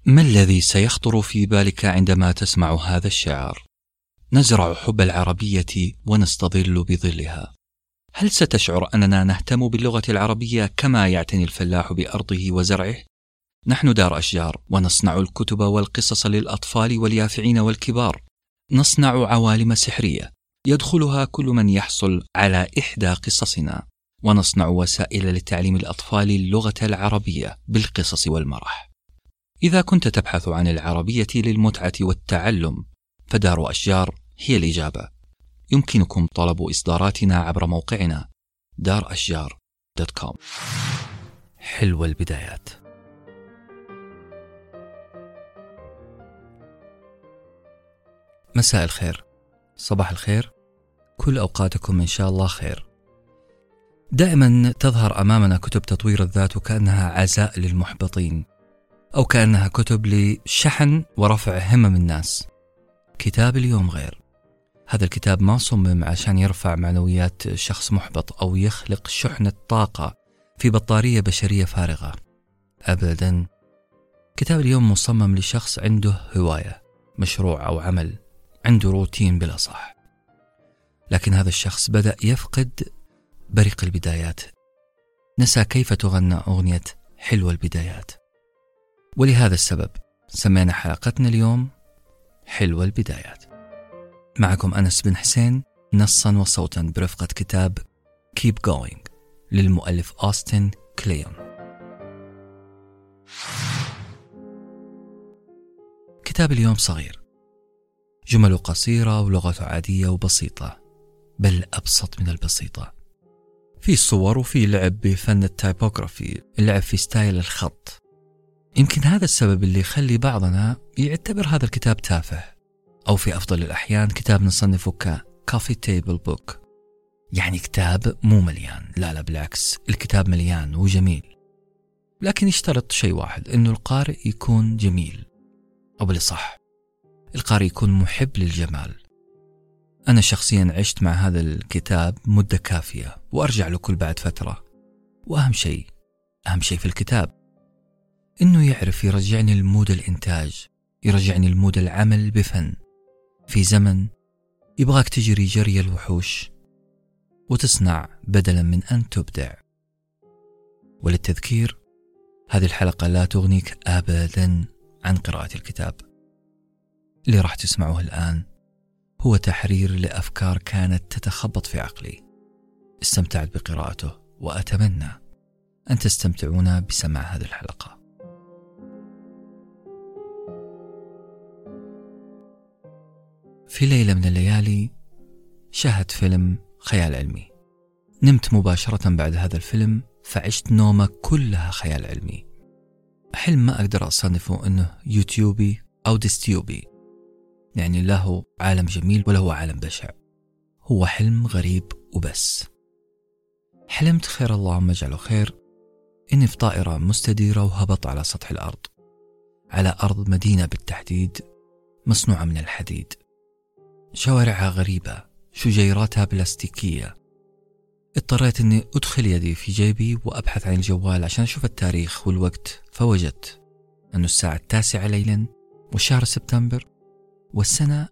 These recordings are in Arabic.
ما الذي سيخطر في بالك عندما تسمع هذا الشعار؟ نزرع حب العربية ونستظل بظلها. هل ستشعر أننا نهتم باللغة العربية كما يعتني الفلاح بأرضه وزرعه؟ نحن دار أشجار، ونصنع الكتب والقصص للأطفال واليافعين والكبار. نصنع عوالم سحرية يدخلها كل من يحصل على إحدى قصصنا، ونصنع وسائل لتعليم الأطفال اللغة العربية بالقصص والمرح. إذا كنت تبحث عن العربية للمتعة والتعلم، فدار أشجار هي الإجابة. يمكنكم طلب إصداراتنا عبر موقعنا darashjar.com. حلوة البدايات. مساء الخير، صباح الخير، كل أوقاتكم إن شاء الله خير. دائما تظهر أمامنا كتب تطوير الذات وكأنها عزاء للمحبطين، أو كأنها كتب لشحن ورفع همم الناس. كتاب اليوم غير. هذا الكتاب ما صمم عشان يرفع معنويات شخص محبط أو يخلق شحنة طاقة في بطارية بشرية فارغة أبدا. كتاب اليوم مصمم لشخص عنده هواية، مشروع أو عمل، عنده روتين بلا صح، لكن هذا الشخص بدأ يفقد بريق البدايات، نسى كيف تغنى أغنية حلوة البدايات. ولهذا السبب سمينا حلقتنا اليوم حلوة البدايات. معكم أنس بن حسين نصا وصوتا برفقة كتاب Keep Going للمؤلف أوستن كليون. كتاب اليوم صغير، جمله قصيرة ولغته عادية وبسيطة، بل أبسط من البسيطة. في صور وفي لعب بفن التايبوغرافي، اللعب في ستايل الخط. يمكن هذا السبب اللي يخلي بعضنا يعتبر هذا الكتاب تافه، أو في أفضل الأحيان كتاب نصنفه ككافي تيبل بوك، يعني كتاب مو مليان. لا بالعكس، الكتاب مليان وجميل، لكن يشترط شيء واحد، إنه القارئ يكون جميل، أو بالصح القارئ يكون محب للجمال. أنا شخصيا عشت مع هذا الكتاب مدة كافية، وأرجع له كل بعد فترة. وأهم شيء في الكتاب إنه يعرف يرجعني المود الإنتاج، يرجعني المود العمل بفن في زمن يبغاك تجري جري الوحوش وتصنع بدلا من أن تبدع. وللتذكير، هذه الحلقة لا تغنيك أبدا عن قراءة الكتاب. اللي راح تسمعه الآن هو تحرير لأفكار كانت تتخبط في عقلي. استمتعت بقراءته، وأتمنى أن تستمتعون بسماع هذه الحلقة. في ليلة من الليالي شاهدت فيلم خيال علمي. نمت مباشرة بعد هذا الفيلم، فعشت نومة كلها خيال علمي. حلم ما أقدر أصنفه أنه يوتيوبي أو ديستيوبي، يعني له عالم جميل وله عالم بشع. هو حلم غريب وبس. حلمت، خير اللهم اجعله خير، إني في طائرة مستديرة وهبط على سطح الأرض، على أرض مدينة بالتحديد مصنوعة من الحديد، شوارعها غريبة، شجيراتها بلاستيكية. اضطريت أني أدخل يدي في جيبي وأبحث عن الجوال عشان أشوف التاريخ والوقت، فوجدت أنه الساعة 9 ليلا والشهر سبتمبر والسنة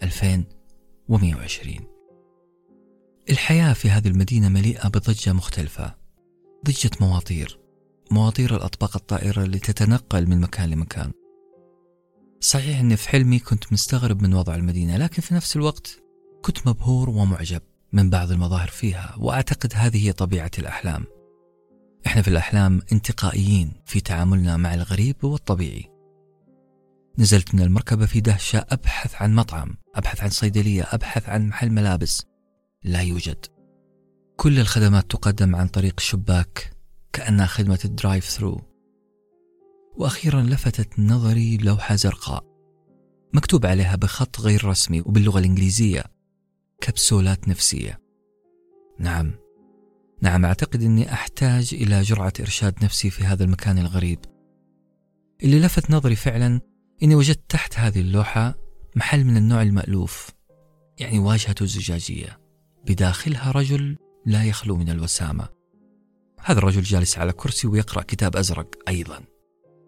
2120. الحياة في هذه المدينة مليئة بضجة مختلفة، ضجة مواطير الأطباق الطائرة اللي تتنقل من مكان لمكان. صحيح أني في حلمي كنت مستغرب من وضع المدينة، لكن في نفس الوقت كنت مبهور ومعجب من بعض المظاهر فيها، وأعتقد هذه هي طبيعة الأحلام. إحنا في الأحلام انتقائيين في تعاملنا مع الغريب والطبيعي. نزلت من المركبة في دهشة، أبحث عن مطعم، أبحث عن صيدلية، أبحث عن محل ملابس، لا يوجد. كل الخدمات تقدم عن طريق شباك كأنها خدمة الدرايف ثرو. وأخيرا لفتت نظري لوحة زرقاء مكتوب عليها بخط غير رسمي وباللغة الإنجليزية كبسولات نفسية. نعم أعتقد أني أحتاج إلى جرعة إرشاد نفسي في هذا المكان الغريب. اللي لفت نظري فعلا أني وجدت تحت هذه اللوحة محل من النوع المألوف، يعني واجهته زجاجية، بداخلها رجل لا يخلو من الوسامة. هذا الرجل جالس على كرسي ويقرأ كتاب أزرق أيضا.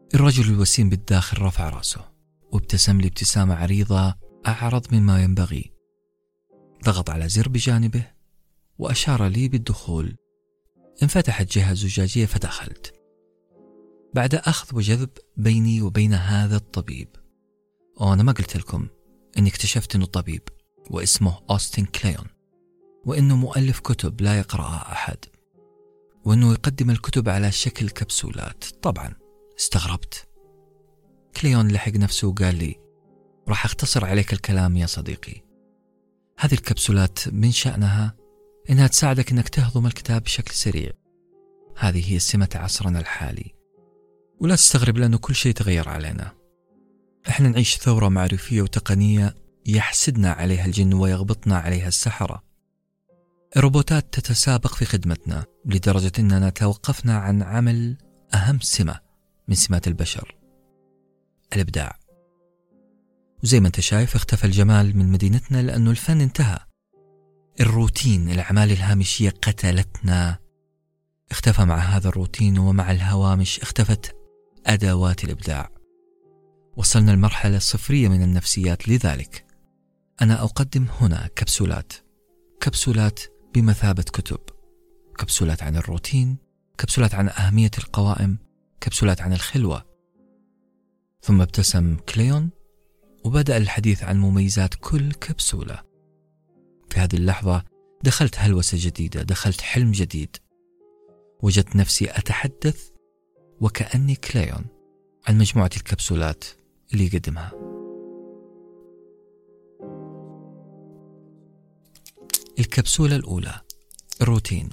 الرجل الوسيم بالداخل رفع رأسه وابتسم لي ابتسامة عريضة أعرض مما ينبغي. ضغط على زر بجانبه وأشار لي بالدخول. انفتحت جهة زجاجية فدخلت. بعد أخذ وجذب بيني وبين هذا الطبيب. وأنا ما قلت لكم إني اكتشفت إنه طبيب واسمه أوستن كليون، وإنه مؤلف كتب لا يقرأها أحد، وإنه يقدم الكتب على شكل كبسولات. طبعا استغربت. كليون لحق نفسه وقال لي: راح أختصر عليك الكلام يا صديقي. هذه الكبسولات من شأنها إنها تساعدك إنك تهضم الكتاب بشكل سريع. هذه هي سمة عصرنا الحالي. ولا تستغرب لأنه كل شيء تغير علينا. إحنا نعيش ثورة معرفية وتقنية يحسدنا عليها الجن ويغبطنا عليها السحرة. الروبوتات تتسابق في خدمتنا لدرجة أننا توقفنا عن عمل أهم سمة من سمات البشر: الإبداع. وزي ما أنت شايف اختفى الجمال من مدينتنا لأنه الفن انتهى. الروتين، الأعمال الهامشية قتلتنا. اختفى مع هذا الروتين ومع الهوامش اختفت أدوات الإبداع. وصلنا لمرحلة صفرية من النفسيات. لذلك أنا أقدم هنا كبسولات بمثابة كتب. كبسولات عن الروتين، كبسولات عن أهمية القوائم، كبسولات عن الخلوة. ثم ابتسم كليون وبدأ الحديث عن مميزات كل كبسولة. في هذه اللحظة دخلت هلوسة جديدة، دخلت حلم جديد. وجدت نفسي أتحدث وكأني كليون عن مجموعة الكبسولات اللي يقدمها. الكبسولة الأولى: الروتين.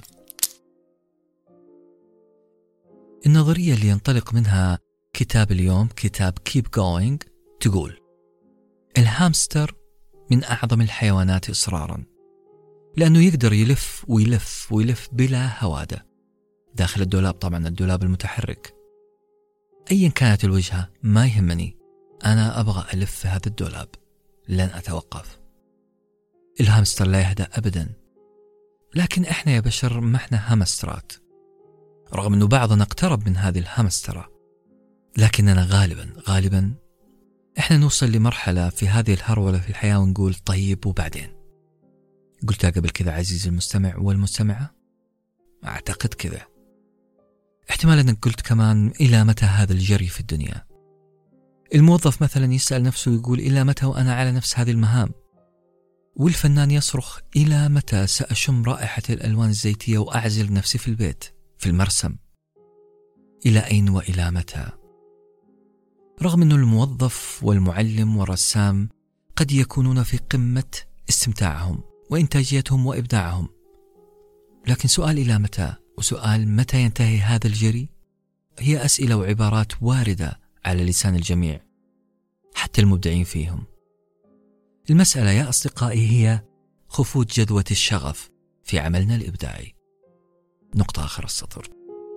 النظرية اللي ينطلق منها كتاب اليوم، كتاب Keep Going، تقول: الهامستر من أعظم الحيوانات إصرارا، لأنه يقدر يلف ويلف ويلف بلا هوادة داخل الدولاب. طبعا الدولاب المتحرك، أيا كانت الوجهة ما يهمني، أنا أبغى ألف في هذا الدولاب، لن أتوقف. الهامستر لا يهدأ أبدا. لكن إحنا يا بشر ما إحنا هامسترات، رغم أنه بعضنا اقترب من هذه الهامسترة. لكننا غالبا إحنا نوصل لمرحلة في هذه الهرولة في الحياة ونقول: طيب وبعدين؟ قلتها قبل كذا عزيزي المستمع والمستمعة؟ أعتقد كذا. احتمال أنك قلت كمان: إلى متى هذا الجري في الدنيا؟ الموظف مثلا يسأل نفسه ويقول: إلى متى وأنا على نفس هذه المهام؟ والفنان يصرخ: إلى متى سأشم رائحة الألوان الزيتية وأعزل نفسي في البيت في المرسم؟ إلى أين وإلى متى؟ رغم أن الموظف والمعلم والرسام قد يكونون في قمة استمتاعهم وإنتاجيتهم وإبداعهم، لكن سؤال إلى متى وسؤال متى ينتهي هذا الجري هي أسئلة وعبارات واردة على لسان الجميع، حتى المبدعين فيهم. المسألة يا أصدقائي هي خفوت جذوة الشغف في عملنا الإبداعي. نقطة آخر السطر.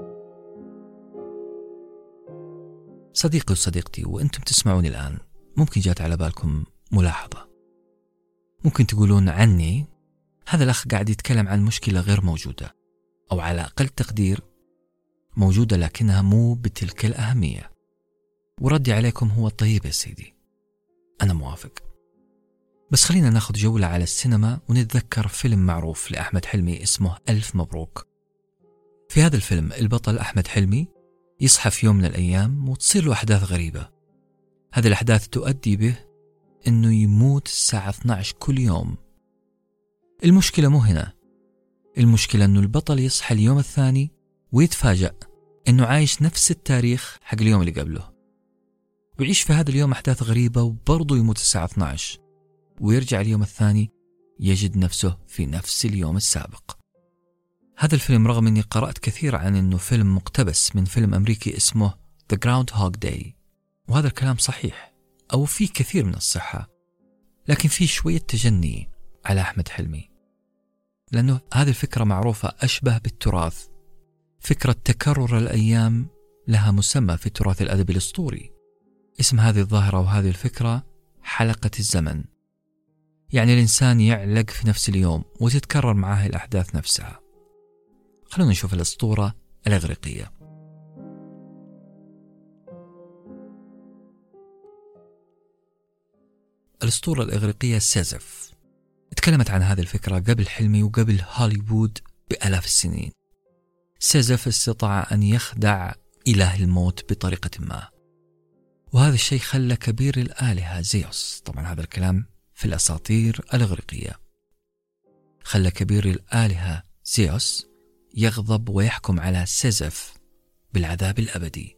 صديقي وصديقتي وأنتم تسمعوني الآن، ممكن جات على بالكم ملاحظة. ممكن تقولون عني: هذا الأخ قاعد يتكلم عن مشكلة غير موجودة، أو على أقل تقدير موجودة لكنها مو بتلك الأهمية. وردي عليكم هو: طيب يا سيدي، أنا موافق، بس خلينا ناخذ جولة على السينما ونتذكر فيلم معروف لأحمد حلمي اسمه ألف مبروك. في هذا الفيلم البطل أحمد حلمي يصحى في يوم من الأيام وتصير له أحداث غريبة. هذه الأحداث تؤدي به أنه يموت الساعة 12 كل يوم. المشكلة مو هنا، المشكلة أنه البطل يصحى اليوم الثاني ويتفاجأ أنه عايش نفس التاريخ حق اليوم اللي قبله، ويعيش في هذا اليوم أحداث غريبة وبرضه يموت الساعة 12، ويرجع اليوم الثاني يجد نفسه في نفس اليوم السابق. هذا الفيلم رغم أني قرأت كثير عن أنه فيلم مقتبس من فيلم أمريكي اسمه The Groundhog Day، وهذا الكلام صحيح أو فيه كثير من الصحة، لكن فيه شوية تجني على أحمد حلمي، لأنه هذه الفكرة معروفة أشبه بالتراث. فكرة تكرر الأيام لها مسمى في التراث الأدبي الأسطوري. اسم هذه الظاهرة وهذه الفكرة حلقة الزمن، يعني الإنسان يعلق في نفس اليوم وتتكرر معاه الأحداث نفسها. خلونا نشوف الأسطورة الإغريقية. الأسطورة الإغريقية سيزف تكلمت عن هذه الفكرة قبل حلمي وقبل هوليوود بآلاف السنين. سيزف استطاع أن يخدع إله الموت بطريقة ما، وهذا الشيء خلى كبير الآلهة زيوس، طبعا هذا الكلام في الأساطير الإغريقية، خلى كبير الآلهة زيوس يغضب ويحكم على سيزف بالعذاب الأبدي.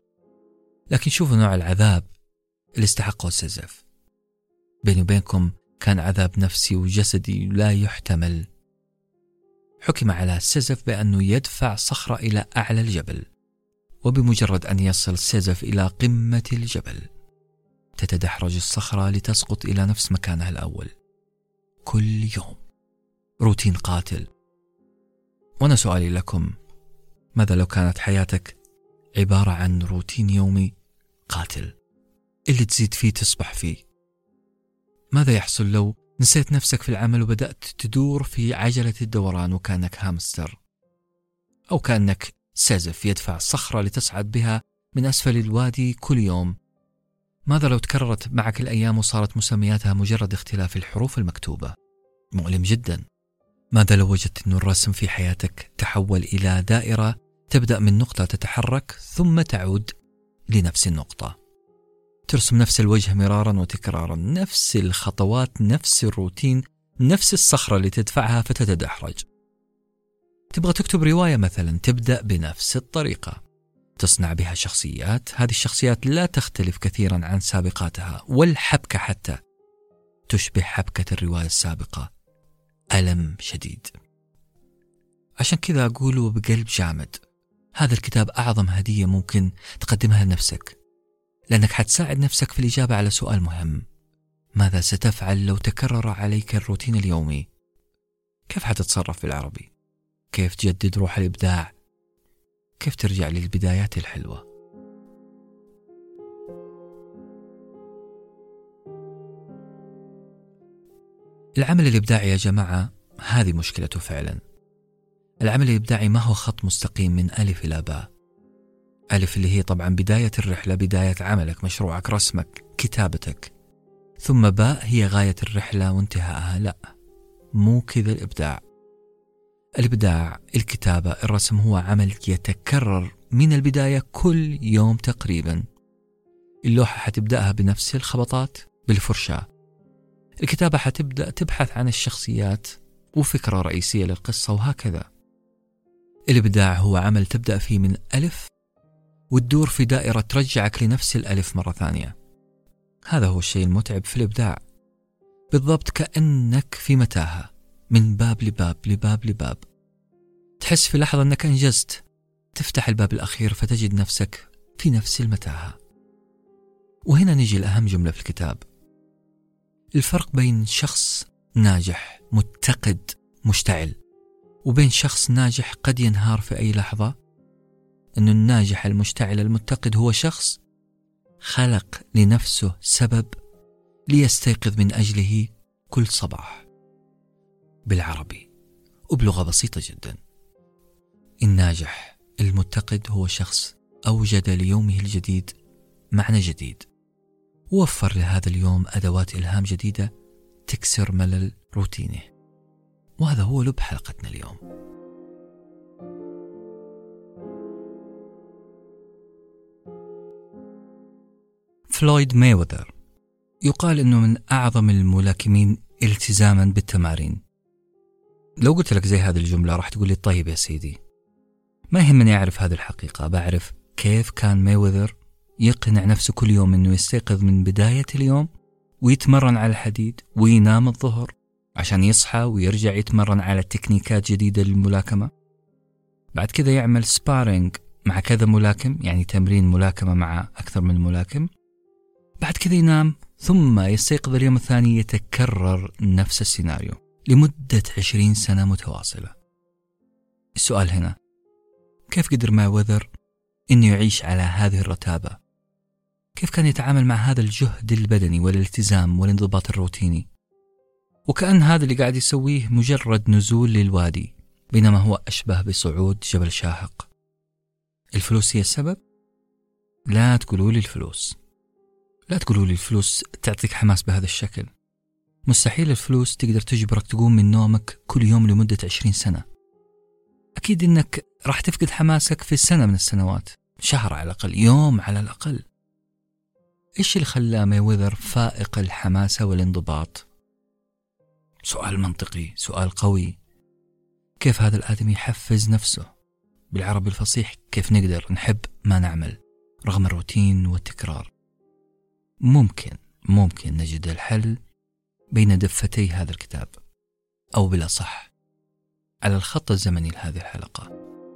لكن شوفوا نوع العذاب اللي استحقه سيزف. بيني وبينكم كان عذاب نفسي وجسدي لا يحتمل. حكم على سيزف بأنه يدفع صخرة إلى أعلى الجبل، وبمجرد أن يصل سيزف إلى قمة الجبل تتدحرج الصخرة لتسقط إلى نفس مكانها الأول كل يوم. روتين قاتل. وأنا سؤالي لكم، ماذا لو كانت حياتك عبارة عن روتين يومي قاتل اللي تزيد فيه تصبح فيه؟ ماذا يحصل لو نسيت نفسك في العمل وبدأت تدور في عجلة الدوران وكأنك هامستر، أو كأنك سيزف يدفع صخرة لتصعد بها من أسفل الوادي كل يوم؟ ماذا لو تكررت معك الأيام وصارت مسمياتها مجرد اختلاف الحروف المكتوبة؟ مؤلم جدا. ماذا لو وجدت أن الرسم في حياتك تحول إلى دائرة تبدأ من نقطة تتحرك ثم تعود لنفس النقطة، ترسم نفس الوجه مرارا وتكرارا، نفس الخطوات، نفس الروتين، نفس الصخرة اللي تدفعها فتتدحرج. تبغى تكتب رواية مثلا، تبدأ بنفس الطريقة، تصنع بها شخصيات، هذه الشخصيات لا تختلف كثيرا عن سابقاتها، والحبكة حتى تشبه حبكة الرواية السابقة. ألم شديد. عشان كذا أقوله بقلب جامد، هذا الكتاب أعظم هدية ممكن تقدمها لنفسك، لأنك حتساعد نفسك في الإجابة على سؤال مهم: ماذا ستفعل لو تكرر عليك الروتين اليومي؟ كيف حتتصرف بالعربي؟ كيف تجدد روح الإبداع؟ كيف ترجع للبدايات الحلوة؟ العمل الإبداعي يا جماعة هذه مشكلته فعلا. العمل الإبداعي ما هو خط مستقيم من ألف إلى باء. ألف اللي هي طبعا بداية الرحلة، بداية عملك، مشروعك، رسمك، كتابتك، ثم باء هي غاية الرحلة وانتهاءها. لا، مو كذا الإبداع. الإبداع، الكتابة، الرسم هو عمل يتكرر من البداية كل يوم تقريبا. اللوحة حتبدأها بنفس الخبطات بالفرشاة، الكتابة حتبدأ تبحث عن الشخصيات وفكرة رئيسية للقصة، وهكذا. الإبداع هو عمل تبدأ فيه من ألف وتدور في دائرة ترجعك لنفس الألف مرة ثانية. هذا هو الشيء المتعب في الإبداع، بالضبط كأنك في متاهة من باب لباب لباب لباب، تحس في لحظة أنك أنجزت، تفتح الباب الأخير فتجد نفسك في نفس المتاهة. وهنا نجي لأهم جملة في الكتاب: الفرق بين شخص ناجح متقد مشتعل وبين شخص ناجح قد ينهار في أي لحظة، أن الناجح المشتعل المتقد هو شخص خلق لنفسه سبب ليستيقظ من أجله كل صباح. بالعربي وبلغة بسيطة جدا، الناجح المتقد هو شخص أوجد ليومه الجديد معنى جديد، ووفر لهذا اليوم أدوات إلهام جديدة تكسر ملل روتينه. وهذا هو لب حلقتنا اليوم. فلويد مايوذر يقال أنه من أعظم الملاكمين التزاما بالتمارين. لو قلت لك زي هذه الجملة راح تقول لي طيب يا سيدي، ما يهمني أعرف هذه الحقيقة، بعرف كيف كان مايوذر يقنع نفسه كل يوم أنه يستيقظ من بداية اليوم ويتمرن على الحديد وينام الظهر عشان يصحى ويرجع يتمرن على تكنيكات جديدة للملاكمة. بعد كذا يعمل سبارينج مع كذا ملاكم، يعني تمرين ملاكمة مع أكثر من ملاكم. بعد كذا ينام ثم يستيقظ اليوم الثاني، يتكرر نفس السيناريو لمدة 20 سنة متواصلة. السؤال هنا: كيف قدر مايوذر إنه يعيش على هذه الرتابة؟ كيف كان يتعامل مع هذا الجهد البدني والالتزام والانضباط الروتيني، وكأن هذا اللي قاعد يسويه مجرد نزول للوادي، بينما هو أشبه بصعود جبل شاهق؟ الفلوس هي السبب؟ لا تقولوا لي الفلوس. لا تقولوا لي الفلوس تعطيك حماس بهذا الشكل. مستحيل الفلوس تقدر تجبرك تقوم من نومك كل يوم لمدة 20 سنة. أكيد إنك راح تفقد حماسك في سنة من السنوات، شهر على الأقل، يوم على الأقل. إيش اللي خلى مايويذر فائق الحماسة والانضباط؟ سؤال منطقي، سؤال قوي. كيف هذا الآدمي يحفز نفسه؟ بالعربي الفصيح كيف نقدر نحب ما نعمل رغم الروتين والتكرار؟ ممكن نجد الحل بين دفتي هذا الكتاب، أو بالأصح على الخط الزمني لهذه الحلقة.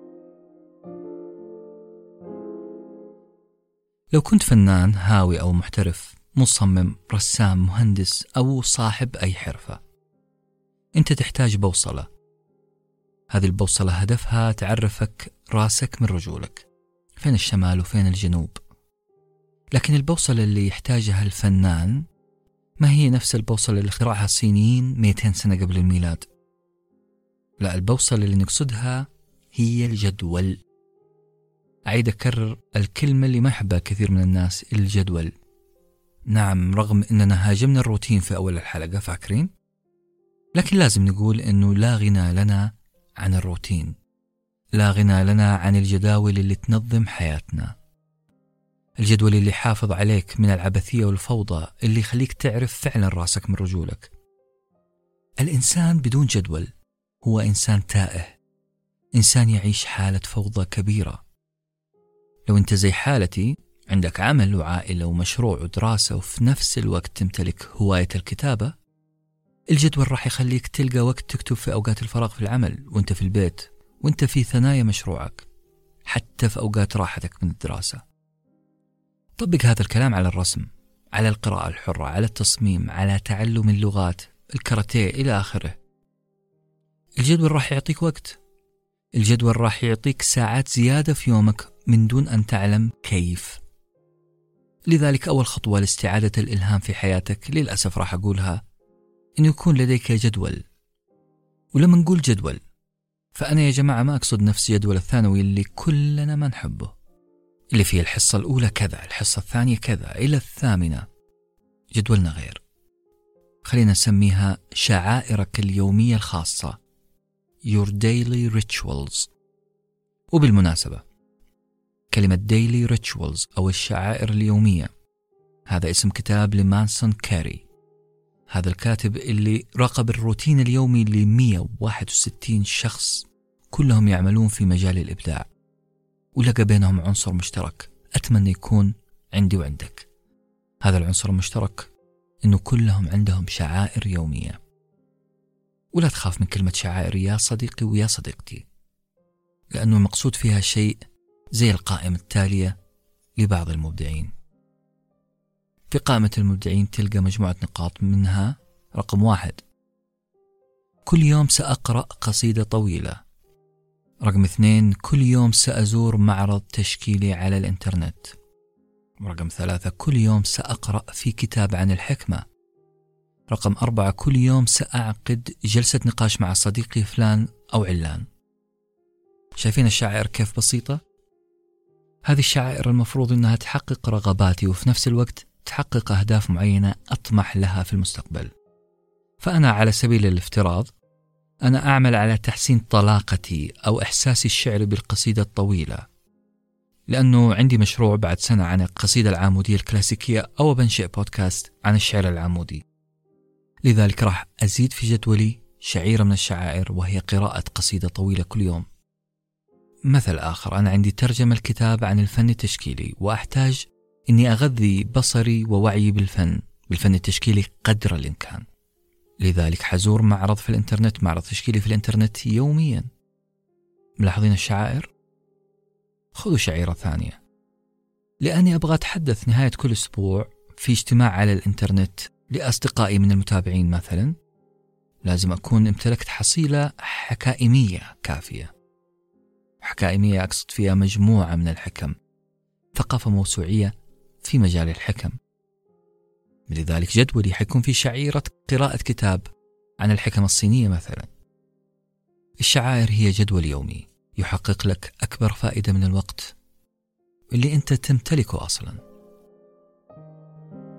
لو كنت فنان هاوي أو محترف، مصمم، رسام، مهندس أو صاحب أي حرفة، أنت تحتاج بوصلة. هذه البوصلة هدفها تعرفك راسك من رجولك، فين الشمال وفين الجنوب. لكن البوصلة اللي يحتاجها الفنان ما هي نفس البوصلة اللي اخترعها الصينيين 200 سنة قبل الميلاد. لا، البوصلة اللي نقصدها هي الجدول. أعيد أكرر الكلمة اللي ما يحبها كثير من الناس، الجدول. نعم، رغم أننا هاجمنا الروتين في أول الحلقة، فاكرين؟ لكن لازم نقول أنه لا غنى لنا عن الروتين، لا غنى لنا عن الجداول اللي تنظم حياتنا. الجدول اللي حافظ عليك من العبثية والفوضى، اللي يخليك تعرف فعلا راسك من رجولك. الإنسان بدون جدول هو إنسان تائه، إنسان يعيش حالة فوضى كبيرة. لو أنت زي حالتي، عندك عمل وعائلة ومشروع ودراسة، وفي نفس الوقت تمتلك هواية الكتابة، الجدول راح يخليك تلقى وقت تكتب في أوقات الفراغ في العمل، وانت في البيت، وانت في ثنايا مشروعك، حتى في أوقات راحتك من الدراسة. طبق هذا الكلام على الرسم، على القراءة الحرة، على التصميم، على تعلم اللغات، الكاراتيه إلى آخره. الجدول راح يعطيك وقت، الجدول راح يعطيك ساعات زيادة في يومك من دون أن تعلم كيف. لذلك أول خطوة لاستعادة الإلهام في حياتك، للأسف راح أقولها، إنه يكون لديك جدول. ولما نقول جدول، فأنا يا جماعة ما أقصد نفس جدول الثانوي اللي كلنا ما نحبه، اللي فيه الحصة الأولى كذا، الحصة الثانية كذا، إلى الثامنة. جدولنا غير، خلينا نسميها شعائرك اليومية الخاصة، your daily rituals. وبالمناسبة، كلمة daily rituals أو الشعائر اليومية هذا اسم كتاب لمانسون كاري. هذا الكاتب اللي راقب الروتين اليومي ل161 شخص كلهم يعملون في مجال الإبداع، ولقى بينهم عنصر مشترك أتمنى يكون عندي وعندك. هذا العنصر المشترك إنه كلهم عندهم شعائر يومية. ولا تخاف من كلمة شعائر يا صديقي ويا صديقتي، لأنه المقصود فيها شيء زي القائمة التالية لبعض المبدعين. في قائمة المبدعين تلقى مجموعة نقاط، منها رقم 1: كل يوم سأقرأ قصيدة طويلة. رقم 2: كل يوم سأزور معرض تشكيلي على الإنترنت. رقم 3: كل يوم سأقرأ في كتاب عن الحكمة. رقم 4: كل يوم سأعقد جلسة نقاش مع صديقي فلان أو علان. شايفين الشعائر كيف بسيطة؟ هذه الشعائر المفروض أنها تحقق رغباتي، وفي نفس الوقت تحقق أهداف معينة أطمح لها في المستقبل. فأنا على سبيل الافتراض أنا أعمل على تحسين طلاقتي أو إحساسي الشعري بالقصيدة الطويلة، لأنه عندي مشروع بعد سنة عن القصيدة العامودية الكلاسيكية، أو بنشئ بودكاست عن الشعر العامودي. لذلك راح أزيد في جدولي شعيرة من الشعائر، وهي قراءة قصيدة طويلة كل يوم. مثل آخر، أنا عندي ترجمة الكتاب عن الفن التشكيلي، وأحتاج أني أغذي بصري ووعي بالفن التشكيلي قدر الإمكان. لذلك حزور معرض في الإنترنت، معرض تشكيلي في الإنترنت يوميا. ملاحظين الشعائر؟ خذوا شعيرة ثانية، لأني أبغى أتحدث نهاية كل أسبوع في اجتماع على الإنترنت لأصدقائي من المتابعين مثلا. لازم أكون امتلكت حصيلة حكائمية كافية. حكائمية أقصد فيها مجموعة من الحكم، ثقافة موسوعية في مجال الحكم. لذلك جدولي حيكون في شعيرة قراءة كتاب عن الحكم الصينية مثلا. الشعائر هي جدول يومي يحقق لك أكبر فائدة من الوقت اللي أنت تمتلكه أصلا.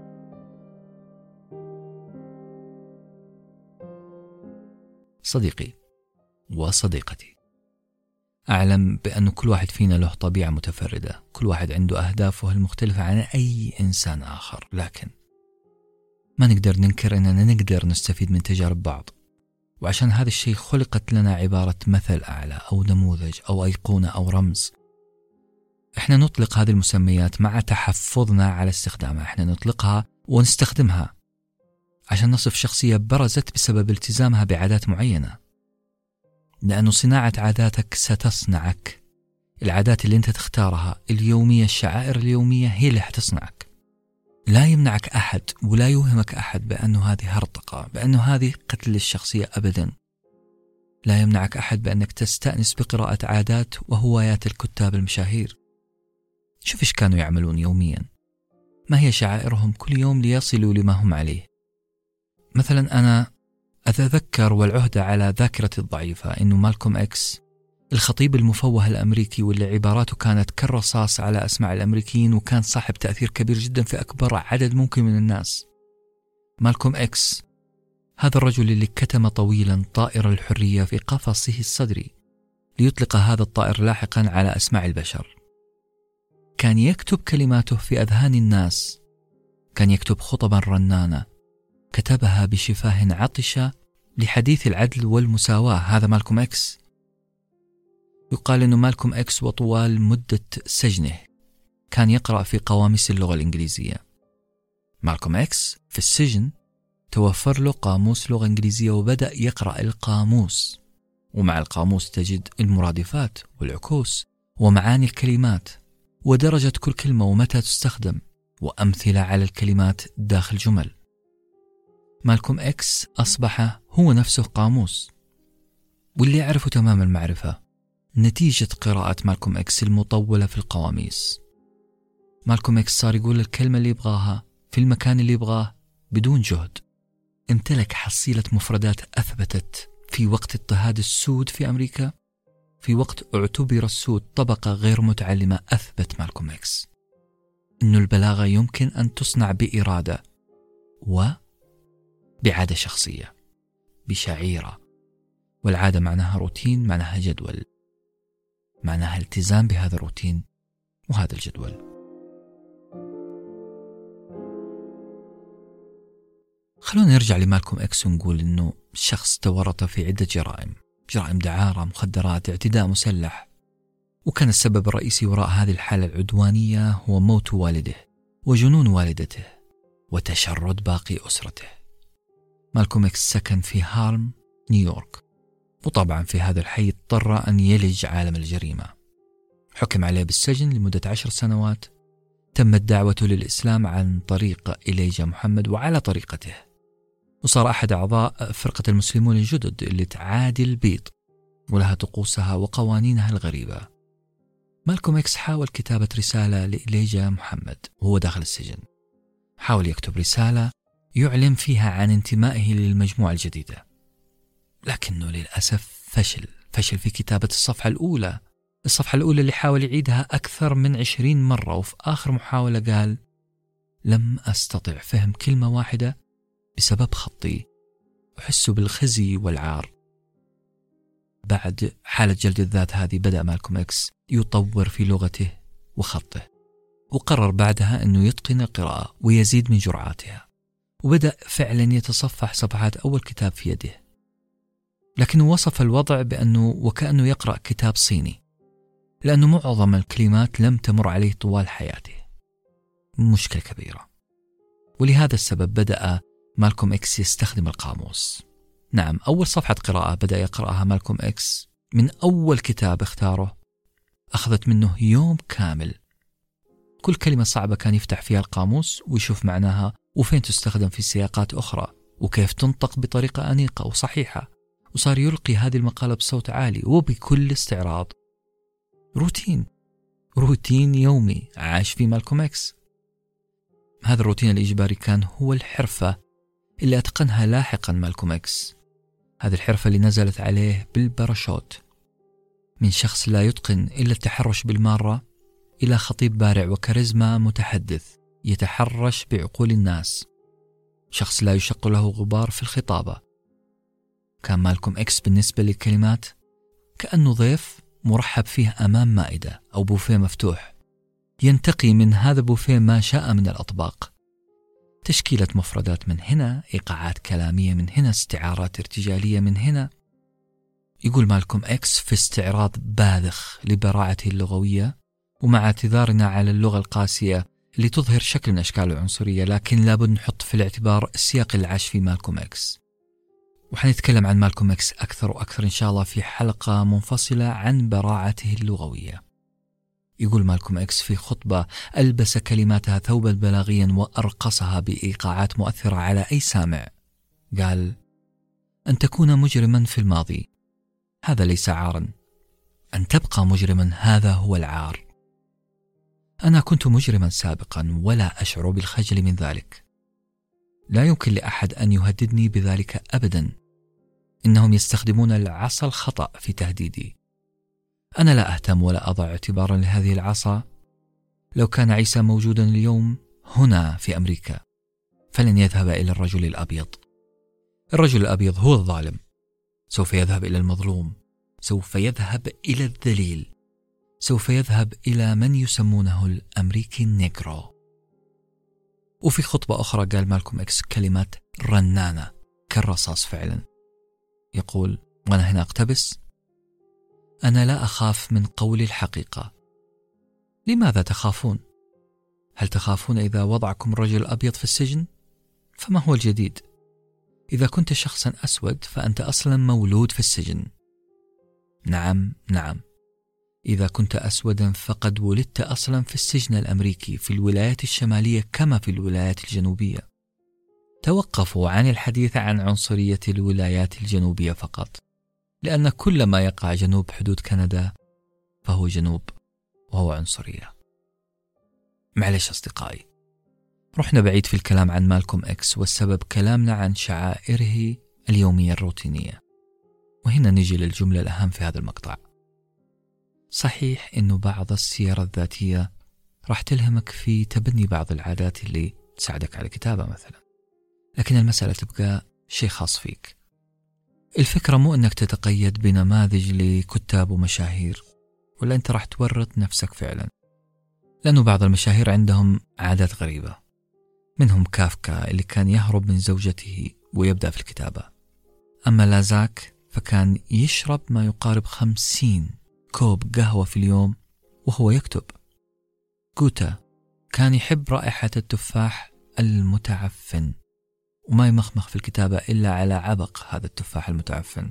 صديقي وصديقتي، أعلم بأن كل واحد فينا له طبيعة متفردة، كل واحد عنده أهدافه المختلفة عن أي إنسان آخر، لكن ما نقدر ننكر أننا نقدر نستفيد من تجارب بعض. وعشان هذا الشيء خلقت لنا عبارة مثل أعلى أو نموذج أو أيقونة أو رمز. إحنا نطلق هذه المسميات مع تحفظنا على استخدامها، إحنا نطلقها ونستخدمها عشان نصف شخصية برزت بسبب التزامها بعادات معينة، لأنه صناعة عاداتك ستصنعك. العادات اللي أنت تختارها اليومية، الشعائر اليومية هي اللي حتصنعك. لا يمنعك أحد ولا يوهمك أحد بأنه هذه هرطقة، بأنه هذه قتل للشخصية أبدا. لا يمنعك أحد بأنك تستأنس بقراءة عادات وهوايات الكتاب المشاهير. شوف إيش كانوا يعملون يوميا، ما هي شعائرهم كل يوم ليصلوا لما هم عليه. مثلا أنا أتذكر والعهدة على ذاكرتي الضعيفة أنه مالكوم إكس، الخطيب المفوه الأمريكي واللي عباراته كانت كالرصاص على أسماع الأمريكيين، وكان صاحب تأثير كبير جدا في أكبر عدد ممكن من الناس. مالكوم إكس هذا الرجل اللي كتم طويلا طائر الحرية في قفصه الصدري ليطلق هذا الطائر لاحقا على أسماع البشر. كان يكتب كلماته في أذهان الناس، كان يكتب خطبا رنانة كتبها بشفاه عطشة لحديث العدل والمساواة. هذا مالكوم إكس. يقال أنه مالكوم إكس وطوال مدة سجنه كان يقرأ في قواميس اللغة الإنجليزية. مالكوم إكس في السجن توفر له قاموس لغة إنجليزية وبدأ يقرأ القاموس، ومع القاموس تجد المرادفات والعكوس ومعاني الكلمات ودرجة كل كلمة ومتى تستخدم وأمثلة على الكلمات داخل جمل. مالكوم إكس أصبح هو نفسه قاموس، واللي يعرفه تمام المعرفة نتيجة قراءة مالكوم إكس المطولة في القواميس. مالكوم إكس صار يقول الكلمة اللي يبغاها في المكان اللي يبغاه بدون جهد. امتلك حصيلة مفردات أثبتت في وقت اضطهاد السود في أمريكا، في وقت اعتبر السود طبقة غير متعلمة، أثبت مالكوم إكس إنه البلاغة يمكن أن تصنع بإرادة وبعادة شخصية، بشعيرة. والعادة معناها روتين، معناها جدول، معناها التزام بهذا الروتين وهذا الجدول. خلونا نرجع لمالكوم إكس ونقول إنه شخص تورط في عدة جرائم دعارة، مخدرات، اعتداء مسلح، وكان السبب الرئيسي وراء هذه الحالة العدوانية هو موت والده وجنون والدته وتشرد باقي أسرته. مالكوم إكس سكن في هارلم، نيويورك، وطبعا في هذا الحي اضطر أن يلج عالم الجريمة. حكم عليه بالسجن لمدة 10 سنوات. تمت دعوته للإسلام عن طريق إليجا محمد وعلى طريقته، وصار أحد أعضاء فرقة المسلمون الجدد اللي تعادي البيض ولها طقوسها وقوانينها الغريبة. مالكوم إكس حاول كتابة رسالة لإليجا محمد وهو داخل السجن. حاول يكتب رسالة يعلن فيها عن انتمائه للمجموعة الجديدة، لكنه للأسف فشل في كتابة الصفحة الأولى اللي حاول يعيدها أكثر من 20 مرة، وفي آخر محاولة قال: لم أستطع فهم كلمة واحدة بسبب خطي، أحس بالخزي والعار. بعد حالة جلد الذات هذه بدأ مالكوم إكس يطور في لغته وخطه، وقرر بعدها أنه يتقن القراءة ويزيد من جرعاتها، وبدأ فعلا يتصفح صفحات أول كتاب في يده. لكنه وصف الوضع بأنه وكأنه يقرأ كتاب صيني، لأنه معظم الكلمات لم تمر عليه طوال حياته. مشكلة كبيرة. ولهذا السبب بدأ مالكوم إكس يستخدم القاموس. نعم، أول صفحة قراءة بدأ يقرأها مالكوم إكس من أول كتاب اختاره أخذت منه يوم كامل. كل كلمة صعبة كان يفتح فيها القاموس ويشوف معناها وفين تستخدم في سياقات أخرى وكيف تنطق بطريقة أنيقة وصحيحة، وصار يلقي هذه المقالة بصوت عالي وبكل استعراض. روتين يومي عاش فيه مالكوم إكس. هذا الروتين الإجباري كان هو الحرفة اللي أتقنها لاحقا مالكوم إكس. هذه الحرفة اللي نزلت عليه بالباراشوت، من شخص لا يتقن إلا التحرش بالمارة إلى خطيب بارع وكاريزما متحدث يتحرش بعقول الناس، شخص لا يشق له غبار في الخطابة. كان مالكوم إكس بالنسبة للكلمات كأنه ضيف مرحب فيه أمام مائدة أو بوفيه مفتوح، ينتقي من هذا البوفيه ما شاء من الأطباق، تشكيلة مفردات من هنا، إيقاعات كلامية من هنا، استعارات ارتجالية من هنا. يقول مالكوم إكس في استعراض باذخ لبراعته اللغوية، ومع اعتذارنا على اللغة القاسية اللي تظهر شكل من أشكال العنصرية، لكن لابد نحط في الاعتبار السياق اللي عاش فيه مالكوم إكس. وحنتكلم عن مالكوم إكس أكثر وأكثر إن شاء الله في حلقة منفصلة عن براعته اللغوية. يقول مالكوم إكس في خطبة ألبس كلماتها ثوبا بلاغيا وأرقصها بإيقاعات مؤثرة على أي سامع. قال: أن تكون مجرما في الماضي هذا ليس عارا، أن تبقى مجرما هذا هو العار. أنا كنت مجرما سابقا ولا أشعر بالخجل من ذلك. لا يمكن لأحد أن يهددني بذلك أبدا. إنهم يستخدمون العصا الخطأ في تهديدي. أنا لا أهتم ولا أضع اعتبارا لهذه العصا. لو كان عيسى موجودا اليوم هنا في أمريكا فلن يذهب إلى الرجل الأبيض. الرجل الأبيض هو الظالم، سوف يذهب إلى المظلوم، سوف يذهب إلى الذليل، سوف يذهب إلى من يسمونه الأمريكي النيغرو. وفي خطبة أخرى قال مالكوم إكس كلمات رنانة كالرصاص فعلا. يقول، وأنا هنا أقتبس: أنا لا أخاف من قول الحقيقة. لماذا تخافون؟ هل تخافون إذا وضعكم الرجل الأبيض في السجن؟ فما هو الجديد؟ إذا كنت شخصا أسود فأنت أصلا مولود في السجن. نعم، إذا كنت أسودا فقد ولدت أصلا في السجن الأمريكي في الولايات الشمالية كما في الولايات الجنوبية. توقفوا عن الحديث عن عنصرية الولايات الجنوبية فقط، لأن كل ما يقع جنوب حدود كندا فهو جنوب وهو عنصرية. معلش أصدقائي، رحنا بعيد في الكلام عن مالكوم إكس، والسبب كلامنا عن شعائره اليومية الروتينية. وهنا نجي للجملة الأهم في هذا المقطع. صحيح أنه بعض السير الذاتية راح تلهمك في تبني بعض العادات اللي تساعدك على الكتابة مثلا، لكن المسألة تبقى شيء خاص فيك. الفكرة مو أنك تتقيد بنماذج لكتاب ومشاهير، ولا أنت راح تورط نفسك فعلا، لأنه بعض المشاهير عندهم عادات غريبة. منهم كافكا اللي كان يهرب من زوجته ويبدأ في الكتابة. أما لازاك فكان يشرب ما يقارب 50 كوب قهوة في اليوم وهو يكتب. غوتا كان يحب رائحة التفاح المتعفن وما يمخمخ في الكتابة إلا على عبق هذا التفاح المتعفن.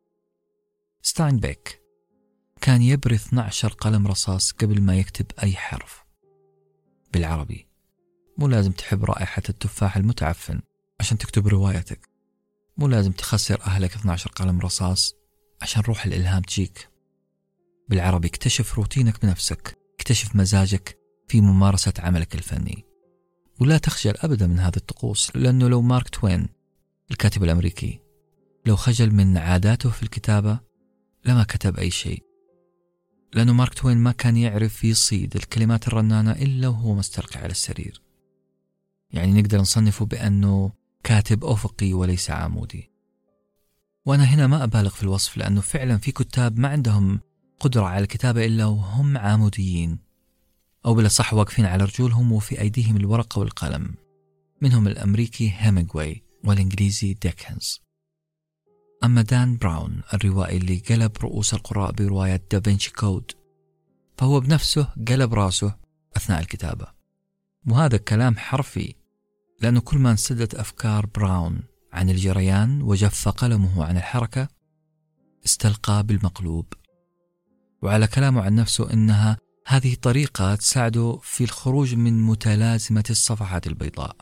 ستاينبيك كان يبري 12 قلم رصاص قبل ما يكتب أي حرف. بالعربي مو لازم تحب رائحة التفاح المتعفن عشان تكتب روايتك، مو لازم تخسر أهلك 12 قلم رصاص عشان روح الإلهام تجيك. بالعربي اكتشف روتينك بنفسك، اكتشف مزاجك في ممارسة عملك الفني، ولا تخجل أبدا من هذا الطقوس. لأنه لو مارك توين الكاتب الأمريكي لو خجل من عاداته في الكتابة لما كتب أي شيء، لأنه مارك توين ما كان يعرف يصيد الكلمات الرنانة إلا وهو مستلقي على السرير. يعني نقدر نصنفه بأنه كاتب أفقي وليس عمودي. وأنا هنا ما أبالغ في الوصف، لأنه فعلا في كتاب ما عندهم قدرة على الكتابة إلا وهم عموديين، أو بلا صح واقفين على رجولهم وفي أيديهم الورقة والقلم. منهم الأمريكي هيمينغواي والإنجليزي ديكنز. أما دان براون الروائي اللي قلب رؤوس القراء برواية دافنشي كود، فهو بنفسه قلب راسه أثناء الكتابة. وهذا الكلام حرفي، لأنه كل ما انسدت أفكار براون عن الجريان وجف قلمه عن الحركة استلقى بالمقلوب. وعلى كلامه عن نفسه إنها هذه طريقة تساعده في الخروج من متلازمة الصفحات البيضاء.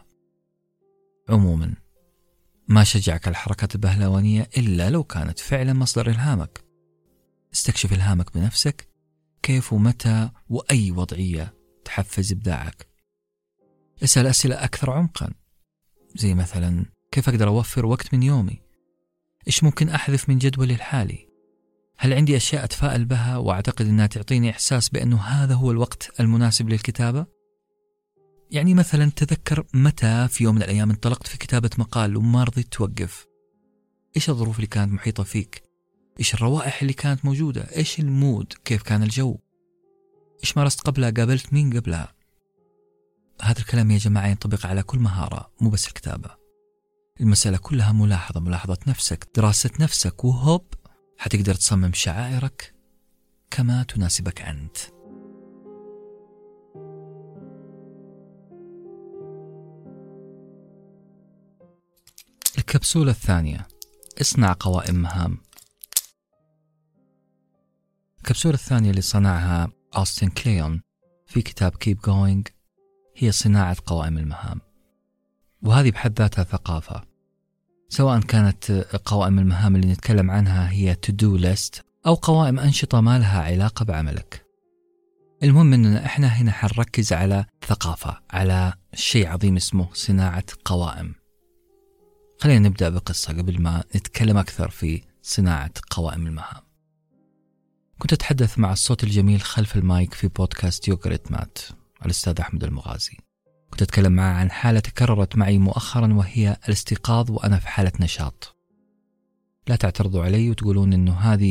عموما ما شجعك الحركات البهلوانية إلا لو كانت فعلا مصدر إلهامك. استكشف إلهامك بنفسك، كيف ومتى وأي وضعية تحفز إبداعك. اسأل أسئلة أكثر عمقا، زي مثلا كيف أقدر أوفر وقت من يومي؟ إيش ممكن أحذف من جدولي الحالي؟ هل عندي أشياء أتفائل بها وأعتقد أنها تعطيني إحساس بأنه هذا هو الوقت المناسب للكتابة؟ يعني مثلا تذكر متى في يوم من الأيام انطلقت في كتابة مقال وما رضيت توقف. إيش الظروف اللي كانت محيطة فيك؟ إيش الروائح اللي كانت موجودة؟ إيش المود؟ كيف كان الجو؟ إيش مارست قبلها؟ قابلت مين قبلها؟ هذا الكلام يا جماعة ينطبق على كل مهارة، مو بس الكتابة. المسألة كلها ملاحظة نفسك، دراسة نفسك، وهوب حتقدر تصمم شعائرك كما تناسبك أنت. الكبسولة الثانية: اصنع قوائم مهام. الكبسولة الثانية اللي صنعها أوستن كليون في كتاب Keep Going هي صناعة قوائم المهام، وهذه بحد ذاتها ثقافة. سواء كانت قوائم المهام اللي نتكلم عنها هي to-do list أو قوائم أنشطة ما لها علاقة بعملك. المهم أننا إحنا هنا حنركز على ثقافة، على شيء عظيم اسمه صناعة قوائم. خلينا نبدأ بقصة قبل ما نتكلم أكثر في صناعة قوائم المهام. كنت أتحدث مع الصوت الجميل خلف المايك في بودكاست يوغا ريتمات الأستاذ أحمد المغازي. كنت أتكلم معه عن حالة تكررت معي مؤخرا، وهي الاستيقاظ وأنا في حالة نشاط. لا تعترضوا علي وتقولون إنه هذه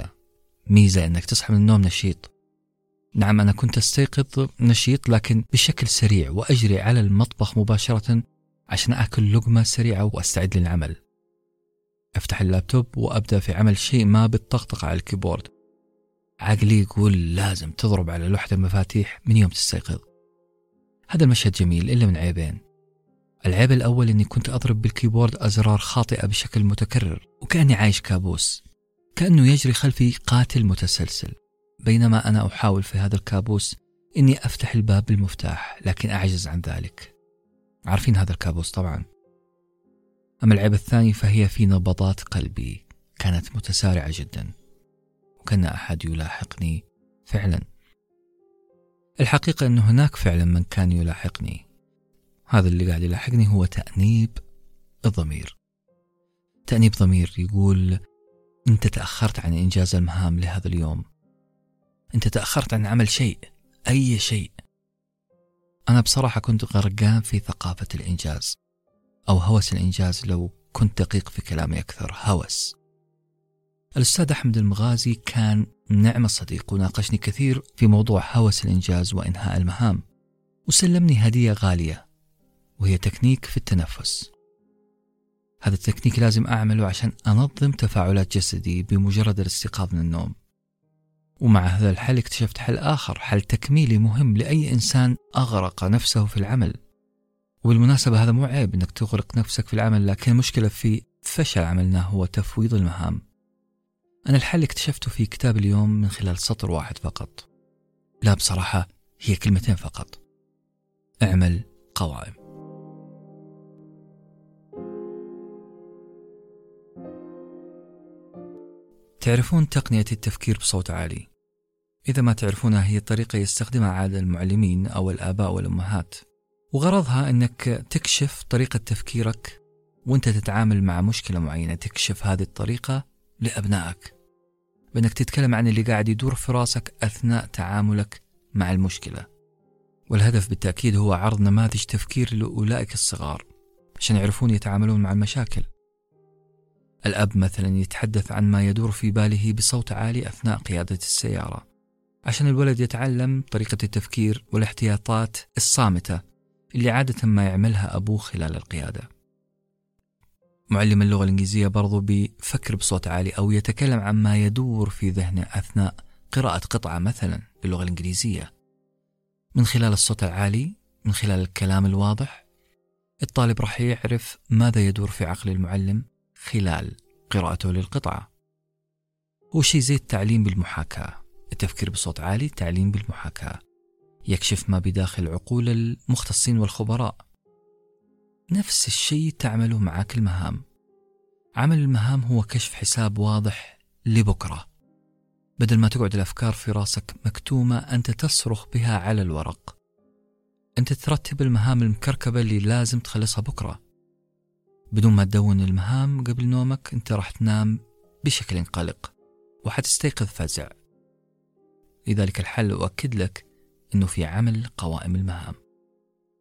ميزة إنك تصحى من النوم نشيط. نعم، أنا كنت أستيقظ نشيط لكن بشكل سريع، وأجري على المطبخ مباشرة عشان أكل لقمة سريعة وأستعد للعمل. أفتح اللابتوب وأبدأ في عمل شيء ما بالطقطقة على الكيبورد. عقلي يقول لازم تضرب على لوحة المفاتيح من يوم تستيقظ. هذا المشهد جميل إلا من عيبين. العيب الأول أني كنت أضرب بالكيبورد أزرار خاطئة بشكل متكرر، وكأني عايش كابوس، كأنه يجري خلفي قاتل متسلسل، بينما أنا أحاول في هذا الكابوس أني أفتح الباب بالمفتاح لكن أعجز عن ذلك. عارفين هذا الكابوس طبعا. أما العيب الثاني فهي في نبضات قلبي كانت متسارعة جدا، وكان أحد يلاحقني فعلا. الحقيقة أنه هناك فعلا من كان يلاحقني. هذا اللي قاعد يلاحقني هو تأنيب الضمير. تأنيب ضمير يقول أنت تأخرت عن إنجاز المهام لهذا اليوم، أنت تأخرت عن عمل شيء، أي شيء. أنا بصراحة كنت غرقان في ثقافة الإنجاز أو هوس الإنجاز، لو كنت دقيق في كلامي أكثر، هوس. الأستاذ أحمد المغازي كان نعم الصديق، وناقشني كثير في موضوع هوس الإنجاز وإنهاء المهام، وسلمني هدية غالية وهي تكنيك في التنفس. هذا التكنيك لازم أعمله عشان أنظم تفاعلات جسدي بمجرد الاستيقاظ من النوم. ومع هذا الحل اكتشفت حل آخر، حل تكميلي مهم لأي إنسان أغرق نفسه في العمل. وبالمناسبة هذا مو عيب إنك تغرق نفسك في العمل، لكن المشكلة في فشل عملنا هو تفويض المهام. أنا الحل اكتشفته في كتاب اليوم من خلال سطر واحد فقط. لا بصراحة هي كلمتين فقط: اعمل قوائم. تعرفون تقنية التفكير بصوت عالي؟ إذا ما تعرفونها، هي طريقة يستخدمها عادة المعلمين أو الآباء والأمهات، وغرضها أنك تكشف طريقة تفكيرك وأنت تتعامل مع مشكلة معينة. تكشف هذه الطريقة لأبنائك بأنك تتكلم عن اللي قاعد يدور في راسك أثناء تعاملك مع المشكلة. والهدف بالتأكيد هو عرض نماذج تفكير لأولئك الصغار عشان يعرفون يتعاملون مع المشاكل. الأب مثلا يتحدث عن ما يدور في باله بصوت عالي أثناء قيادة السيارة عشان الولد يتعلم طريقة التفكير والاحتياطات الصامتة اللي عادة ما يعملها أبوه خلال القيادة. معلم اللغة الإنجليزية برضو بيفكر بصوت عالي أو يتكلم عن ما يدور في ذهنه أثناء قراءة قطعة مثلا باللغة الإنجليزية. من خلال الصوت العالي، من خلال الكلام الواضح، الطالب راح يعرف ماذا يدور في عقل المعلم خلال قراءته للقطعة. هو شيء زي التعليم بالمحاكاة. التفكير بصوت عالي تعليم بالمحاكاة، يكشف ما بداخل عقول المختصين والخبراء. نفس الشيء تعمله معك المهام. عمل المهام هو كشف حساب واضح لبكرة. بدل ما تقعد الأفكار في راسك مكتومة، أنت تصرخ بها على الورق. أنت ترتب المهام المكركبة اللي لازم تخلصها بكرة. بدون ما تدون المهام قبل نومك، أنت راح تنام بشكل قلق وحتستيقظ فزع. لذلك الحل أؤكد لك أنه في عمل قوائم المهام.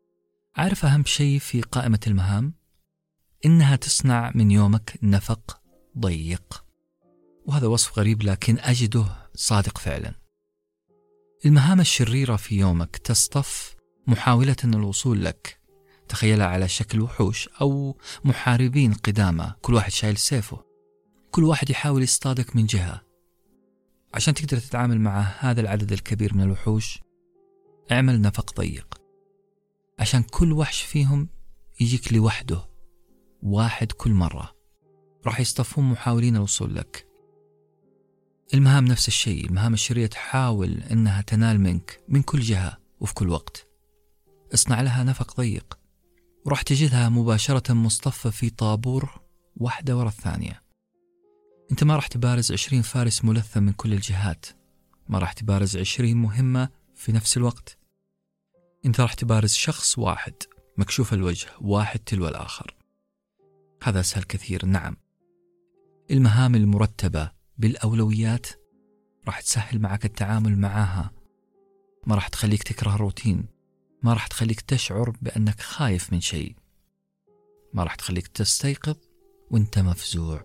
عارف أهم شيء في قائمة المهام؟ إنها تصنع من يومك نفق ضيق. وهذا وصف غريب لكن أجده صادق فعلا. المهام الشريرة في يومك تصطف محاولة الوصول لك. تخيلها على شكل وحوش أو محاربين قدامى، كل واحد شايل سيفه، كل واحد يحاول يصطادك من جهة. عشان تقدر تتعامل مع هذا العدد الكبير من الوحوش اعمل نفق ضيق، عشان كل وحش فيهم يجيك لوحده، واحد كل مرة. راح يصطفون محاولين الوصول لك. المهام نفس الشيء، المهام الشريرة تحاول أنها تنال منك من كل جهة وفي كل وقت. اصنع لها نفق ضيق، وراح تجدها مباشرة مصطفى في طابور واحدة ورا الثانية. انت ما راح تبارز 20 فارس ملثم من كل الجهات، ما راح تبارز 20 مهمة في نفس الوقت. انت راح تبارز شخص واحد مكشوف الوجه، واحد تلو الآخر. هذا أسهل كثير. نعم، المهام المرتبة بالأولويات راح تسهل معك التعامل معها، ما راح تخليك تكره الروتين، ما راح تخليك تشعر بأنك خايف من شيء، ما راح تخليك تستيقظ وانت مفزوع.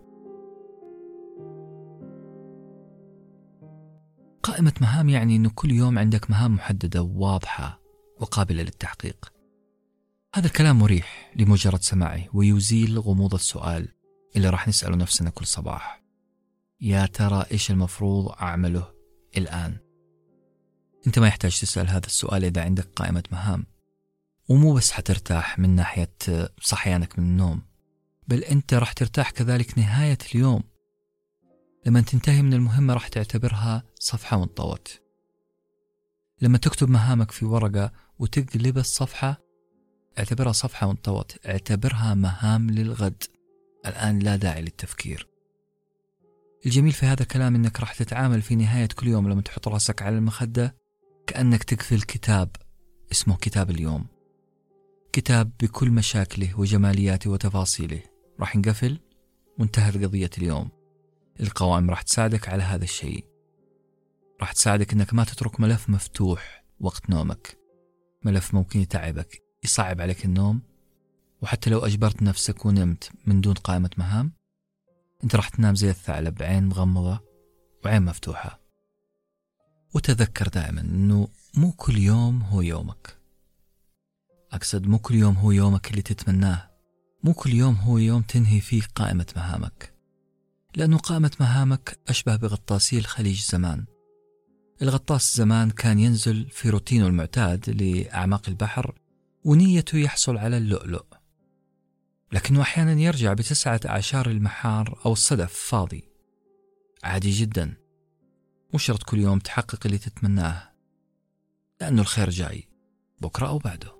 قائمة مهام يعني أنه كل يوم عندك مهام محددة وواضحة وقابلة للتحقيق. هذا الكلام مريح لمجرد سماعه، ويزيل غموض السؤال اللي راح نسأله نفسنا كل صباح: يا ترى إيش المفروض أعمله الآن؟ أنت ما يحتاج تسأل هذا السؤال إذا عندك قائمة مهام، ومو بس حترتاح من ناحية صحيانك من النوم، بل أنت راح ترتاح كذلك نهاية اليوم. لما تنتهي من المهمة راح تعتبرها صفحة وانطوت. لما تكتب مهامك في ورقة وتقلب الصفحة اعتبرها صفحة وانطوت، اعتبرها مهام للغد، الآن لا داعي للتفكير. الجميل في هذا الكلام أنك راح تتعامل في نهاية كل يوم لما تحط رأسك على المخدة كأنك تقفل كتاب اسمه كتاب اليوم، كتاب بكل مشاكله وجمالياته وتفاصيله. راح ينقفل وانتهت قضية اليوم. القوائم راح تساعدك على هذا الشيء، راح تساعدك أنك ما تترك ملف مفتوح وقت نومك، ملف ممكن يتعبك، يصعب عليك النوم. وحتى لو أجبرت نفسك ونمت من دون قائمة مهام، أنت راح تنام زي الثعلب، عين مغمضة وعين مفتوحة. وتذكر دائما أنه مو كل يوم هو يومك. أقصد مو كل يوم هو يومك اللي تتمناه، مو كل يوم هو يوم تنهي فيه قائمة مهامك، لأنه قائمة مهامك أشبه بغطاسي الخليج زمان. الغطاس زمان كان ينزل في روتينه المعتاد لأعماق البحر ونيته يحصل على اللؤلؤ، لكنه أحيانا يرجع ب9 أعشار المحار أو الصدف فاضي. عادي جدا، مو شرط كل يوم تحقق اللي تتمناه، لأنه الخير جاي بكرة أو بعده.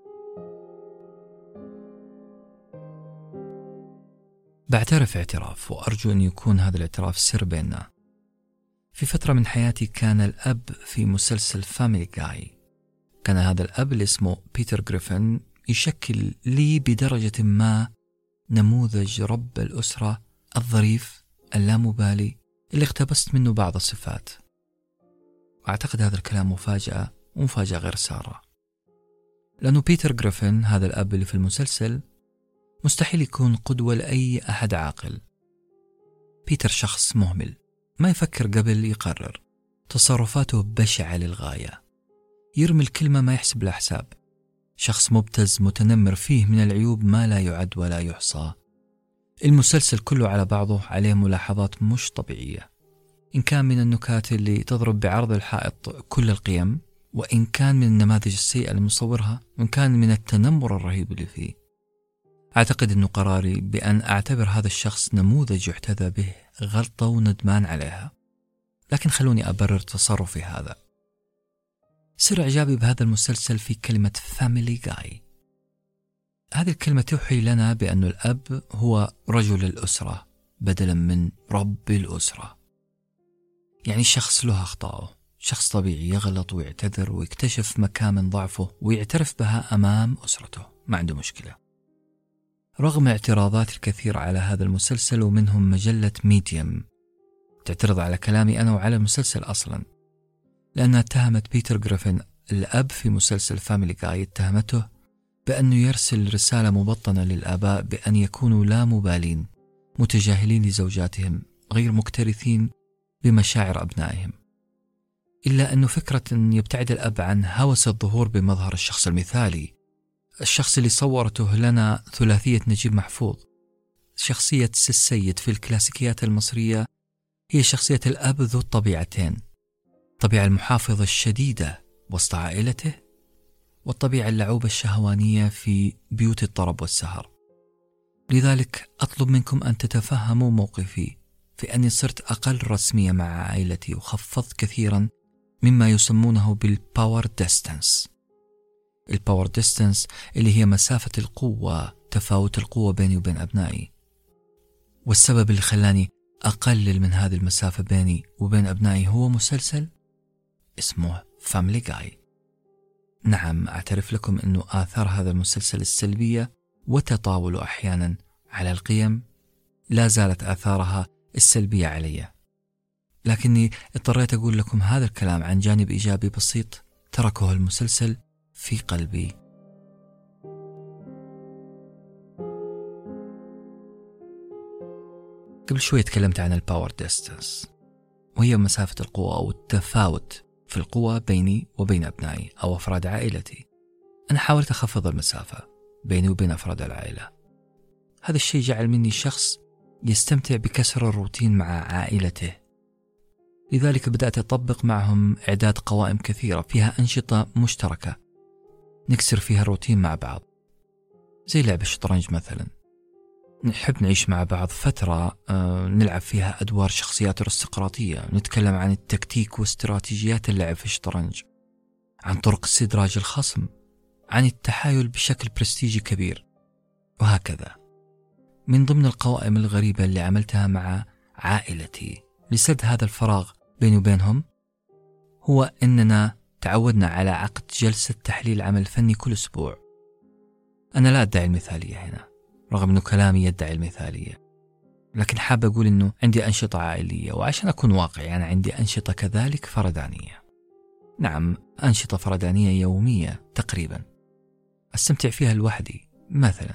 بعترف اعتراف، وأرجو أن يكون هذا الاعتراف سر بيننا. في فترة من حياتي كان الأب في مسلسل فاميلي جاي، كان هذا الأب اللي اسمه بيتر غريفن يشكل لي بدرجة ما نموذج رب الأسرة الظريف اللامبالي اللي اقتبست منه بعض الصفات. أعتقد هذا الكلام مفاجأة ومفاجأة غير سارة، لأنه بيتر غريفن هذا الأب اللي في المسلسل مستحيل يكون قدوة لأي أحد عاقل. بيتر شخص مهمل، ما يفكر قبل يقرر، تصرفاته بشعة للغاية، يرمي الكلمة ما يحسب لها حساب، شخص مبتز متنمر فيه من العيوب ما لا يعد ولا يحصى. المسلسل كله على بعضه عليه ملاحظات مش طبيعية، إن كان من النكات اللي تضرب بعرض الحائط كل القيم، وإن كان من النماذج السيئة اللي مصورها، وإن كان من التنمر الرهيب اللي فيه. أعتقد أنه قراري بأن أعتبر هذا الشخص نموذج يحتذى به غلطة وندمان عليها، لكن خلوني أبرر تصرفي هذا. سر إعجابي بهذا المسلسل في كلمة فاميلي جاي. هذه الكلمة توحي لنا بأن الأب هو رجل الأسرة بدلا من رب الأسرة. يعني شخص له أخطاءه، شخص طبيعي يغلط ويعتذر ويكتشف مكامن ضعفه ويعترف بها أمام أسرته، ما عنده مشكلة. رغم اعتراضات الكثير على هذا المسلسل، ومنهم مجلة ميديم تعترض على كلامي أنا وعلى المسلسل أصلا، لأنها اتهمت بيتر غريفن الأب في مسلسل فاميلي جاي، اتهمته بأنه يرسل رسالة مبطنة للآباء بأن يكونوا لا مبالين متجاهلين لزوجاتهم، غير مكترثين بمشاعر أبنائهم. إلا أن فكرة أن يبتعد الأب عن هوس الظهور بمظهر الشخص المثالي، الشخص اللي صورته لنا ثلاثية نجيب محفوظ، شخصية السيد في الكلاسيكيات المصرية، هي شخصية الأب ذو الطبيعتين، الطبيعة المحافظة الشديدة وسط عائلته، والطبيعة اللعوبة الشهوانية في بيوت الطرب والسهر. لذلك أطلب منكم أن تتفهموا موقفي في أني صرت أقل رسمية مع عائلتي، وخفضت كثيرا مما يسمونه بالباور ديستانس. الباور ديستانس اللي هي مسافة القوة، تفاوت القوة بيني وبين أبنائي. والسبب اللي خلاني أقلل من هذه المسافة بيني وبين أبنائي هو مسلسل اسمه فاميلي جاي. نعم، أعترف لكم أنه آثار هذا المسلسل السلبية وتطاول أحيانا على القيم لا زالت آثارها السلبية علي، لكني اضطريت أقول لكم هذا الكلام عن جانب إيجابي بسيط تركه المسلسل في قلبي. قبل شوي تكلمت عن الباور ديستانس، وهي مسافة القوة أو التفاوت في القوة بيني وبين أبنائي أو أفراد عائلتي. أنا حاولت أخفض المسافة بيني وبين أفراد العائلة. هذا الشيء جعل مني شخص يستمتع بكسر الروتين مع عائلته، لذلك بدأت أطبق معهم إعداد قوائم كثيرة فيها أنشطة مشتركة نكسر فيها الروتين مع بعض، زي لعب الشطرنج مثلا. نحب نعيش مع بعض فترة نلعب فيها أدوار شخصيات أرستقراطية، نتكلم عن التكتيك واستراتيجيات اللعب في الشطرنج، عن طرق استدراج الخصم، عن التحايل بشكل برستيجي كبير، وهكذا. من ضمن القوائم الغريبة اللي عملتها مع عائلتي لسد هذا الفراغ بيني وبينهم هو أننا تعودنا على عقد جلسة تحليل عمل فني كل أسبوع. أنا لا أدعي المثالية هنا رغم أنه كلامي يدعي المثالية، لكن حاب أقول أنه عندي أنشطة عائلية، وعشان أكون واقعي أنا عندي أنشطة كذلك فردانية. نعم، أنشطة فردانية يومية تقريبا أستمتع فيها لوحدي. مثلا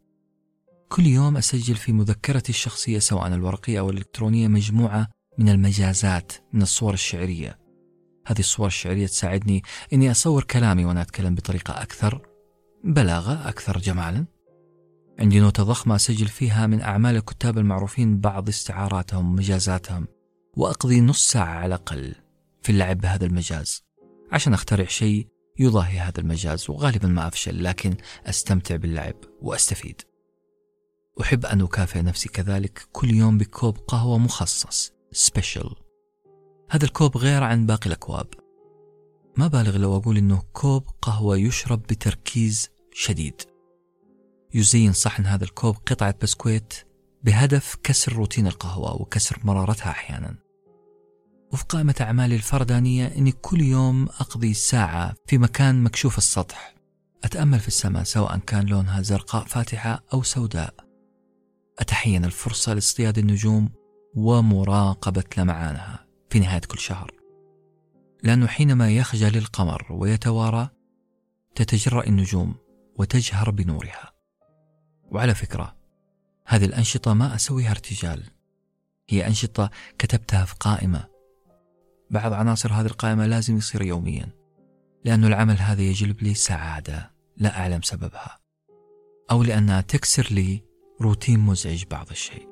كل يوم أسجل في مذكرتي الشخصية سواء الورقية أو الإلكترونية مجموعة من المجازات من الصور الشعرية. هذه الصور الشعرية تساعدني أني أصور كلامي وأنا أتكلم بطريقة أكثر بلاغة، أكثر جمالا. عندي نوتة ضخمة أسجل فيها من أعمال الكتاب المعروفين بعض استعاراتهم ومجازاتهم، وأقضي نص ساعة على الأقل في اللعب بهذا المجاز عشان أخترع شيء يضاهي هذا المجاز، وغالبا ما أفشل لكن أستمتع باللعب وأستفيد. أحب أن أكافئ نفسي كذلك كل يوم بكوب قهوة مخصص سبيشل. هذا الكوب غير عن باقي الأكواب، ما بالغ لو أقول أنه كوب قهوة يشرب بتركيز شديد. يزين صحن هذا الكوب قطعة بسكويت بهدف كسر روتين القهوة وكسر مرارتها أحيانا. وفي قائمة أعمالي الفردانية أني كل يوم أقضي ساعة في مكان مكشوف السطح أتأمل في السماء سواء كان لونها زرقاء فاتحة أو سوداء. أتحين الفرصة لاصطياد النجوم ومراقبة لمعانها في نهاية كل شهر، لأنه حينما يخجل القمر ويتوارى تتجرأ النجوم وتجهر بنورها. وعلى فكرة هذه الأنشطة ما أسويها ارتجال، هي أنشطة كتبتها في قائمة. بعض عناصر هذه القائمة لازم يصير يوميا، لأن العمل هذا يجلب لي سعادة لا أعلم سببها، أو لأنها تكسر لي روتين مزعج بعض الشيء.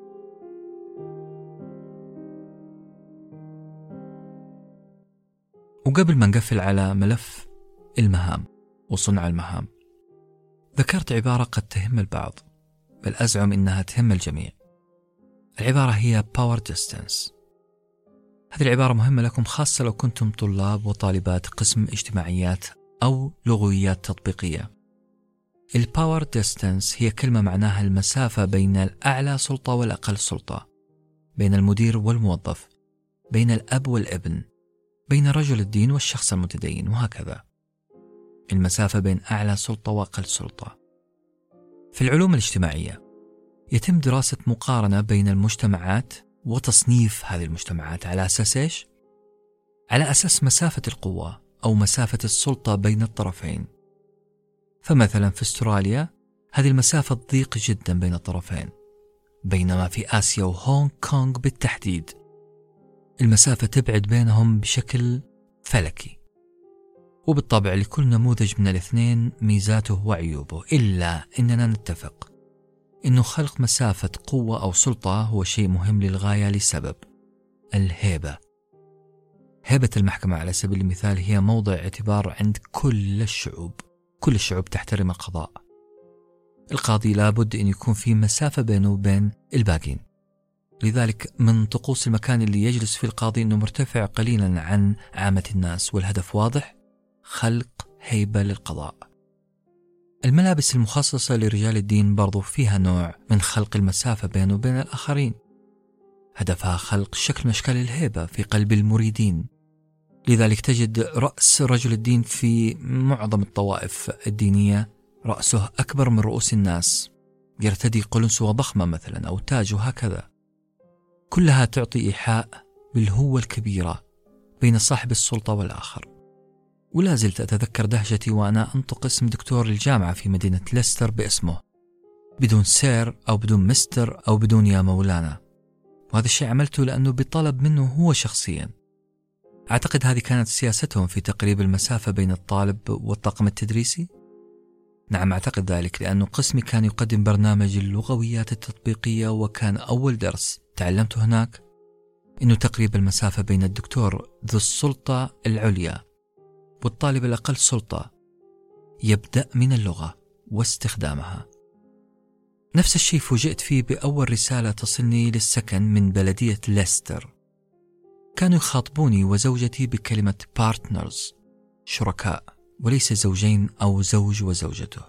وقبل ما نقفل على ملف المهام وصنع المهام، ذكرت عبارة قد تهم البعض، بل أزعم إنها تهم الجميع. العبارة هي power distance. هذه العبارة مهمة لكم خاصة لو كنتم طلاب وطالبات قسم اجتماعيات أو لغويات تطبيقية. الباور ديستانس هي كلمة معناها المسافة بين الأعلى سلطة والأقل سلطة، بين المدير والموظف، بين الأب والابن، بين رجل الدين والشخص المتدين، وهكذا. المسافة بين أعلى سلطة وأقل سلطة. في العلوم الاجتماعية يتم دراسة مقارنة بين المجتمعات وتصنيف هذه المجتمعات على أساس إيش؟ على أساس مسافة القوة أو مسافة السلطة بين الطرفين. فمثلا في استراليا هذه المسافة ضيق جدا بين الطرفين، بينما في آسيا وهونغ كونغ بالتحديد المسافة تبعد بينهم بشكل فلكي. وبالطبع لكل نموذج من الاثنين ميزاته وعيوبه، إلا أننا نتفق أنه خلق مسافة قوة أو سلطة هو شيء مهم للغاية لسبب: الهيبة. هيبة المحكمة على سبيل المثال هي موضع اعتبار عند كل الشعوب. كل الشعوب تحترم القضاء. القاضي لابد أن يكون في مسافة بينه وبين الباقين. لذلك من طقوس المكان اللي يجلس فيه القاضي أنه مرتفع قليلا عن عامة الناس، والهدف واضح: خلق هيبة للقضاء. الملابس المخصصة لرجال الدين برضو فيها نوع من خلق المسافة بينه وبين الآخرين، هدفها خلق شكل من أشكال الهيبة في قلب المريدين. لذلك تجد رأس رجل الدين في معظم الطوائف الدينية رأسه أكبر من رؤوس الناس، يرتدي قلنسوة ضخمة مثلا أو تاج وهكذا. كلها تعطي إيحاء بالهوة الكبيرة بين صاحب السلطة والآخر. ولا زلت أتذكر دهشتي وأنا أنطق اسم دكتور الجامعة في مدينة ليستر باسمه، بدون سير أو بدون مستر أو بدون يا مولانا. وهذا الشيء عملته لأنه بطلب منه هو شخصيا. أعتقد هذه كانت سياستهم في تقريب المسافة بين الطالب والطاقم التدريسي. نعم أعتقد ذلك، لأنه قسمي كان يقدم برنامج اللغويات التطبيقية، وكان أول درس تعلمته هناك إنه تقريب المسافة بين الدكتور ذو السلطة العليا والطالب الأقل سلطة يبدأ من اللغة واستخدامها. نفس الشيء فوجئت فيه بأول رسالة تصلني للسكن من بلدية ليستر. كانوا يخاطبوني وزوجتي بكلمة partners، شركاء، وليس زوجين أو زوج وزوجته.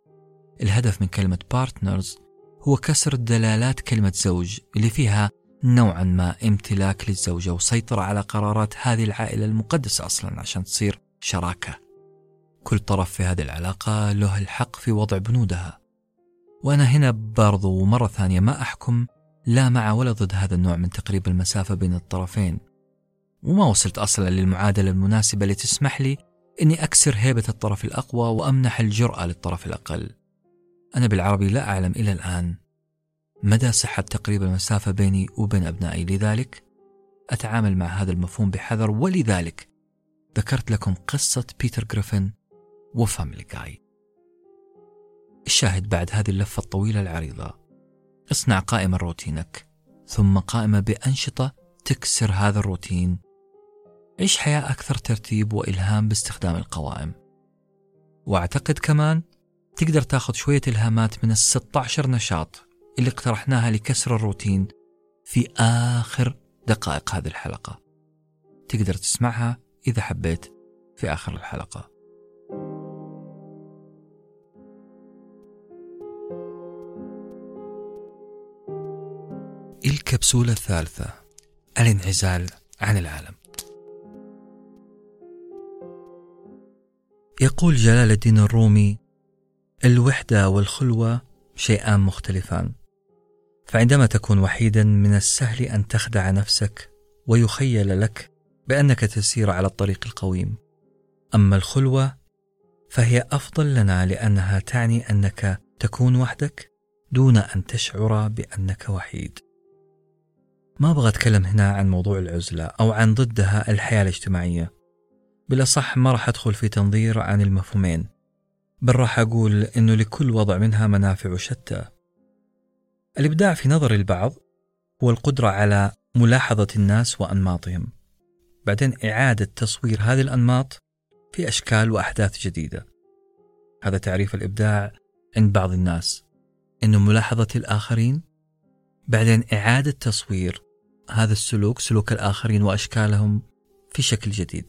الهدف من كلمة partners هو كسر دلالات كلمة زوج اللي فيها نوعا ما امتلاك للزوجة وسيطرة على قرارات هذه العائلة المقدسة أصلا عشان تصير شراكة. كل طرف في هذه العلاقة له الحق في وضع بنودها. وأنا هنا برضو مرة ثانية ما أحكم لا مع ولا ضد هذا النوع من تقريب المسافة بين الطرفين، وما وصلت أصلا للمعادلة المناسبة اللي تسمح لي أني أكسر هيبة الطرف الأقوى وأمنح الجرأة للطرف الأقل. أنا بالعربي لا أعلم إلى الآن مدى صحة تقريب المسافة بيني وبين أبنائي، لذلك أتعامل مع هذا المفهوم بحذر. ولذلك ذكرت لكم قصة بيتر جريفن وفاميلي جاي. الشاهد بعد هذه اللفة الطويلة العريضة: اصنع قائمة روتينك، ثم قائمة بأنشطة تكسر هذا الروتين. عيش حياة أكثر ترتيب وإلهام باستخدام القوائم. وأعتقد كمان تقدر تاخذ شوية إلهامات من 16 نشاط اللي اقترحناها لكسر الروتين في آخر دقائق هذه الحلقة. تقدر تسمعها إذا حبيت في آخر الحلقة. الكبسولة الثالثة: الانعزال عن العالم. يقول جلال الدين الرومي: الوحدة والخلوة شيئان مختلفان، فعندما تكون وحيدا من السهل أن تخدع نفسك ويخيل لك بأنك تسير على الطريق القويم. أما الخلوة فهي أفضل لنا لأنها تعني أنك تكون وحدك دون أن تشعر بأنك وحيد. ما أبغى أتكلم هنا عن موضوع العزلة أو عن ضدها الحياة الاجتماعية، بالأصح ما راح أدخل في تنظير عن المفهومين، بل راح أقول إنه لكل وضع منها منافع شتى. الإبداع في نظر البعض هو القدرة على ملاحظة الناس وأنماطهم، بعدين إعادة تصوير هذه الأنماط في أشكال وأحداث جديدة. هذا تعريف الإبداع عند بعض الناس، إنه ملاحظة الآخرين، بعدين إعادة تصوير هذا السلوك، سلوك الآخرين وأشكالهم، في شكل جديد.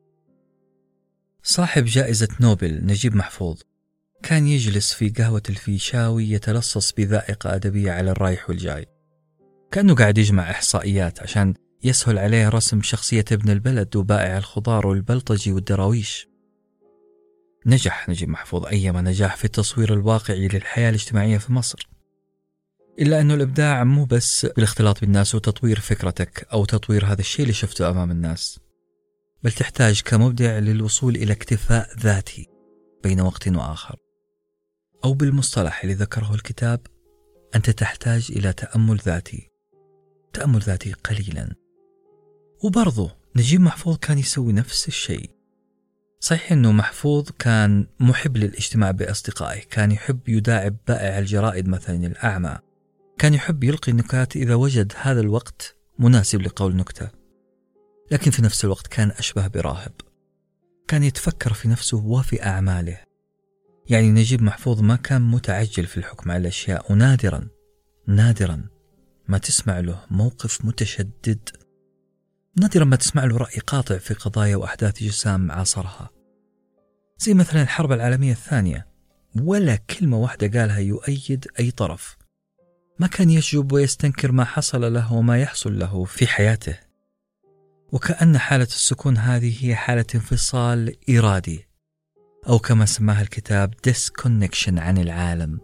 صاحب جائزة نوبل نجيب محفوظ كان يجلس في قهوة الفيشاوي يتلصص بذائقة أدبية على الرايح والجاي، كأنه قاعد يجمع إحصائيات عشان يسهل عليه رسم شخصية ابن البلد وبائع الخضار والبلطجي والدراويش. نجح نجيب محفوظ أيما نجاح في التصوير الواقعي للحياة الاجتماعية في مصر، إلا أنه الإبداع مو بس بالاختلاط بالناس وتطوير فكرتك أو تطوير هذا الشيء اللي شفته أمام الناس، بل تحتاج كمبدع للوصول إلى اكتفاء ذاتي بين وقت وآخر، أو بالمصطلح اللي ذكره الكتاب: أنت تحتاج إلى تأمل ذاتي قليلا. وبرضه نجيب محفوظ كان يسوي نفس الشيء. صحيح أنه محفوظ كان محب للاجتماع بأصدقائه، كان يحب يداعب بائع الجرائد مثلا الأعمى، كان يحب يلقي النكات إذا وجد هذا الوقت مناسب لقول نكتة، لكن في نفس الوقت كان أشبه براهب، كان يتفكر في نفسه وفي أعماله. يعني نجيب محفوظ ما كان متعجل في الحكم على الأشياء، ونادرا ما تسمع له موقف متشدد، نادرا ما تسمع له رأي قاطع في قضايا وأحداث جسام عاصرها، زي مثلا الحرب العالمية الثانية، ولا كلمة واحدة قالها يؤيد أي طرف. ما كان يشجب ويستنكر ما حصل له وما يحصل له في حياته، وكأن حالة السكون هذه هي حالة انفصال إرادي، أو كما سماها الكتاب disconnection عن العالم.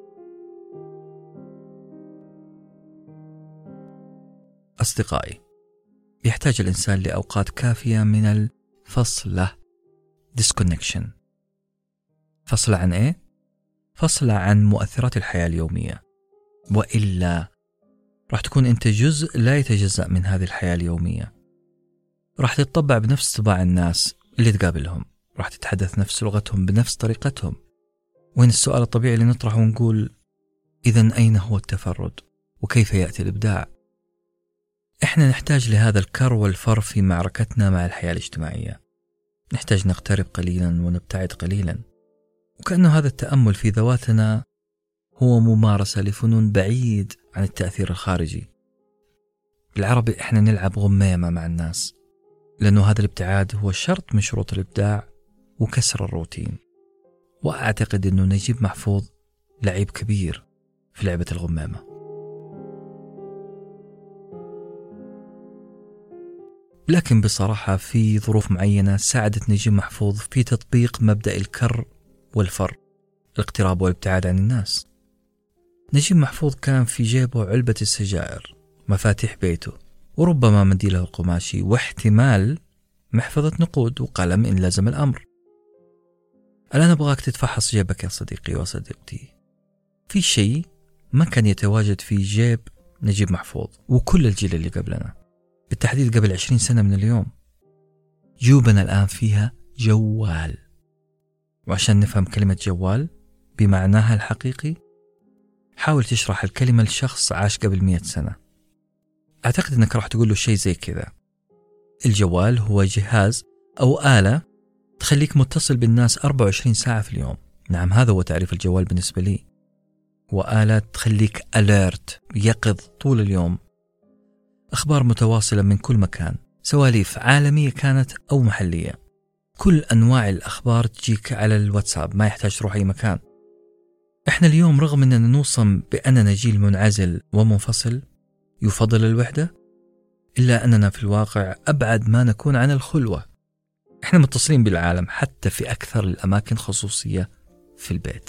أصدقائي، يحتاج الإنسان لأوقات كافية من الفصلة disconnection. فصلة عن إيه؟ فصلة عن مؤثرات الحياة اليومية، وإلا راح تكون أنت جزء لا يتجزأ من هذه الحياة اليومية. راح تتطبع بنفس طباع الناس اللي تقابلهم، راح تتحدث نفس لغتهم بنفس طريقتهم. وين السؤال الطبيعي اللي نطرحه ونقول إذن أين هو التفرد وكيف يأتي الإبداع؟ إحنا نحتاج لهذا الكر والفر في معركتنا مع الحياة الاجتماعية. نحتاج نقترب قليلا ونبتعد قليلا، وكأنه هذا التأمل في ذواتنا هو ممارسة لفنون بعيد عن التأثير الخارجي. بالعربي إحنا نلعب غميمة مع الناس، لأنه هذا الابتعاد هو شرط من شروط الإبداع وكسر الروتين. وأعتقد أنه نجيب محفوظ لعيب كبير في لعبة الغمامة. لكن بصراحة في ظروف معينة ساعدت نجيب محفوظ في تطبيق مبدأ الكر والفر، الاقتراب والابتعاد عن الناس. نجيب محفوظ كان في جيبه علبة السجائر، مفاتيح بيته، وربما منديله القماشي، واحتمال محفظة نقود وقلم إن لازم الأمر. الآن أبغاك تتفحص جيبك يا صديقي وصديقتي. في شيء ما كان يتواجد في جيب نجيب محفوظ وكل الجيل اللي قبلنا، بالتحديد قبل 20 سنة من اليوم. جيوبنا الآن فيها جوال. وعشان نفهم كلمة جوال بمعناها الحقيقي، حاول تشرح الكلمة لشخص عاش قبل 100 سنة. أعتقد أنك راح تقول له شيء زي كذا: الجوال هو جهاز أو آلة تخليك متصل بالناس 24 ساعة في اليوم. نعم، هذا هو تعريف الجوال بالنسبة لي. وآلة تخليك alert، يقظ طول اليوم. أخبار متواصلة من كل مكان، سواليف عالمية كانت أو محلية. كل أنواع الأخبار تجيك على الواتساب، ما يحتاج تروح أي مكان. إحنا اليوم رغم أننا نوصم بأننا جيل منعزل ومنفصل يفضل الوحدة، إلا أننا في الواقع أبعد ما نكون عن الخلوة. إحنا متصلين بالعالم حتى في أكثر الأماكن خصوصية في البيت.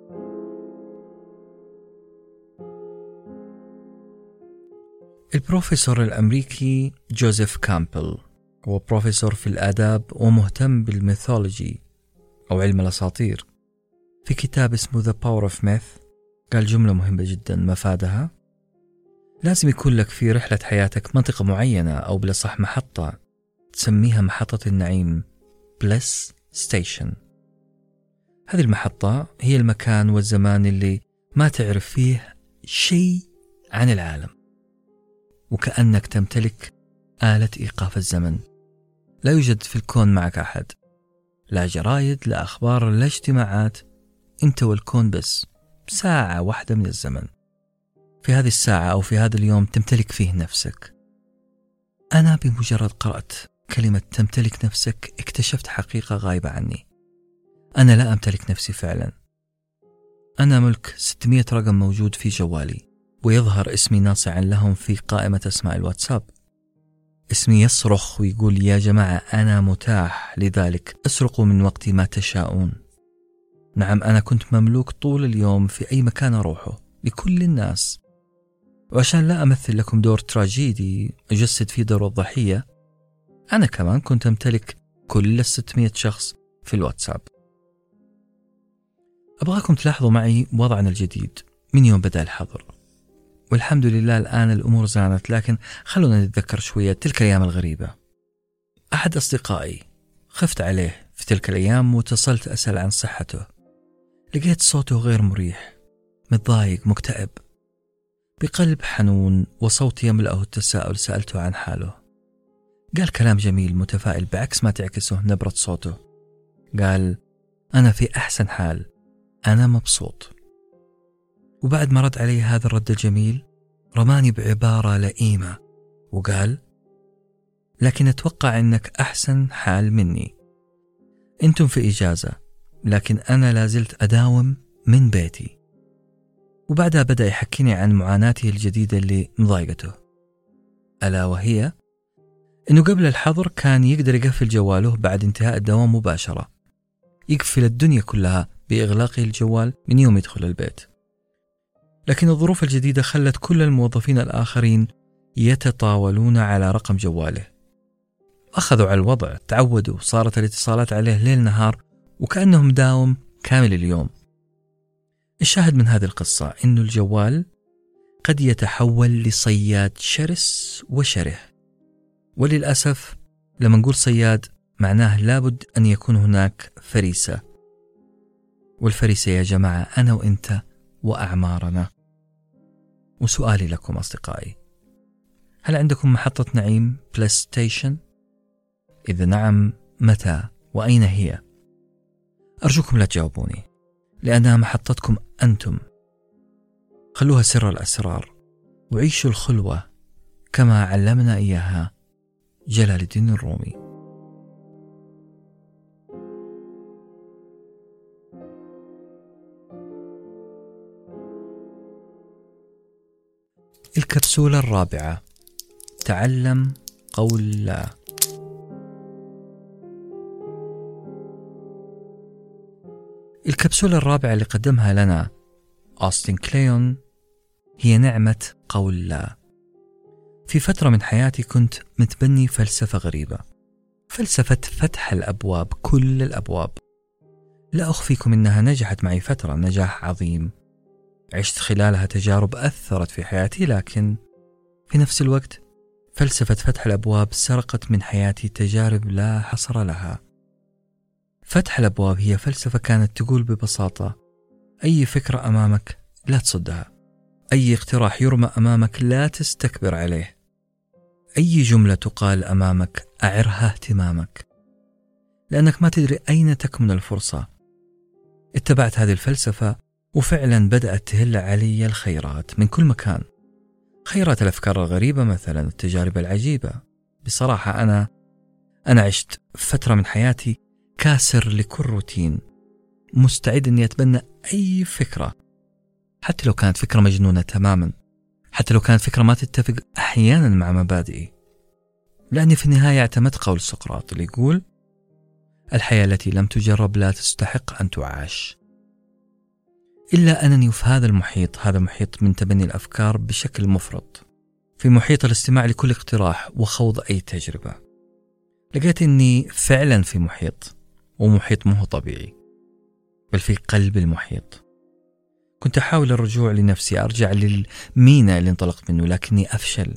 البروفيسور الأمريكي جوزيف كامبل هو بروفيسور في الآداب ومهتم بالميثولوجي أو علم الأساطير. في كتاب اسمه The Power of Myth قال جملة مهمة جدا مفادها: لازم يكون لك في رحلة حياتك منطقة معينة، أو بالأصح محطة تسميها محطة النعيم Bliss Station. هذه المحطة هي المكان والزمان اللي ما تعرف فيه شيء عن العالم، وكأنك تمتلك آلة إيقاف الزمن. لا يوجد في الكون معك أحد، لا جرايد، لا أخبار، لا اجتماعات. أنت والكون بس، ساعة واحدة من الزمن. في هذه الساعة أو في هذا اليوم تمتلك فيه نفسك. أنا بمجرد قرأت كلمة تمتلك نفسك اكتشفت حقيقة غايبة عني. أنا لا أمتلك نفسي فعلا. أنا ملك 600 رقم موجود في جوالي، ويظهر اسمي ناصعا لهم في قائمة أسماء الواتساب. اسمي يصرخ ويقول: يا جماعة أنا متاح، لذلك أسرقوا من وقتي ما تشاءون. نعم، أنا كنت مملوك طول اليوم في أي مكان أروحه لكل الناس. وعشان لا أمثل لكم دور تراجيدي أجسد فيه دور الضحية، أنا كمان كنت أمتلك كل 600 شخص في الواتساب. أبغاكم تلاحظوا معي وضعنا الجديد من يوم بدأ الحظر. والحمد لله الآن الأمور زانت، لكن خلونا نتذكر شوية تلك الأيام الغريبة. أحد أصدقائي خفت عليه في تلك الأيام واتصلت أسأل عن صحته. لقيت صوته غير مريح، متضايق مكتئب، بقلب حنون وصوت يملأه التساؤل سألته عن حاله. قال كلام جميل متفائل بعكس ما تعكسه نبرة صوته. قال: أنا في أحسن حال، أنا مبسوط. وبعد ما رد علي هذا الرد الجميل رماني بعبارة لئيمة وقال: لكن أتوقع أنك أحسن حال مني. أنتم في إجازة، لكن أنا لازلت أداوم من بيتي. وبعدها بدأ يحكيني عن معاناته الجديدة اللي مضايقته، ألا وهي أنه قبل الحظر كان يقدر يقفل جواله بعد انتهاء الدوام مباشرة، يقفل الدنيا كلها بإغلاقه الجوال من يوم يدخل البيت. لكن الظروف الجديدة خلت كل الموظفين الآخرين يتطاولون على رقم جواله. أخذوا على الوضع، تعودوا، صارت الاتصالات عليه ليل نهار وكأنه مداوم كامل اليوم. الشاهد من هذه القصة إنه الجوال قد يتحول لصياد شرس وشره. وللأسف لما نقول صياد معناه لابد أن يكون هناك فريسة. والفريسة يا جماعة أنا وإنت وأعمارنا. وسؤالي لكم أصدقائي، هل عندكم محطة نعيم بلاي ستيشن؟ إذا نعم، متى وأين هي؟ أرجوكم لا تجاوبوني، لأنها محطتكم أنتم. خلوها سر الأسرار وعيشوا الخلوة كما علمنا إياها جلال الدين الرومي. الكبسولة الرابعة: تعلم قول لا. الكبسولة الرابعة اللي قدمها لنا أوستن كليون هي نعمة قول لا. في فترة من حياتي كنت متبني فلسفة غريبة، فلسفة فتح الأبواب، كل الأبواب. لا أخفيكم إنها نجحت معي فترة نجاح عظيم، عشت خلالها تجارب أثرت في حياتي، لكن في نفس الوقت فلسفة فتح الأبواب سرقت من حياتي تجارب لا حصر لها. فتح الأبواب هي فلسفة كانت تقول ببساطة: أي فكرة أمامك لا تصدها، أي اقتراح يرمى أمامك لا تستكبر عليه، أي جملة تقال أمامك أعرها اهتمامك، لأنك ما تدري أين تكمن الفرصة. اتبعت هذه الفلسفة وفعلا بدأت تهل علي الخيرات من كل مكان. خيرات الأفكار الغريبة مثلا، التجارب العجيبة. بصراحة أنا عشت فترة من حياتي كاسر لكل روتين، مستعد أني أتبنى أي فكرة، حتى لو كانت فكرة مجنونة تماما، حتى لو كانت فكرة ما تتفق أحيانا مع مبادئي، لأني في النهاية اعتمدت قول سقراط اللي يقول: الحياة التي لم تجرب لا تستحق أن تعاش. إلا أنني في هذا المحيط، هذا محيط من تبني الأفكار بشكل مفرط، في محيط الاستماع لكل اقتراح وخوض أي تجربة، لقيت أني فعلا في محيط، ومحيط مو طبيعي، بل في قلب المحيط. كنت أحاول الرجوع لنفسي، أرجع للميناء اللي انطلقت منه، لكني أفشل.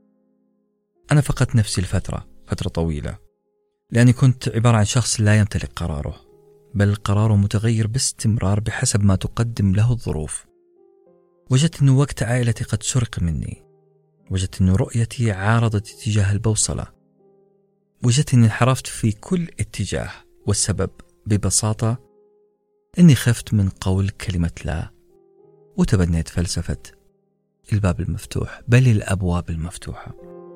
أنا فقدت نفسي لفترة طويلة، لأني كنت عبارة عن شخص لا يمتلك قراره، بل قراره متغير باستمرار بحسب ما تقدم له الظروف. وجدت أن وقت عائلتي قد سرق مني، وجدت أن رؤيتي عارضت اتجاه البوصلة، وجدت أني انحرفت في كل اتجاه، والسبب ببساطة أني خفت من قول كلمة لا، وتبنيت فلسفة الباب المفتوح، بل الأبواب المفتوحة.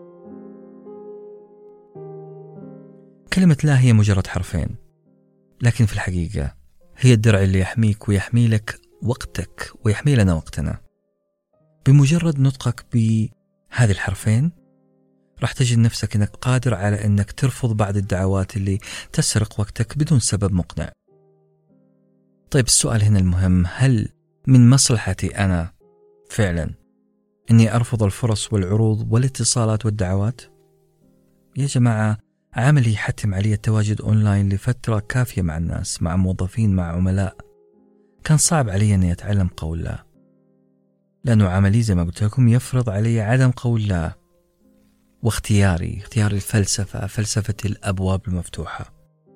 كلمة لا هي مجرد حرفين، لكن في الحقيقة هي الدرع اللي يحميك ويحمي لك وقتك ويحمي لنا وقتنا. بمجرد نطقك بهذه الحرفين راح تجد نفسك أنك قادر على أنك ترفض بعض الدعوات اللي تسرق وقتك بدون سبب مقنع. طيب السؤال هنا المهم: هل من مصلحتي أنا فعلا أني أرفض الفرص والعروض والاتصالات والدعوات؟ يا جماعة، عملي يحتم علي التواجد أونلاين لفترة كافية مع الناس، مع موظفين، مع عملاء. كان صعب علي أني أتعلم قول لا. لأنه عملي زي ما قلت لكم يفرض علي عدم قول لا، واختياري الفلسفة، فلسفة الأبواب المفتوحة.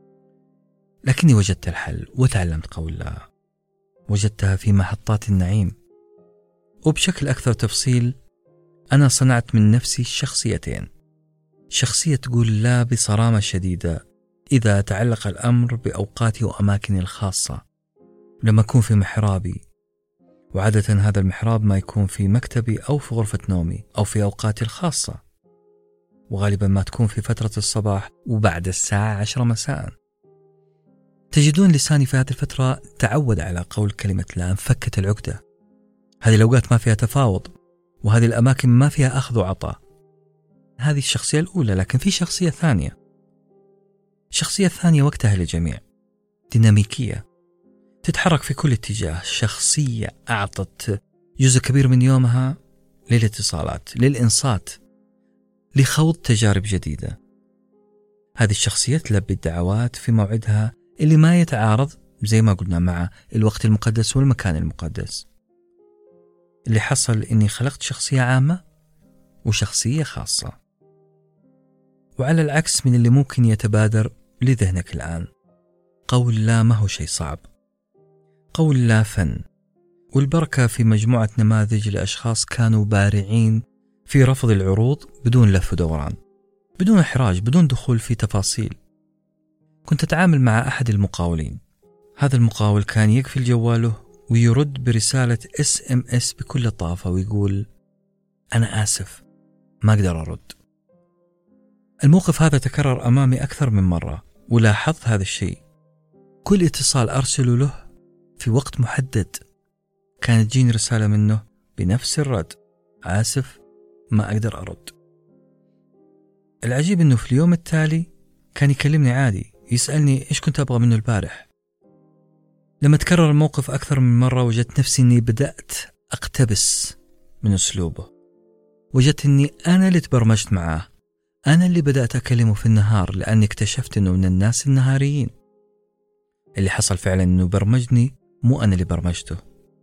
لكني وجدت الحل وتعلمت قول لا، وجدتها في محطات النعيم. وبشكل أكثر تفصيل، أنا صنعت من نفسي شخصيتين: شخصية تقول لا بصرامة شديدة إذا تعلق الأمر بأوقاتي وأماكني الخاصة، لما أكون في محرابي، وعادة هذا المحراب ما يكون في مكتبي أو في غرفة نومي أو في أوقاتي الخاصة، وغالبا ما تكون في فترة الصباح وبعد الساعة 10 مساء. تجدون لساني في هذه الفترة تعود على قول كلمة لا، انفكت العقدة. هذه الأوقات ما فيها تفاوض، وهذه الأماكن ما فيها أخذ وعطاء. هذه الشخصية الأولى. لكن في شخصية ثانية. الشخصية الثانية وقتها للجميع، ديناميكية، تتحرك في كل اتجاه. شخصية أعطت جزء كبير من يومها للاتصالات، للإنصات، لخوض تجارب جديدة. هذه الشخصية تلبي الدعوات في موعدها اللي ما يتعارض زي ما قلنا مع الوقت المقدس والمكان المقدس. اللي حصل إني خلقت شخصية عامة وشخصية خاصة. وعلى العكس من اللي ممكن يتبادر لذهنك الآن، قول لا ما هو شيء صعب. قول لا فن، والبركة في مجموعة نماذج لأشخاص كانوا بارعين في رفض العروض بدون لف ودوران، بدون إحراج، بدون دخول في تفاصيل. كنت أتعامل مع أحد المقاولين. هذا المقاول كان يقفل جواله ويرد برسالة SMS بكل لطافة ويقول: أنا آسف، ما أقدر أرد. الموقف هذا تكرر أمامي أكثر من مرة، ولاحظت هذا الشيء. كل اتصال أرسله له في وقت محدد كانت تجيني رسالة منه بنفس الرد: آسف، ما أقدر أرد. العجيب أنه في اليوم التالي كان يكلمني عادي، يسألني إيش كنت أبغى منه البارح. لما تكرر الموقف أكثر من مرة وجدت نفسي أني بدأت أقتبس من أسلوبه. وجدت أني أنا اللي تبرمجت معاه، أنا اللي بدأت أكلمه في النهار، لأني اكتشفت أنه من الناس النهاريين. اللي حصل فعلا أنه برمجني، مو أنا اللي برمجته.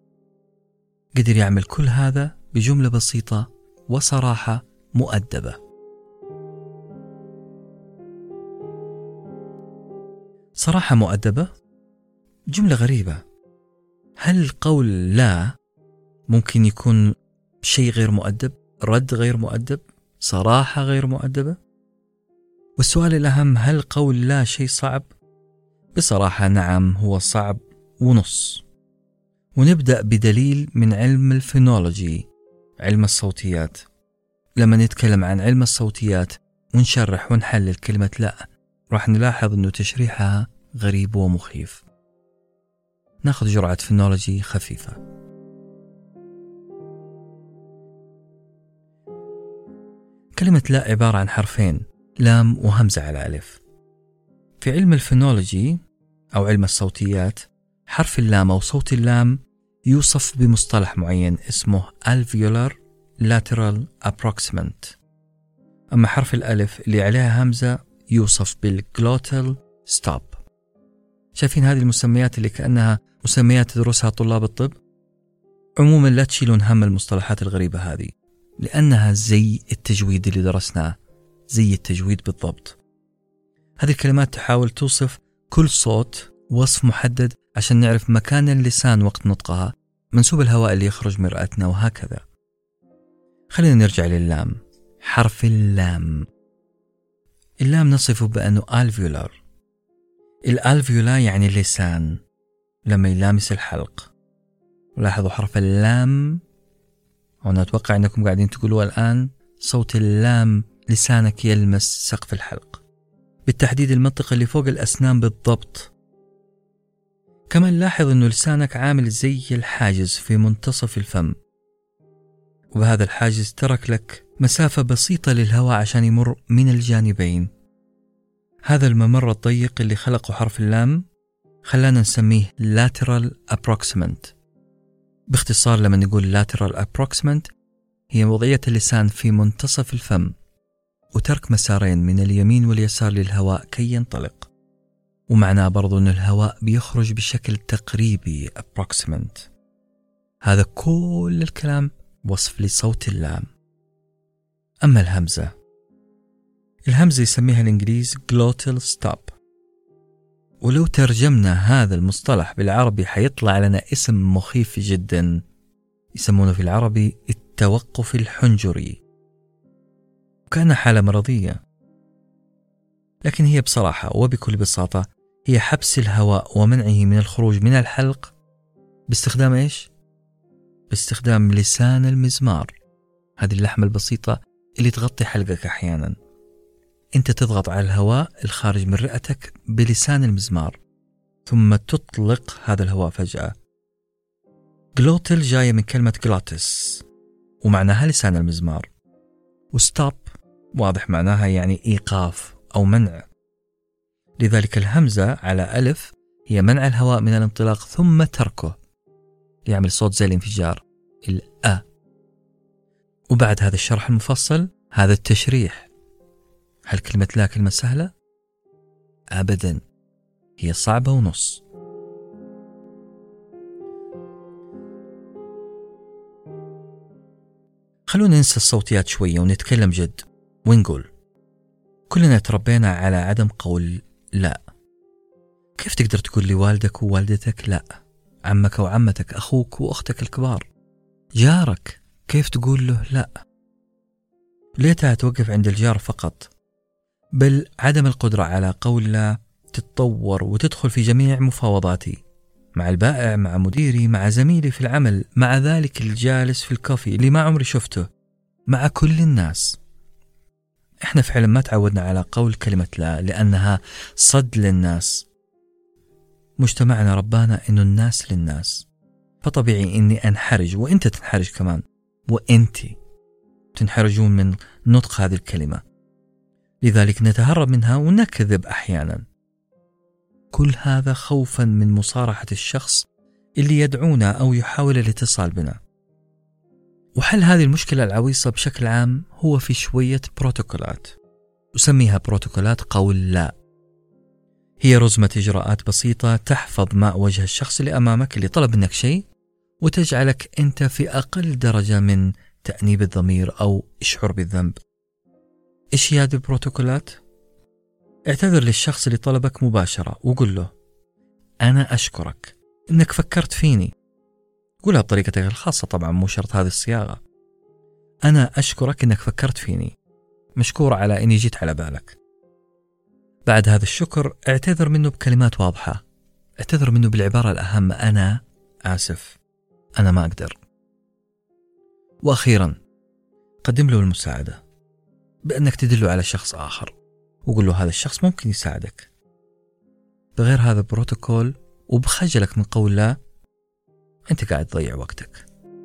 قدر يعمل كل هذا بجملة بسيطة وصراحة مؤدبة. صراحة مؤدبة، جملة غريبة. هل قول لا ممكن يكون شيء غير مؤدب؟ رد غير مؤدب؟ صراحة غير مؤدبة؟ والسؤال الأهم، هل قول لا شيء صعب؟ بصراحة نعم، هو صعب ونص. ونبدأ بدليل من علم الفونولوجي، علم الصوتيات. لما نتكلم عن علم الصوتيات ونشرح ونحلل كلمة لا، راح نلاحظ أنه تشريحها غريب ومخيف. ناخذ جرعة فونولوجي خفيفة. كلمة لا عبارة عن حرفين، لام وهمزة على ألف. في علم الفونولوجي أو علم الصوتيات، حرف اللام أو صوت اللام يوصف بمصطلح معين اسمه alveolar lateral approximant. أما حرف الألف اللي عليها همزة يوصف بالglottal stop. شايفين هذه المسميات اللي كأنها مسميات تدرسها طلاب الطب؟ عموما لا تشيلون هم المصطلحات الغريبة هذه، لأنها زي التجويد اللي درسناه، زي التجويد بالضبط. هذه الكلمات تحاول توصف كل صوت وصف محدد عشان نعرف مكان اللسان وقت نطقها، منسوب الهواء اللي يخرج من رئتنا، وهكذا. خلينا نرجع لللام. حرف اللام. اللام نصفه بأنه alveolar. الالفيولا يعني اللسان لما يلامس الحلق. لاحظوا حرف اللام، وأنا أتوقع أنكم قاعدين تقولوا الآن صوت اللام، لسانك يلمس سقف الحلق، بالتحديد المنطقة اللي فوق الأسنان بالضبط. كمان لاحظ أنه لسانك عامل زي الحاجز في منتصف الفم، وبهذا الحاجز ترك لك مسافة بسيطة للهواء عشان يمر من الجانبين. هذا الممر الضيق اللي خلقه حرف اللام خلانا نسميه lateral approximant. باختصار لما نقول lateral approximant هي وضعية اللسان في منتصف الفم وترك مسارين من اليمين واليسار للهواء كي ينطلق، ومعناه برضو أن الهواء بيخرج بشكل تقريبي approximant. هذا كل الكلام وصف لصوت اللام. أما الهمزة يسميها الإنجليز glottal stop، ولو ترجمنا هذا المصطلح بالعربي حيطلع لنا اسم مخيف جدا، يسمونه في العربي التوقف الحنجري، وكأنها حالة مرضية. لكن هي بصراحة وبكل بساطة هي حبس الهواء ومنعه من الخروج من الحلق باستخدام إيش؟ باستخدام لسان المزمار، هذه اللحمة البسيطة اللي تغطي حلقك أحيانا. أنت تضغط على الهواء الخارج من رئتك بلسان المزمار، ثم تطلق هذا الهواء فجأة. جلوتل جاية من كلمة جلوتس ومعناها لسان المزمار، وستوب واضح معناها يعني إيقاف أو منع. لذلك الهمزة على ألف هي منع الهواء من الانطلاق ثم تركه يعمل صوت زي الانفجار، الأ. وبعد هذا الشرح المفصل هذا التشريح، هل كلمة لا كلمة سهلة؟ أبدا، هي صعبة ونص. خلونا ننسى الصوتيات شوية ونتكلم جد ونقول كلنا تربينا على عدم قول لا. كيف تقدر تقول لوالدك ووالدتك لا؟ عمك وعمتك، أخوك وأختك الكبار، جارك، كيف تقول له لا؟ ليتها توقف عند الجار فقط، بل عدم القدرة على قول لا تتطور وتدخل في جميع مفاوضاتي مع البائع، مع مديري، مع زميلي في العمل، مع ذلك الجالس في الكافي اللي ما عمري شفته، مع كل الناس. احنا فعلا ما تعودنا على قول كلمة لا لأنها صد للناس. مجتمعنا ربانا إنه الناس للناس، فطبيعي إني أنحرج وإنت تنحرج كمان، وإنتي تنحرجون من نطق هذه الكلمة، لذلك نتهرب منها ونكذب أحيانا. كل هذا خوفا من مصارحة الشخص اللي يدعونا أو يحاول الاتصال بنا. وحل هذه المشكلة العويصة بشكل عام هو في شوية بروتوكولات، أسميها بروتوكولات قول لا. هي رزمة إجراءات بسيطة تحفظ ماء وجه الشخص اللي أمامك اللي طلب منك شيء، وتجعلك أنت في أقل درجة من تأنيب الضمير أو إشعر بالذنب. إيش هي هذه البروتوكولات؟ اعتذر للشخص اللي طلبك مباشرة وقل له أنا أشكرك إنك فكرت فيني. قولها بطريقتك الخاصة طبعا، مو شرط هذه الصياغة. أنا أشكرك إنك فكرت فيني، مشكور على إني جيت على بالك. بعد هذا الشكر اعتذر منه بكلمات واضحة، اعتذر منه بالعبارة الأهم، أنا آسف، أنا ما أقدر. وأخيرا قدم له المساعدة بأنك تدله على شخص آخر وقل له هذا الشخص ممكن يساعدك. بغير هذا البروتوكول وبخجلك من قول لا، أنت قاعد تضيع وقتك.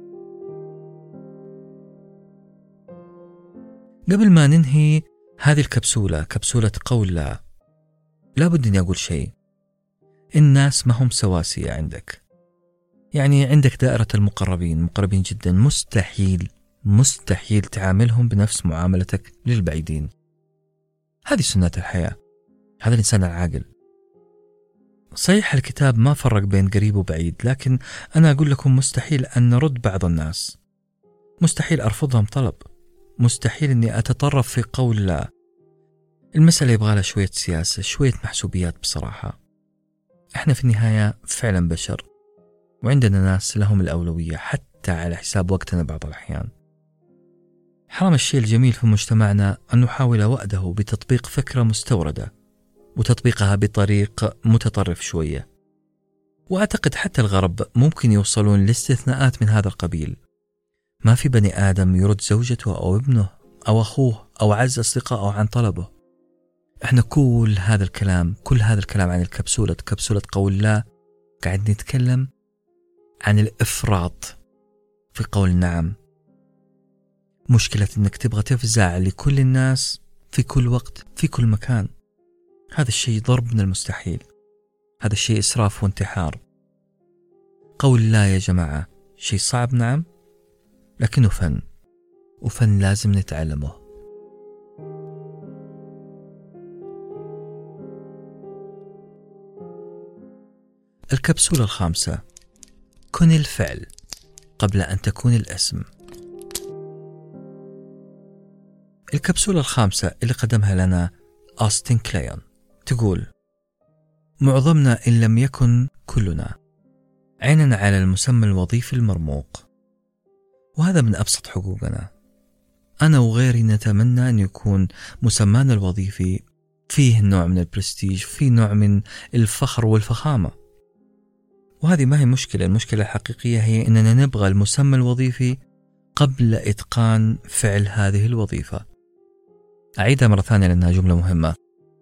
قبل ما ننهي هذه الكبسولة، كبسولة قول لا، لابد أن أقول شيء. الناس ما هم سواسية عندك، يعني عندك دائرة المقربين، مقربين جدا، مستحيل تعاملهم بنفس معاملتك للبعيدين. هذه سنة الحياة، هذا الإنسان العاقل. صحيح الكتاب ما فرق بين قريب وبعيد، لكن أنا أقول لكم مستحيل أن نرد بعض الناس، مستحيل أرفضهم طلب، مستحيل أني أتطرف في قول لا. المسألة يبغى لها شوية سياسة، شوية محسوبيات بصراحة. احنا في النهاية فعلا بشر، وعندنا ناس لهم الأولوية حتى على حساب وقتنا بعض الأحيان. حرام الشيء الجميل في مجتمعنا أن نحاول وأده بتطبيق فكرة مستوردة وتطبيقها بطريق متطرف شوية. وأعتقد حتى الغرب ممكن يوصلون لاستثناءات من هذا القبيل. ما في بني آدم يرد زوجته أو ابنه أو أخوه أو أعز أصدقائه عن طلبه. احنا كل هذا الكلام عن كبسولة قول لا، قاعد نتكلم عن الإفراط في قول نعم. مشكلة انك تبغى تفزع لكل الناس في كل وقت في كل مكان، هذا الشيء ضرب من المستحيل، هذا الشيء إسراف وانتحار. قول لا يا جماعة شيء صعب نعم، لكنه فن، وفن لازم نتعلمه. الكبسولة الخامسة: كن الفعل قبل أن تكون الاسم. الكبسولة الخامسة اللي قدمها لنا أوستن كليون تقول: معظمنا إن لم يكن كلنا عيننا على المسمى الوظيفي المرموق، وهذا من أبسط حقوقنا. أنا وغيري نتمنى أن يكون مسمانا الوظيفي فيه نوع من البرستيج، فيه نوع من الفخر والفخامة، وهذه ما هي مشكلة. المشكلة الحقيقية هي أننا نبغى المسمى الوظيفي قبل إتقان فعل هذه الوظيفة. أعيدها مرة ثانية لأنها جملة مهمة.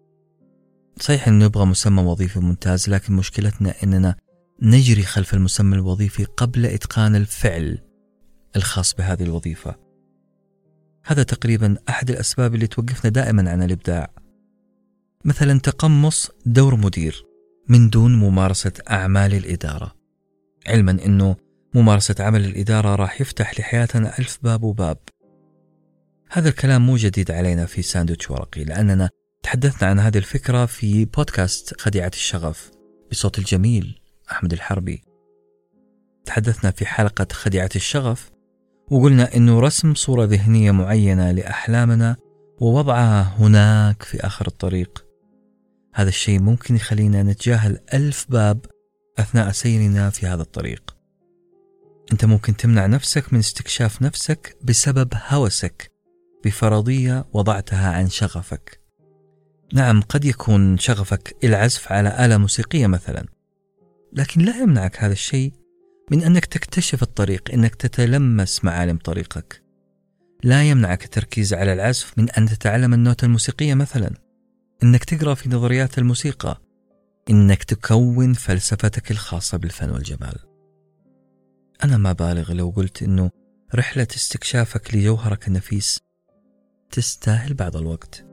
صحيح أن نبغى مسمى وظيفي ممتاز، لكن مشكلتنا أننا نجري خلف المسمى الوظيفي قبل إتقان الفعل الخاص بهذه الوظيفة. هذا تقريبا أحد الأسباب اللي توقفنا دائما عن الإبداع. مثلا تقمص دور مدير من دون ممارسة أعمال الإدارة، علما أنه ممارسة عمل الإدارة راح يفتح لحياتنا 1000 باب وباب. هذا الكلام مو جديد علينا في ساندويتش ورقي، لأننا تحدثنا عن هذه الفكرة في بودكاست خديعة الشغف بصوت الجميل أحمد الحربي. تحدثنا في حلقة خديعة الشغف وقلنا أنه رسم صورة ذهنية معينة لأحلامنا ووضعها هناك في آخر الطريق، هذا الشيء ممكن يخلينا نتجاهل 1000 باب أثناء سيرنا في هذا الطريق. أنت ممكن تمنع نفسك من استكشاف نفسك بسبب هوسك بفرضية وضعتها عن شغفك. نعم، قد يكون شغفك العزف على آلة موسيقية مثلا، لكن لا يمنعك هذا الشيء من أنك تكتشف الطريق، أنك تتلمس معالم طريقك. لا يمنعك التركيز على العزف من أن تتعلم النوتة الموسيقية مثلا، أنك تقرأ في نظريات الموسيقى، أنك تكون فلسفتك الخاصة بالفن والجمال. أنا ما بالغ لو قلت أنه رحلة استكشافك لجوهرك النفيس تستاهل بعض الوقت.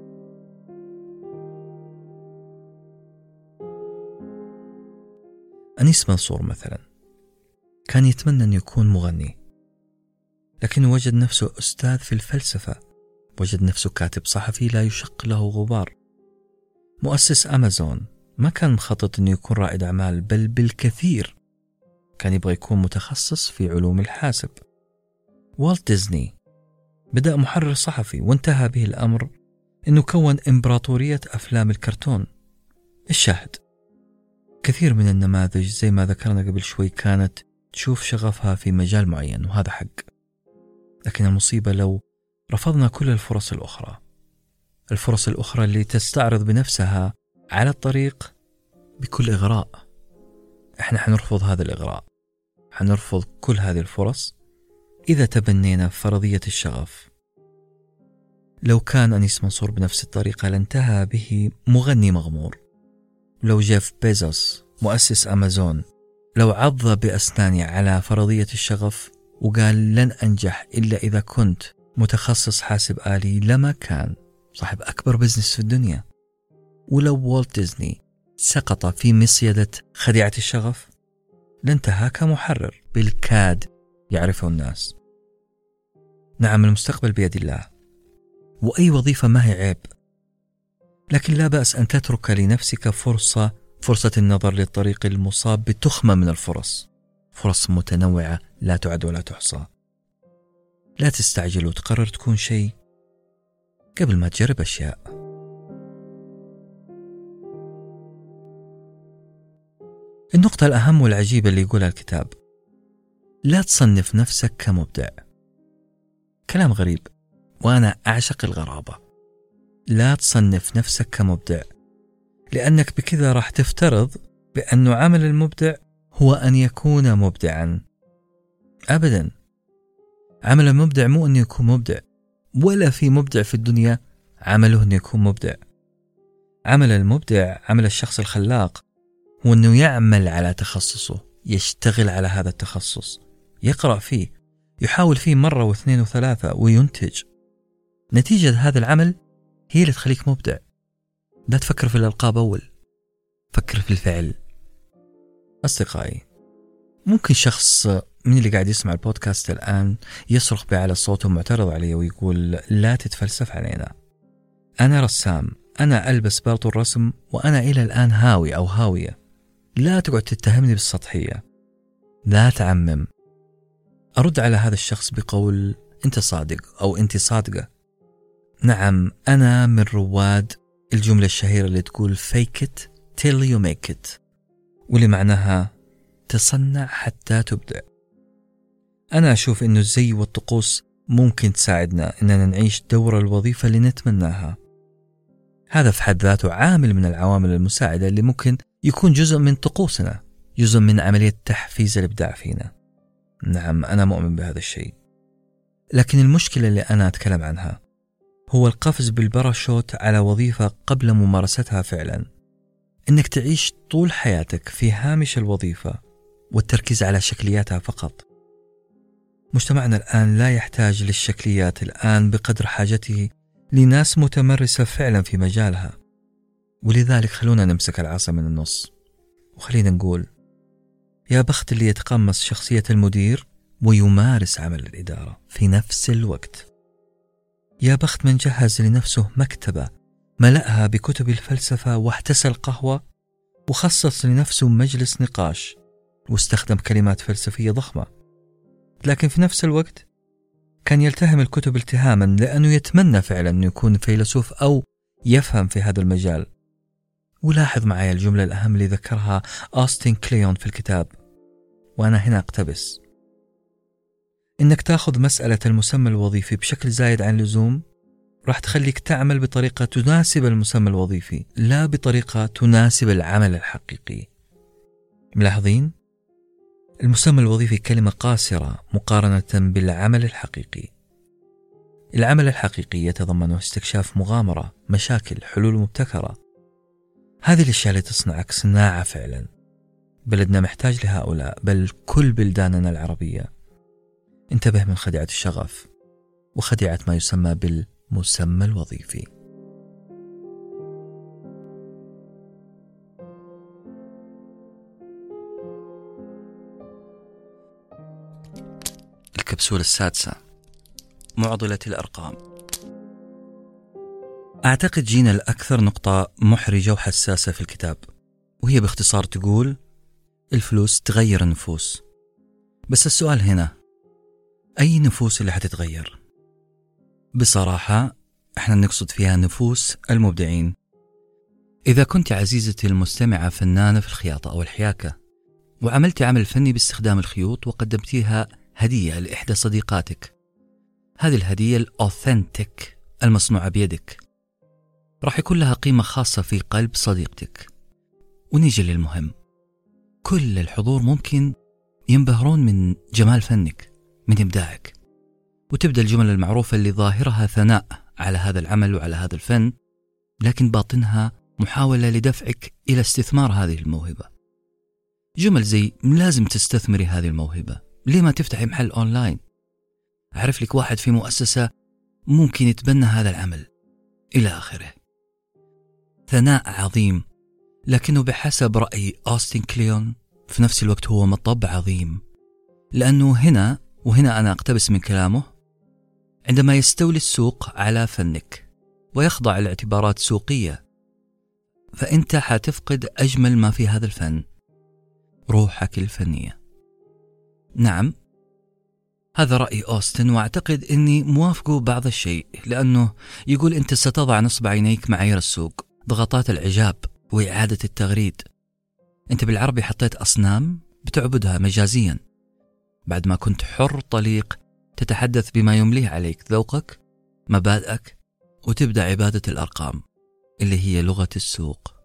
أنيس منصور مثلا كان يتمنى أن يكون مغني، لكنه وجد نفسه أستاذ في الفلسفة، وجد نفسه كاتب صحفي لا يشق له غبار. مؤسس أمازون ما كان مخطط أنه يكون رائد أعمال، بل بالكثير كان يبغى يكون متخصص في علوم الحاسب. والت ديزني بدأ محرر صحفي وانتهى به الأمر أنه كون إمبراطورية أفلام الكرتون. الشاهد، كثير من النماذج زي ما ذكرنا قبل شوي كانت تشوف شغفها في مجال معين، وهذا حق. لكن المصيبة لو رفضنا كل الفرص الأخرى اللي تستعرض بنفسها على الطريق بكل إغراء. إحنا حنرفض هذا الإغراء، حنرفض كل هذه الفرص إذا تبنينا فرضية الشغف. لو كان أنيس منصور بنفس الطريقة لانتهى به مغني مغمور. لو جيف بيزوس مؤسس أمازون لو عض بأسناني على فرضية الشغف وقال لن أنجح إلا إذا كنت متخصص حاسب آلي، لما كان صاحب أكبر بزنس في الدنيا. ولو والت ديزني سقط في مصيدة خديعة الشغف لانتهى كمحرر بالكاد يعرفه الناس. نعم، المستقبل بيد الله، وأي وظيفة ما هي عيب، لكن لا بأس أن تترك لنفسك فرصة النظر للطريق المصاب بتخمة من الفرص، فرص متنوعة لا تعد ولا تحصى. لا تستعجل وتقرر تكون شيء قبل ما تجرب أشياء. النقطة الأهم والعجيبة اللي يقولها الكتاب: لا تصنف نفسك كمبدع. كلام غريب، وأنا أعشق الغرابة. لا تصنف نفسك كمبدع، لأنك بكذا راح تفترض بأن عمل المبدع هو أن يكون مبدعا. أبدا، عمل المبدع مو أن يكون مبدع، ولا في مبدع في الدنيا عمله أن يكون مبدع. عمل المبدع، عمل الشخص الخلاق، هو أنه يعمل على تخصصه، يشتغل على هذا التخصص، يقرأ فيه، يحاول فيه مرة واثنين وثلاثة وينتج. نتيجة هذا العمل هي اللي تخليك مبدع. لا تفكر في الألقاب أول، فكر في الفعل. أصدقائي، ممكن شخص من اللي قاعد يسمع البودكاست الآن يصرخ بأعلى صوته معترض علي ويقول: لا تتفلسف علينا، أنا رسام، أنا ألبس بالطو الرسم وأنا إلى الآن هاوي أو هاوية. لا تقعد تتهمني بالسطحية، لا تعمم. أرد على هذا الشخص بقول: أنت صادق أو أنت صادقة. نعم، أنا من رواد الجملة الشهيرة اللي تقول fake it till you make it، واللي معناها تصنع حتى تبدع. أنا أشوف إنه الزي والطقوس ممكن تساعدنا إننا نعيش دور الوظيفة اللي نتمناها. هذا في حد ذاته عامل من العوامل المساعدة اللي ممكن يكون جزء من طقوسنا، جزء من عملية تحفيز الإبداع فينا. نعم، أنا مؤمن بهذا الشيء. لكن المشكلة اللي أنا أتكلم عنها هو القفز بالباراشوت على وظيفة قبل ممارستها فعلا. إنك تعيش طول حياتك في هامش الوظيفة والتركيز على شكلياتها فقط. مجتمعنا الآن لا يحتاج للشكليات الآن بقدر حاجته لناس متمرسة فعلا في مجالها. ولذلك خلونا نمسك العصا من النص وخلينا نقول يا بخت اللي يتقمص شخصية المدير ويمارس عمل الإدارة في نفس الوقت. يا بخت من جهز لنفسه مكتبة ملأها بكتب الفلسفة واحتسى القهوة وخصص لنفسه مجلس نقاش واستخدم كلمات فلسفية ضخمة، لكن في نفس الوقت كان يلتهم الكتب التهاما لأنه يتمنى فعلا أنه يكون فيلسوف أو يفهم في هذا المجال. ولاحظ معي الجملة الأهم اللي ذكرها أوستن كليون في الكتاب، وأنا هنا أقتبس: إنك تأخذ مسألة المسمى الوظيفي بشكل زايد عن اللزوم راح تخليك تعمل بطريقة تناسب المسمى الوظيفي لا بطريقة تناسب العمل الحقيقي. ملاحظين؟ المسمى الوظيفي كلمة قاصرة مقارنة بالعمل الحقيقي. العمل الحقيقي يتضمن استكشاف مغامرة، مشاكل، حلول مبتكرة. هذه الأشياء اللي تصنعك صناعة فعلا. بلدنا محتاج لهؤلاء، بل كل بلداننا العربية. انتبه من خديعة الشغف وخديعة ما يسمى بالمسمى الوظيفي. الكبسولة السادسة: معضلة الأرقام. أعتقد جينا الأكثر نقطة محرجة وحساسة في الكتاب، وهي باختصار تقول الفلوس تغير النفوس. بس السؤال هنا، أي نفوس اللي حتتغير؟ بصراحة احنا نقصد فيها نفوس المبدعين. إذا كنت عزيزتي المستمعة فنانة في الخياطة أو الحياكة وعملت عمل فني باستخدام الخيوط وقدمتيها هدية لإحدى صديقاتك، هذه الهدية الأوثنتيك المصنوعة بيدك راح يكون لها قيمة خاصة في قلب صديقتك. ونيجي للمهم، كل الحضور ممكن ينبهرون من جمال فنك، من إبداعك، وتبدأ الجمل المعروفة اللي ظاهرها ثناء على هذا العمل وعلى هذا الفن، لكن باطنها محاولة لدفعك إلى استثمار هذه الموهبة. جمل زي لازم تستثمري هذه الموهبة، ليه ما تفتحي محل أونلاين، أعرف لك واحد في مؤسسة ممكن يتبنى هذا العمل، إلى آخره. ثناء عظيم، لكنه بحسب رأي أوستن كليون في نفس الوقت هو مطب عظيم، لأنه هنا أنا أقتبس من كلامه: عندما يستولي السوق على فنك ويخضع لاعتبارات سوقية، فأنت حتفقد أجمل ما في هذا الفن، روحك الفنية. نعم، هذا رأي أوستن، وأعتقد أني موافقه بعض الشيء، لأنه يقول أنت ستضع نصب عينيك معايير السوق، ضغطات الإعجاب وإعادة التغريد. أنت بالعربي حطيت أصنام بتعبدها مجازيا، بعد ما كنت حر طليق تتحدث بما يمليه عليك ذوقك، مبادئك، وتبدأ عبادة الأرقام اللي هي لغة السوق.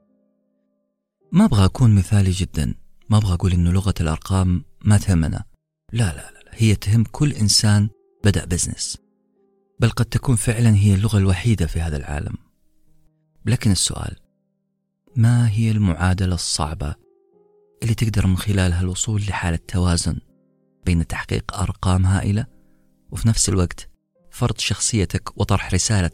ما أبغى أكون مثالي جدا، ما أبغى أقول إنه لغة الأرقام ما تهمنا، لا، هي تهم كل إنسان بدأ بزنس، بل قد تكون فعلا هي اللغة الوحيدة في هذا العالم. لكن السؤال، ما هي المعادلة الصعبة اللي تقدر من خلالها الوصول لحالة توازن بين تحقيق أرقام هائلة وفي نفس الوقت فرض شخصيتك وطرح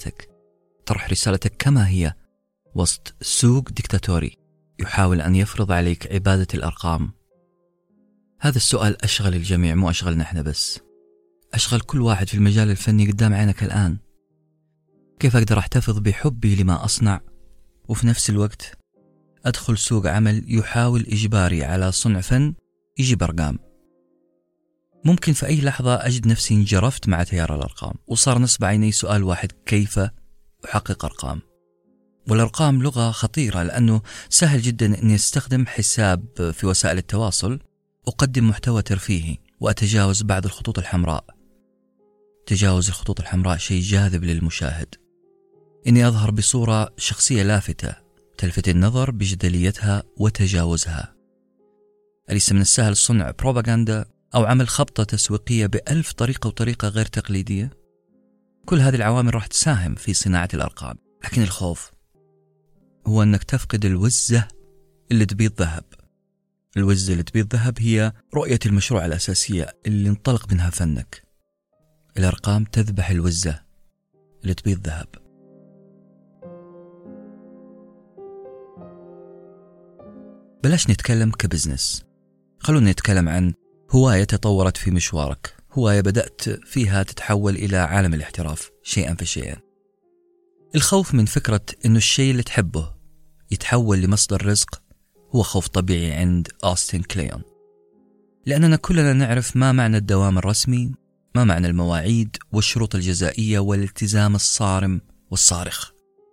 رسالتك كما هي وسط سوق ديكتاتوري يحاول أن يفرض عليك عبادة الأرقام؟ هذا السؤال أشغل الجميع، مو أشغلنا إحنا بس، أشغل كل واحد في المجال الفني قدام عينك الآن. كيف أقدر أحتفظ بحبي لما أصنع وفي نفس الوقت أدخل سوق عمل يحاول إجباري على صنع فن يجيب أرقام؟ ممكن في أي لحظة أجد نفسي انجرفت مع تيار الأرقام وصار نصب عيني سؤال واحد: كيف أحقق أرقام. والأرقام لغة خطيرة، لأنه سهل جدا أن يستخدم حساب في وسائل التواصل، أقدم محتوى ترفيهي وأتجاوز بعض الخطوط الحمراء. تجاوز الخطوط الحمراء شيء جاذب للمشاهد. إني أظهر بصورة شخصية لافتة تلفت النظر بجدليتها وتجاوزها. أليس من السهل صنع بروباغندا أو عمل خبطة تسويقية ب1000 طريقة وطريقة غير تقليدية؟ كل هذه العوامل راح تساهم في صناعة الأرقام. لكن الخوف هو أنك تفقد الوزة اللي تبيض ذهب. الوزة اللي تبيض ذهب هي رؤية المشروع الأساسية اللي انطلق منها فنك. الأرقام تذبح الوزة اللي تبيض ذهب. بلاش نتكلم كبزنس، خلونا نتكلم عن هواية تطورت في مشوارك، هواية بدأت فيها تتحول إلى عالم الاحتراف شيئا فشيئا. الخوف من فكرة إنه الشيء اللي تحبه يتحول لمصدر رزق هو خوف طبيعي عند أوستن كليون، لأننا كلنا نعرف ما معنى الدوام الرسمي، ما معنى المواعيد والشروط الجزائية والالتزام الصارم والصارخ.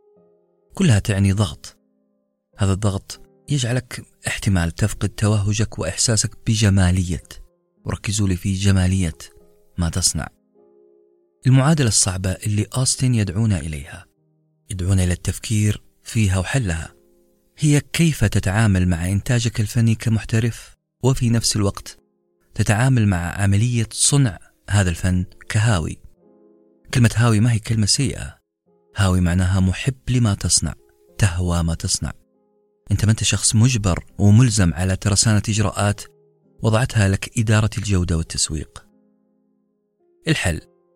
كلها تعني ضغط. هذا الضغط يجعلك احتمال تفقد توهجك وإحساسك بجمالية، وركزوا لي في جمالية ما تصنع. المعادلة الصعبة اللي أوستن يدعونا إليها، يدعونا إلى التفكير فيها وحلها، هي كيف تتعامل مع إنتاجك الفني كمحترف، وفي نفس الوقت تتعامل مع عملية صنع هذا الفن كهاوي. كلمة هاوي ما هي كلمة سيئة. هاوي معناها محب لما تصنع، تهوى ما تصنع. أنت ما أنت شخص مجبر وملزم على ترسانة إجراءات وضعتها لك إدارة الجودة والتسويق. الحل: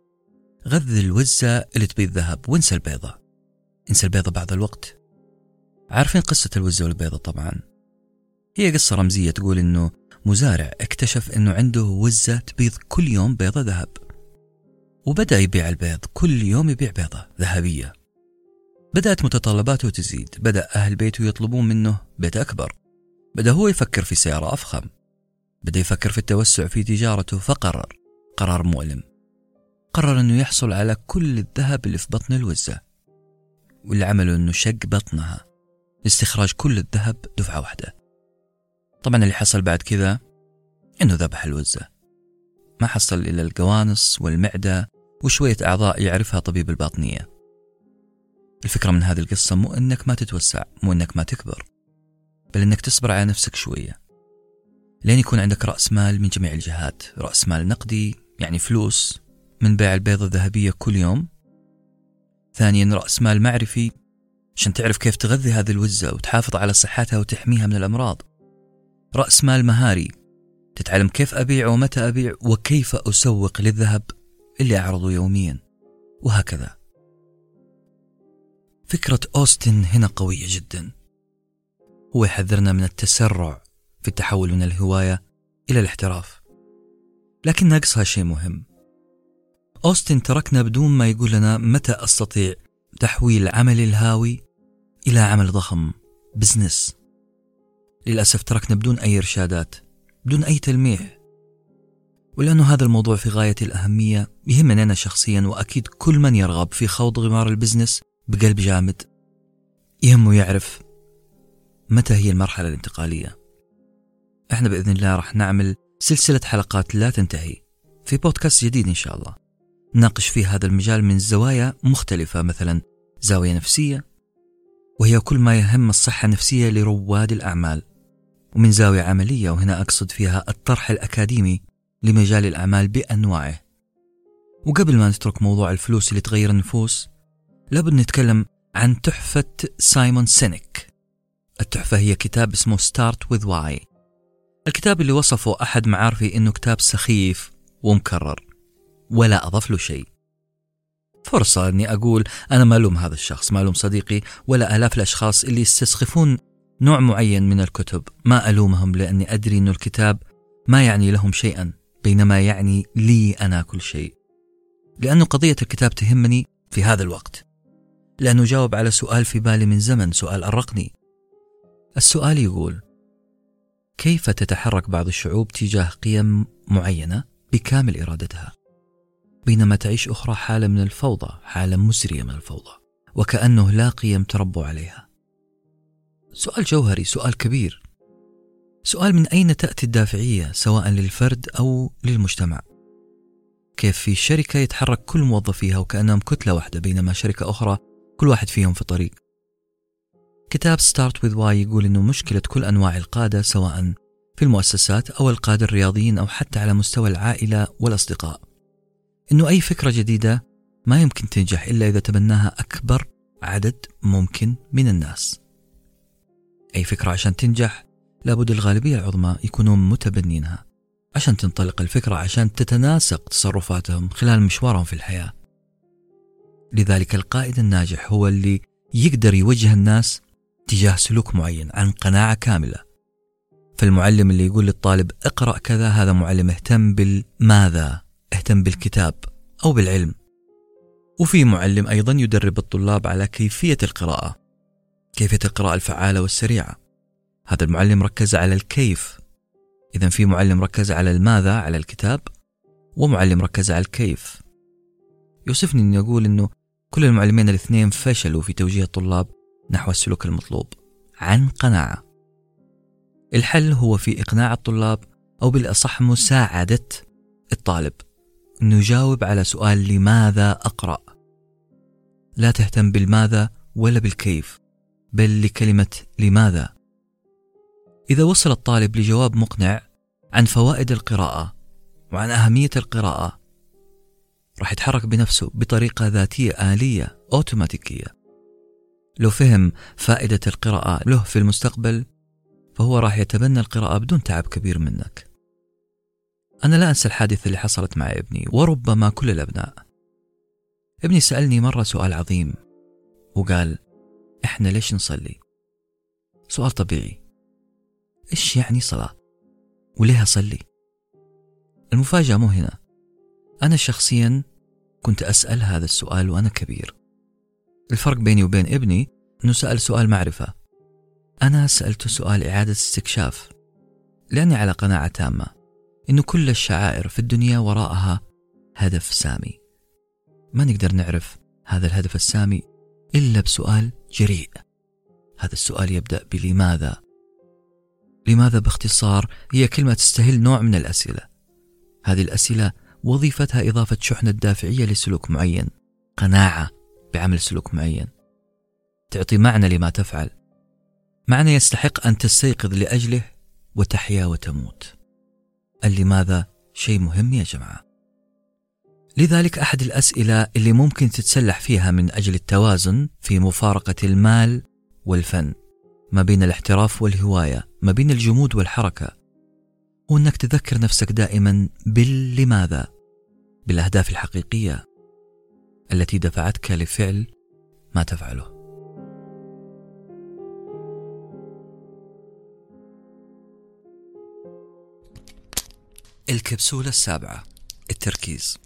غذ الوزة اللي تبيض ذهب وانسى البيضة. انسى البيضة بعض الوقت. عارفين قصة الوزة والبيضة طبعا؟ هي قصة رمزية تقول إنه مزارع اكتشف إنه عنده وزة تبيض كل يوم بيضة ذهب، وبدأ يبيع البيض، كل يوم يبيع بيضة ذهبية. بدأت متطلباته تزيد، بدأ أهل بيته يطلبون منه بيت أكبر، بدأ هو يفكر في سيارة أفخم، بدأ يفكر في التوسع في تجارته. فقرر قرار مؤلم، قرر أنه يحصل على كل الذهب اللي في بطن الوزة، واللي عمله أنه شق بطنها لاستخراج كل الذهب دفعة واحدة. طبعا اللي حصل بعد كذا أنه ذبح الوزة، ما حصل إلا القوانص والمعدة وشوية أعضاء يعرفها طبيب الباطنية. الفكرة من هذه القصة مو أنك ما تتوسع، مو أنك ما تكبر، بل أنك تصبر على نفسك شوية لين يكون عندك رأس مال من جميع الجهات. رأس مال نقدي يعني فلوس من بيع البيضة الذهبية كل يوم. ثانيا رأس مال معرفي عشان تعرف كيف تغذي هذه الوزة وتحافظ على صحتها وتحميها من الأمراض. رأس مال مهاري تتعلم كيف أبيع ومتى أبيع وكيف أسوق للذهب اللي أعرضه يوميا، وهكذا. فكرة أوستن هنا قوية جدا. هو يحذرنا من التسرع في التحول من الهواية إلى الاحتراف، لكن ناقصها شيء مهم. أوستن تركنا بدون ما يقول لنا متى أستطيع تحويل عملي الهاوي إلى عمل ضخم، بزنس. للأسف تركنا بدون أي إرشادات، بدون أي تلميح. ولأنه هذا الموضوع في غاية الأهمية، يهمني أنا شخصيا وأكيد كل من يرغب في خوض غمار البزنس بقلب جامد، يهمه يعرف متى هي المرحلة الانتقالية. احنا بإذن الله راح نعمل سلسلة حلقات لا تنتهي في بودكاست جديد إن شاء الله، نناقش فيه هذا المجال من زوايا مختلفة، مثلا زاوية نفسية وهي كل ما يهم الصحة النفسية لرواد الأعمال، ومن زاوية عملية وهنا أقصد فيها الطرح الأكاديمي لمجال الأعمال بأنواعه. وقبل ما نترك موضوع الفلوس اللي تغير النفوس، لابد نتكلم عن تحفة سايمون سينيك. التحفة هي كتاب اسمه Start with Why. الكتاب اللي وصفه أحد معارفي إنه كتاب سخيف ومكرر ولا أضاف له شيء. فرصة أني أقول أنا ما ألوم هذا الشخص، ما ألوم صديقي ولا آلاف الأشخاص اللي يستسخفون نوع معين من الكتب. ما ألومهم، لأني أدري أن الكتاب ما يعني لهم شيئا، بينما يعني لي أنا كل شيء. لأنه قضية الكتاب تهمني في هذا الوقت، لأنه جاوب على سؤال في بالي من زمن، سؤال أرقني. السؤال يقول: كيف تتحرك بعض الشعوب تجاه قيم معينة بكامل إرادتها، بينما تعيش أخرى حالة من الفوضى، حالة مسرية من الفوضى؟ وكأنه لا قيم تربوا عليها. سؤال جوهري، سؤال كبير، سؤال من أين تأتي الدافعية سواء للفرد أو للمجتمع؟ كيف في شركة يتحرك كل موظفيها وكأنهم كتلة واحدة، بينما شركة أخرى كل واحد فيهم في طريق؟ كتاب Start with Why يقول إنه مشكلة كل أنواع القادة سواء في المؤسسات أو القادة الرياضيين أو حتى على مستوى العائلة والأصدقاء، إنه أي فكرة جديدة ما يمكن تنجح إلا إذا تبناها أكبر عدد ممكن من الناس. أي فكرة عشان تنجح لابد الغالبية العظمى يكونون متبنينها عشان تنطلق الفكرة، عشان تتناسق تصرفاتهم خلال مشوارهم في الحياة. لذلك القائد الناجح هو اللي يقدر يوجه الناس تجاه سلوك معين عن قناعة كاملة. فالمعلم اللي يقول للطالب اقرأ كذا، هذا معلم اهتم بالماذا، اهتم بالكتاب أو بالعلم. وفي معلم أيضا يدرب الطلاب على كيفية القراءة، كيفية القراءة الفعالة والسريعة، هذا المعلم ركز على الكيف. إذن في معلم ركز على الماذا على الكتاب، ومعلم ركز على الكيف. يوصفني أن يقول أنه كل المعلمين الاثنين فشلوا في توجيه الطلاب نحو السلوك المطلوب عن قناعة. الحل هو في إقناع الطلاب، أو بالأصح مساعدة الطالب أنه يجاوب على سؤال لماذا أقرأ. لا تهتم بالماذا ولا بالكيف، بل لكلمة لماذا. إذا وصل الطالب لجواب مقنع عن فوائد القراءة وعن أهمية القراءة، راح يتحرك بنفسه بطريقة ذاتية آلية أوتوماتيكية. لو فهم فائدة القراءة له في المستقبل، فهو راح يتبنى القراءة بدون تعب كبير منك. أنا لا أنسى الحادثة اللي حصلت مع ابني، وربما كل الأبناء. ابني سألني مرة سؤال عظيم وقال: إحنا ليش نصلي؟ سؤال طبيعي، إيش يعني صلاة؟ وليه أصلي؟ المفاجأة مو هنا. أنا شخصيا كنت أسأل هذا السؤال وأنا كبير. الفرق بيني وبين ابني أنه سأل سؤال معرفة، أنا سألته سؤال إعادة استكشاف، لأني على قناعة تامة أنه كل الشعائر في الدنيا وراءها هدف سامي. ما نقدر نعرف هذا الهدف السامي إلا بسؤال جريء. هذا السؤال يبدأ بلماذا. لماذا باختصار هي كلمة تستهل نوع من الأسئلة. هذه الأسئلة وظيفتها إضافة شحنة دافعية لسلوك معين، قناعة بعمل سلوك معين، تعطي معنى لما تفعل، معنى يستحق أن تستيقظ لأجله وتحيا وتموت. لماذا شيء مهم يا جماعة. لذلك أحد الأسئلة اللي ممكن تتسلح فيها من أجل التوازن في مفارقة المال والفن، ما بين الاحتراف والهواية، ما بين الجمود والحركة، هو أنك تذكر نفسك دائما باللماذا، بالأهداف الحقيقية التي دفعتك لفعل ما تفعله. الكبسولة السابعة، التركيز.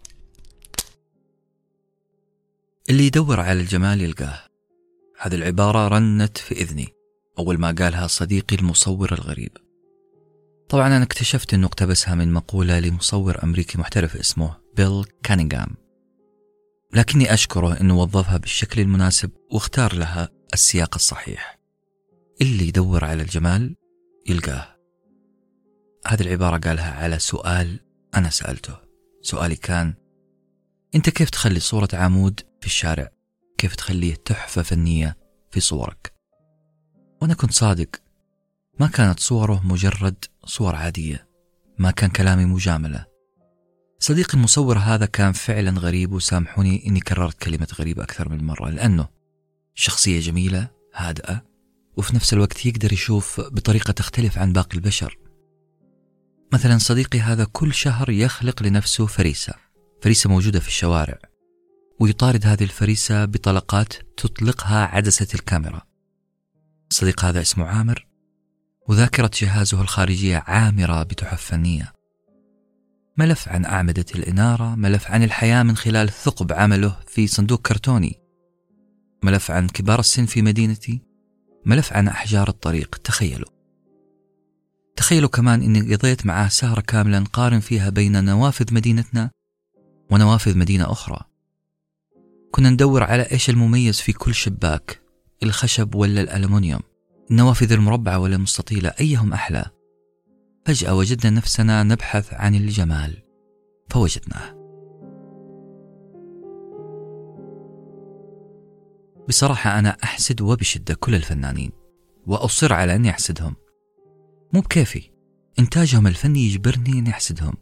اللي يدور على الجمال يلقاه. هذه العبارة رنت في إذني أول ما قالها صديقي المصور الغريب. طبعا أنا اكتشفت أنه اقتبسها من مقولة لمصور أمريكي محترف اسمه بيل كانينغهام، لكني أشكره أنه وظفها بالشكل المناسب واختار لها السياق الصحيح. اللي يدور على الجمال يلقاه. هذه العبارة قالها على سؤال أنا سألته. سؤالي كان: أنت كيف تخلي صورة عمود في الشارع، كيف تخليه تحفة فنية في صورك؟ وأنا كنت صادق، ما كانت صوره مجرد صور عادية، ما كان كلامي مجاملة. صديقي المصور هذا كان فعلا غريب، وسامحوني إني كررت كلمة غريب أكثر من مرة، لأنه شخصية جميلة هادئة، وفي نفس الوقت يقدر يشوف بطريقة تختلف عن باقي البشر. مثلا صديقي هذا كل شهر يخلق لنفسه فريسة موجودة في الشوارع، ويطارد هذه الفريسة بطلقات تطلقها عدسة الكاميرا. صديق هذا اسمه عامر، وذاكرة جهازه الخارجية عامرة بتحف فنية. ملف عن أعمدة الإنارة، ملف عن الحياة من خلال ثقب عمله في صندوق كرتوني، ملف عن كبار السن في مدينتي، ملف عن أحجار الطريق. تخيلوا كمان إني قضيت معاه سهرة كاملة نقارن فيها بين نوافذ مدينتنا ونوافذ مدينة أخرى. كنا ندور على إيش المميز في كل شباك، الخشب ولا الألمنيوم، النوافذ المربعة ولا المستطيلة، أيهم أحلى. فجأة وجدنا نفسنا نبحث عن الجمال، فوجدناه. بصراحة أنا أحسد وبشدة كل الفنانين، وأصر على أني أحسدهم، مو بكيفي، إنتاجهم الفني يجبرني أني أحسدهم.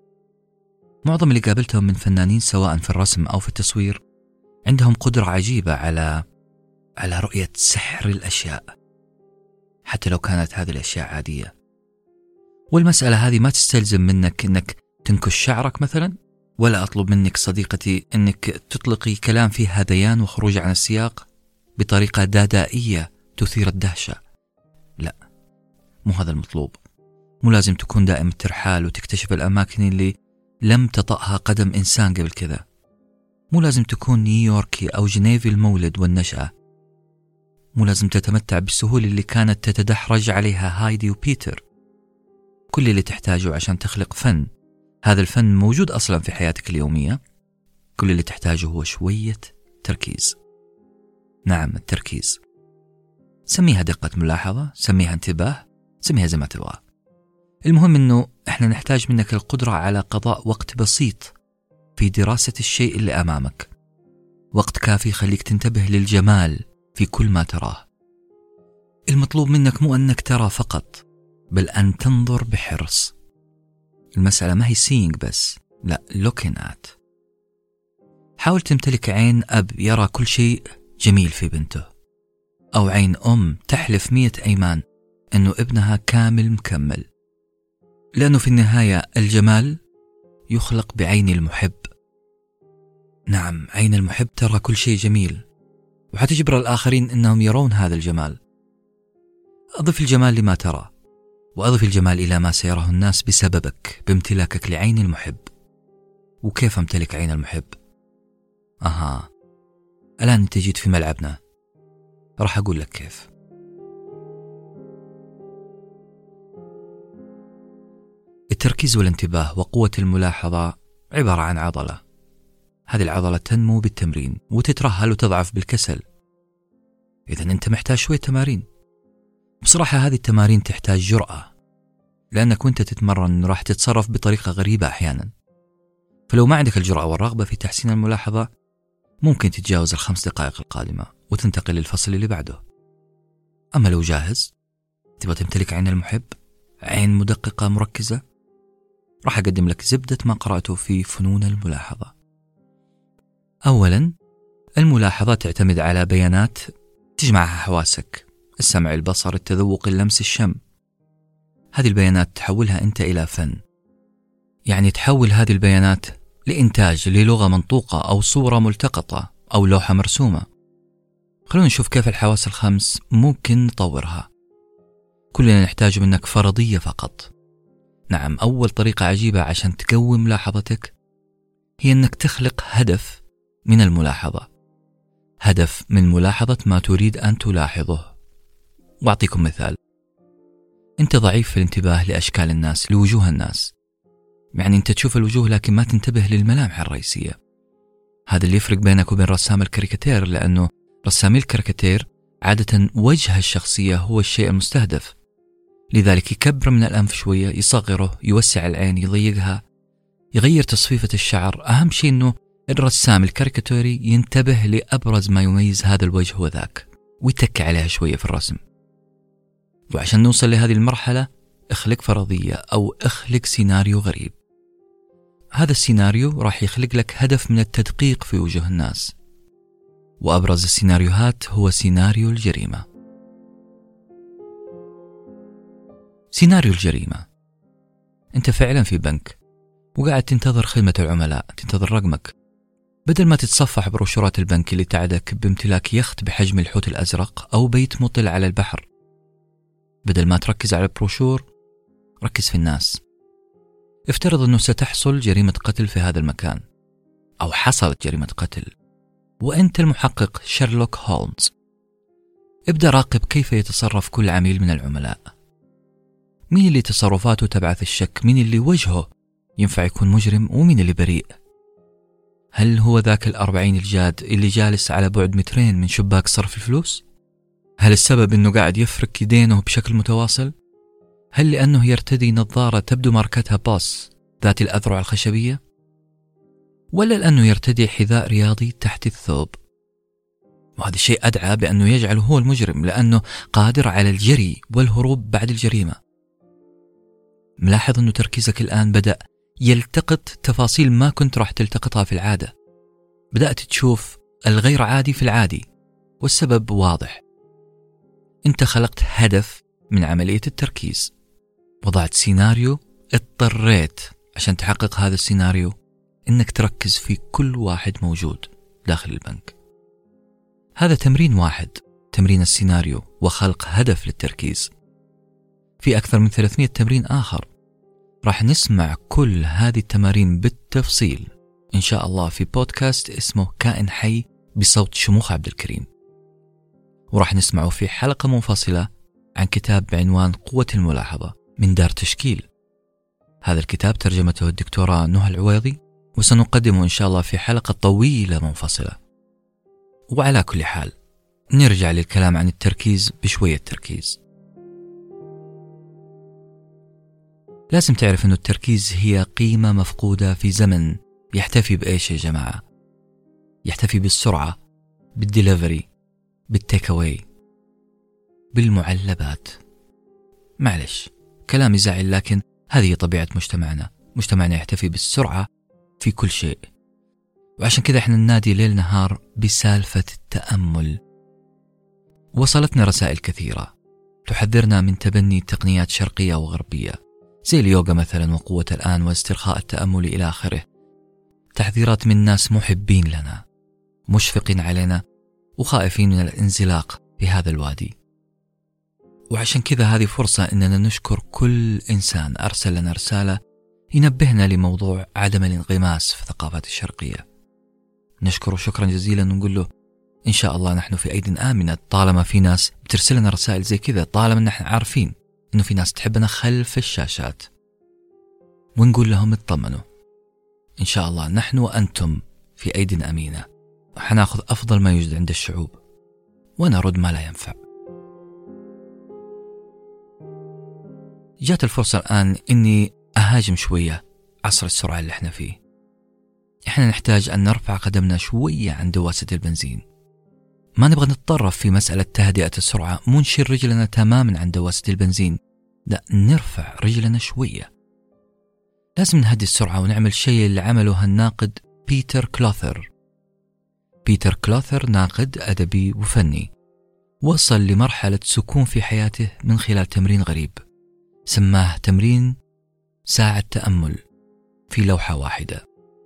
معظم اللي قابلتهم من فنانين سواء في الرسم أو في التصوير عندهم قدرة عجيبة على رؤية سحر الأشياء، حتى لو كانت هذه الأشياء عادية. والمسألة هذه ما تستلزم منك أنك تنكش شعرك مثلا، ولا أطلب منك صديقتي أنك تطلقي كلام فيه هذيان وخروج عن السياق بطريقة دادائية تثير الدهشة. لا، مو هذا المطلوب. مو لازم تكون دائم الترحال وتكتشف الأماكن اللي لم تطأها قدم إنسان قبل كذا. مو لازم تكون نيويوركي أو جنيفي المولد والنشأة. مو لازم تتمتع بالسهولة اللي كانت تتدحرج عليها هايدي وبيتر. كل اللي تحتاجه عشان تخلق فن، هذا الفن موجود أصلا في حياتك اليومية. كل اللي تحتاجه هو شوية تركيز. نعم، التركيز. سميها دقة ملاحظة، سميها انتباه، سميها زي ما تبغى. المهم أنه إحنا نحتاج منك القدرة على قضاء وقت بسيط في دراسة الشيء اللي أمامك، وقت كافي يخليك تنتبه للجمال في كل ما تراه. المطلوب منك مو أنك ترى فقط، بل أن تنظر بحرص. المسألة ما هي seeing بس، لا، looking at. حاول تمتلك عين أب يرى كل شيء جميل في بنته، أو عين أم تحلف 100 أيمان أنه ابنها كامل مكمل، لأنه في النهاية الجمال يخلق بعين المحب. نعم، عين المحب ترى كل شيء جميل، وحتجبر الآخرين أنهم يرون هذا الجمال. أضف الجمال لما ترى، وأضف الجمال إلى ما سيراه الناس بسببك، بامتلاكك لعين المحب. وكيف أمتلك عين المحب؟ الآن أنت جيت في ملعبنا، راح أقول لك كيف. التركيز والانتباه وقوة الملاحظة عبارة عن عضلة. هذه العضلة تنمو بالتمرين وتترهل وتضعف بالكسل. إذن أنت محتاج شوية تمارين. بصراحة هذه التمارين تحتاج جرأة، لأنك وانت تتمرن راح تتصرف بطريقة غريبة أحيانا. فلو ما عندك الجرأة والرغبة في تحسين الملاحظة، ممكن تتجاوز 5 دقائق القادمة وتنتقل للفصل اللي بعده. أما لو جاهز، تبغى تمتلك عين المحب، عين مدققة مركزة، راح أقدم لك زبدة ما قرأته في فنون الملاحظة. أولا، الملاحظة تعتمد على بيانات تجمعها حواسك: السمع، البصر، التذوق، اللمس، الشم. هذه البيانات تحولها أنت إلى فن، يعني تحول هذه البيانات لإنتاج، للغة منطوقة أو صورة ملتقطة أو لوحة مرسومة. خلونا نشوف كيف الحواس الخمس ممكن نطورها. كلنا نحتاج منك فرضية فقط. نعم، أول طريقة عجيبة عشان تقوي ملاحظتك هي أنك تخلق هدف من الملاحظة، هدف من ملاحظة ما تريد أن تلاحظه. وأعطيكم مثال: أنت ضعيف في الانتباه لأشكال الناس، لوجوه الناس. يعني أنت تشوف الوجوه لكن ما تنتبه للملامح الرئيسية. هذا اللي يفرق بينك وبين رسام الكاريكاتير، لأنه رسامي الكاريكاتير عادة وجه الشخصية هو الشيء المستهدف، لذلك يكبر من الأنف شوية، يصغره، يوسع العين، يضيقها، يغير تصفيفة الشعر. أهم شيء أنه الرسام الكاريكاتوري ينتبه لأبرز ما يميز هذا الوجه وذاك، ويتك عليها شوية في الرسم. وعشان نوصل لهذه المرحلة، اخلق فرضية أو اخلق سيناريو غريب. هذا السيناريو راح يخلق لك هدف من التدقيق في وجوه الناس، وأبرز السيناريوهات هو سيناريو الجريمة. سيناريو الجريمة: أنت فعلا في بنك وقاعد تنتظر خدمة العملاء، تنتظر رقمك. بدل ما تتصفح بروشورات البنك اللي تعدك بامتلاك يخت بحجم الحوت الأزرق أو بيت مطل على البحر، بدل ما تركز على البروشور، ركز في الناس. افترض أنه ستحصل جريمة قتل في هذا المكان، أو حصلت جريمة قتل، وأنت المحقق شيرلوك هولمز. ابدأ راقب كيف يتصرف كل عميل من العملاء. مين اللي تصرفاته تبعث الشك، مين اللي وجهه ينفع يكون مجرم، ومين اللي بريء. هل هو ذاك 40 الجاد اللي جالس على بعد مترين من شباك صرف الفلوس؟ هل السبب أنه قاعد يفرك يدينه بشكل متواصل؟ هل لأنه يرتدي نظارة تبدو ماركتها بوس ذات الأذرع الخشبية؟ ولا لأنه يرتدي حذاء رياضي تحت الثوب؟ وهذا الشيء أدعى بأنه يجعله هو المجرم، لأنه قادر على الجري والهروب بعد الجريمة. ملاحظ أنه تركيزك الآن بدأ يلتقط تفاصيل ما كنت راح تلتقطها في العادة. بدأت تشوف الغير عادي في العادي، والسبب واضح. أنت خلقت هدف من عملية التركيز، وضعت سيناريو، اضطريت عشان تحقق هذا السيناريو إنك تركز في كل واحد موجود داخل البنك. هذا تمرين واحد، تمرين السيناريو وخلق هدف للتركيز. في أكثر من 300 تمرين آخر راح نسمع كل هذه التمارين بالتفصيل إن شاء الله في بودكاست اسمه كائن حي بصوت شموخ عبد الكريم، وراح نسمعه في حلقة منفصلة عن كتاب بعنوان قوة الملاحظة من دار تشكيل. هذا الكتاب ترجمته الدكتورة نهى العويضي، وسنقدمه إن شاء الله في حلقة طويلة منفصلة. وعلى كل حال نرجع للكلام عن التركيز بشوية تركيز. لازم تعرف أن التركيز هي قيمة مفقودة في زمن يحتفي بإيش يا جماعة؟ يحتفي بالسرعة، بالديليفري، بالتيكاوي، بالمعلبات. معلش كلام يزعل، لكن هذه طبيعة مجتمعنا. مجتمعنا يحتفي بالسرعة في كل شيء، وعشان كذا احنا ننادي ليل نهار بسالفة التأمل. وصلتنا رسائل كثيرة تحذرنا من تبني تقنيات شرقية وغربية زي اليوغا مثلا وقوة الآن واسترخاء التأمل إلى آخره. تحذيرات من ناس محبين لنا، مشفقين علينا وخائفين من الانزلاق في هذا الوادي. وعشان كذا هذه فرصة إننا نشكر كل إنسان أرسل لنا رسالة ينبهنا لموضوع عدم الانغماس في الثقافات الشرقية. نشكره شكرا جزيلا ونقول له إن شاء الله نحن في أيد آمنة طالما في ناس بترسل لنا رسائل زي كذا، طالما نحن عارفين إنه في ناس تحبنا خلف الشاشات، ونقول لهم اطمنوا إن شاء الله نحن وأنتم في أيد أمينة، وحناخذ أفضل ما يوجد عند الشعوب ونرد ما لا ينفع. جات الفرصة الآن إني أهاجم شوية عصر السرعة اللي احنا فيه. احنا نحتاج أن نرفع قدمنا شوية عن دواسة البنزين. ما نبغى نتطرف في مسألة تهدئة السرعة، مو نشيل رجلنا تماما عن دواسة البنزين، لا، نرفع رجلنا شوية. لازم نهدي السرعة ونعمل شيء اللي عمله الناقد بيتر كلوثر. بيتر كلوثر ناقد أدبي وفني، وصل لمرحلة سكون في حياته من خلال تمرين غريب سماه تمرين ساعة تأمل في لوحة واحدة.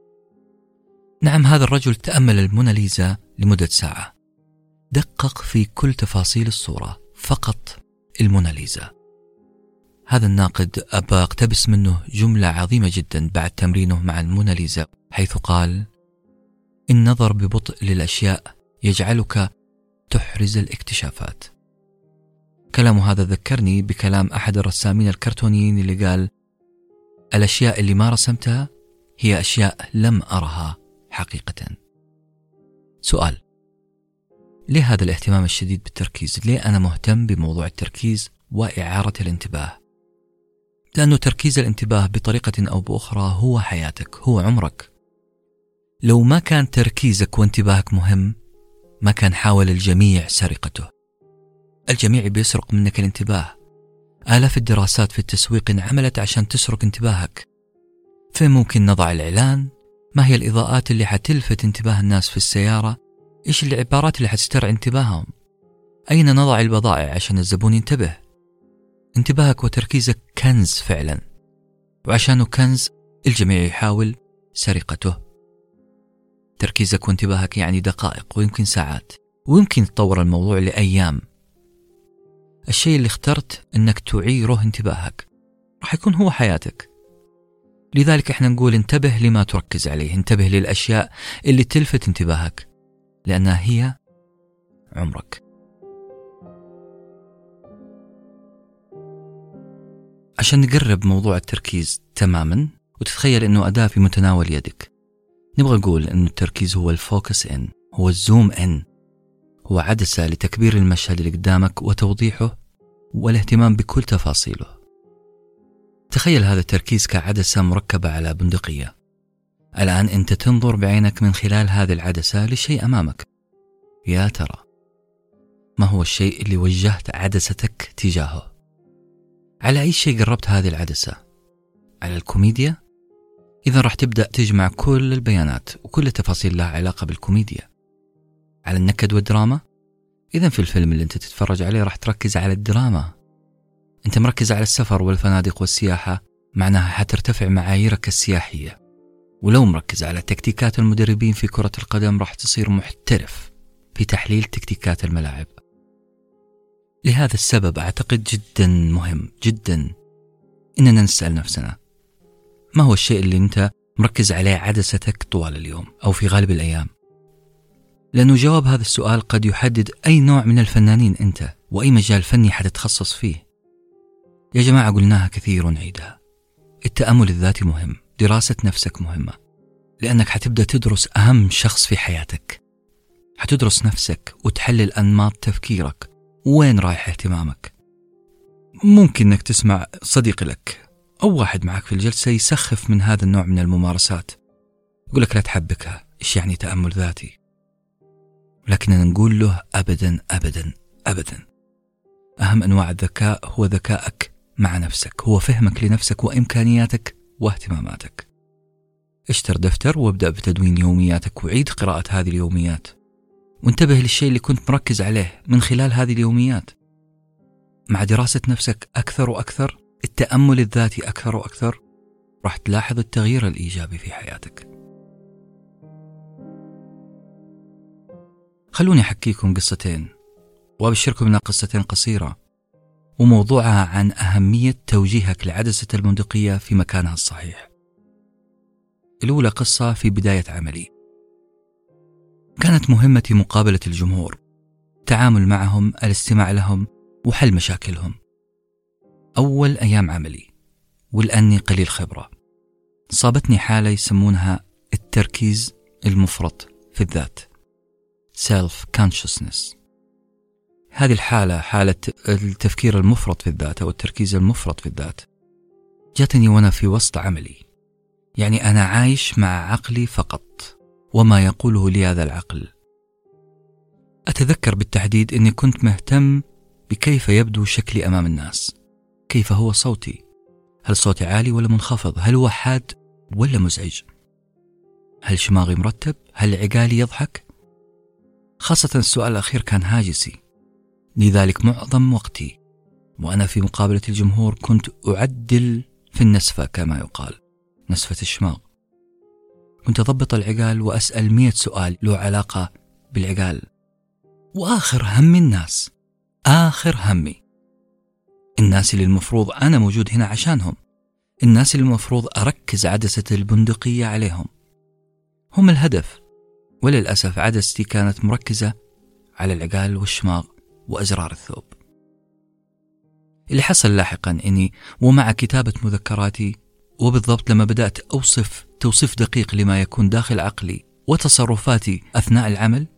نعم، هذا الرجل تأمل الموناليزا لمدة ساعة، دقق في كل تفاصيل الصورة، فقط الموناليزا. هذا الناقد أبى أقتبس منه جملة عظيمة جدا بعد تمرينه مع الموناليزا، حيث قال: النظر ببطء للأشياء يجعلك تحرز الاكتشافات. كلامه هذا ذكرني بكلام أحد الرسامين الكرتونيين اللي قال: الأشياء اللي ما رسمتها هي أشياء لم أرها حقيقة. سؤال: ليه هذا الاهتمام الشديد بالتركيز؟ ليه أنا مهتم بموضوع التركيز وإعارة الانتباه؟ لأنه تركيز الانتباه بطريقة أو بأخرى هو حياتك، هو عمرك. لو ما كان تركيزك وانتباهك مهم، ما كان حاول الجميع سرقته. الجميع بيسرق منك الانتباه. آلاف الدراسات في التسويق انعملت عشان تسرق انتباهك. فين ممكن نضع الإعلان؟ ما هي الإضاءات اللي حتلفت انتباه الناس في السيارة؟ إيش العبارات اللي حتسترعي انتباههم؟ أين نضع البضائع عشان الزبون ينتبه؟ انتباهك وتركيزك كنز فعلا، وعشانه كنز الجميع يحاول سرقته. تركيزك وانتباهك يعني دقائق ويمكن ساعات، ويمكن تطور الموضوع لأيام. الشيء اللي اخترت أنك تعيره انتباهك راح يكون هو حياتك. لذلك احنا نقول انتبه لما تركز عليه، انتبه للأشياء اللي تلفت انتباهك، لأنها هي عمرك. عشان نقرب موضوع التركيز تماما وتتخيل أنه أداة في متناول يدك، نبغى نقول أن التركيز هو الفوكس إن، هو الزوم إن، هو عدسة لتكبير المشهد اللي قدامك وتوضيحه والاهتمام بكل تفاصيله. تخيل هذا التركيز كعدسة مركبة على بندقية. الآن أنت تنظر بعينك من خلال هذه العدسة لشيء أمامك. يا ترى ما هو الشيء اللي وجهت عدستك تجاهه؟ على أي شيء قربت هذه العدسة؟ على الكوميديا؟ إذا راح تبدأ تجمع كل البيانات وكل التفاصيل لها علاقة بالكوميديا. على النكد والدراما؟ إذا في الفيلم اللي أنت تتفرج عليه راح تركز على الدراما. أنت مركز على السفر والفنادق والسياحة، معناها حترتفع معاييرك السياحية. ولو مركز على تكتيكات المدربين في كرة القدم راح تصير محترف في تحليل تكتيكات الملاعب. لهذا السبب أعتقد جدا مهم جدا إننا نسأل نفسنا، ما هو الشيء اللي أنت مركز عليه عدستك طوال اليوم أو في غالب الأيام؟ لأنه جواب هذا السؤال قد يحدد أي نوع من الفنانين أنت وأي مجال فني حتتخصص فيه. يا جماعة قلناها كثير ونعيدها، التأمل الذاتي مهم، دراسة نفسك مهمة، لأنك حتبدأ تدرس أهم شخص في حياتك. حتدرس نفسك وتحلل أنماط تفكيرك، وين رايح اهتمامك. ممكن أنك تسمع صديق لك أو واحد معك في الجلسة يسخف من هذا النوع من الممارسات، يقول لك لا تحبكها، إيش يعني تأمل ذاتي؟ لكننا نقول له أبدا أبدا أبدا، أهم أنواع الذكاء هو ذكائك مع نفسك، هو فهمك لنفسك وإمكانياتك واهتماماتك. اشتر دفتر وابدأ بتدوين يومياتك وعيد قراءة هذه اليوميات، وانتبه للشيء اللي كنت مركز عليه من خلال هذه اليوميات. مع دراسة نفسك أكثر وأكثر، التأمل الذاتي أكثر وأكثر، راح تلاحظ التغيير الإيجابي في حياتك. خلوني أحكيكم قصتين، وأبشركم أنها قصتين قصيرة، وموضوعها عن أهمية توجيهك لعدسة البندقية في مكانها الصحيح. الأولى قصة في بداية عملي. كانت مهمتي مقابلة الجمهور، التعامل معهم، الاستماع لهم، وحل مشاكلهم. أول أيام عملي، ولأني قليل خبرة، صابتني حالة يسمونها التركيز المفرط في الذات، self-consciousness. هذه الحالة، حالة التفكير المفرط في الذات أو التركيز المفرط في الذات، جاتني وأنا في وسط عملي. يعني أنا عايش مع عقلي فقط وما يقوله لي هذا العقل. أتذكر بالتحديد أني كنت مهتم بكيف يبدو شكلي أمام الناس، كيف هو صوتي، هل صوتي عالي ولا منخفض، هل هو حاد ولا مزعج، هل شماغي مرتب، هل عقالي يضحك. خاصة السؤال الأخير كان هاجسي. لذلك معظم وقتي وأنا في مقابلة الجمهور كنت أعدل في النسفة، كما يقال، نسفة الشماغ. كنت أضبط العقال وأسأل 100 سؤال له علاقة بالعقال. وآخر همي الناس، آخر همي الناس اللي المفروض أنا موجود هنا عشانهم، الناس اللي المفروض أركز عدسة البندقية عليهم، هم الهدف. وللأسف عدستي كانت مركزة على العقال والشماغ وأزرار الثوب. اللي حصل لاحقا أني ومع كتابة مذكراتي، وبالضبط لما بدأت أوصف توصيف دقيق لما يكون داخل عقلي وتصرفاتي أثناء العمل،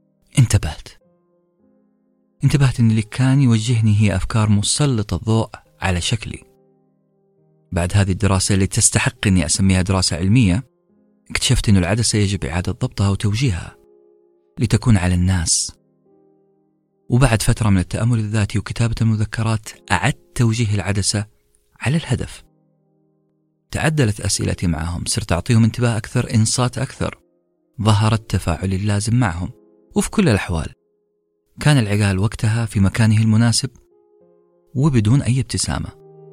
انتبهت أن اللي كان يوجهني هي أفكار مسلطة الضوء على شكلي. بعد هذه الدراسة اللي تستحق أني أسميها دراسة علمية، اكتشفت أن العدسة يجب إعادة ضبطها وتوجيهها لتكون على الناس. وبعد فترة من التأمل الذاتي وكتابة المذكرات، أعدت توجيه العدسة على الهدف. تعدلت أسئلتي معهم، صرت أعطيهم انتباه أكثر، إنصات أكثر، ظهر التفاعل اللازم معهم. وفي كل الأحوال كان العقال وقتها في مكانه المناسب وبدون أي ابتسامة.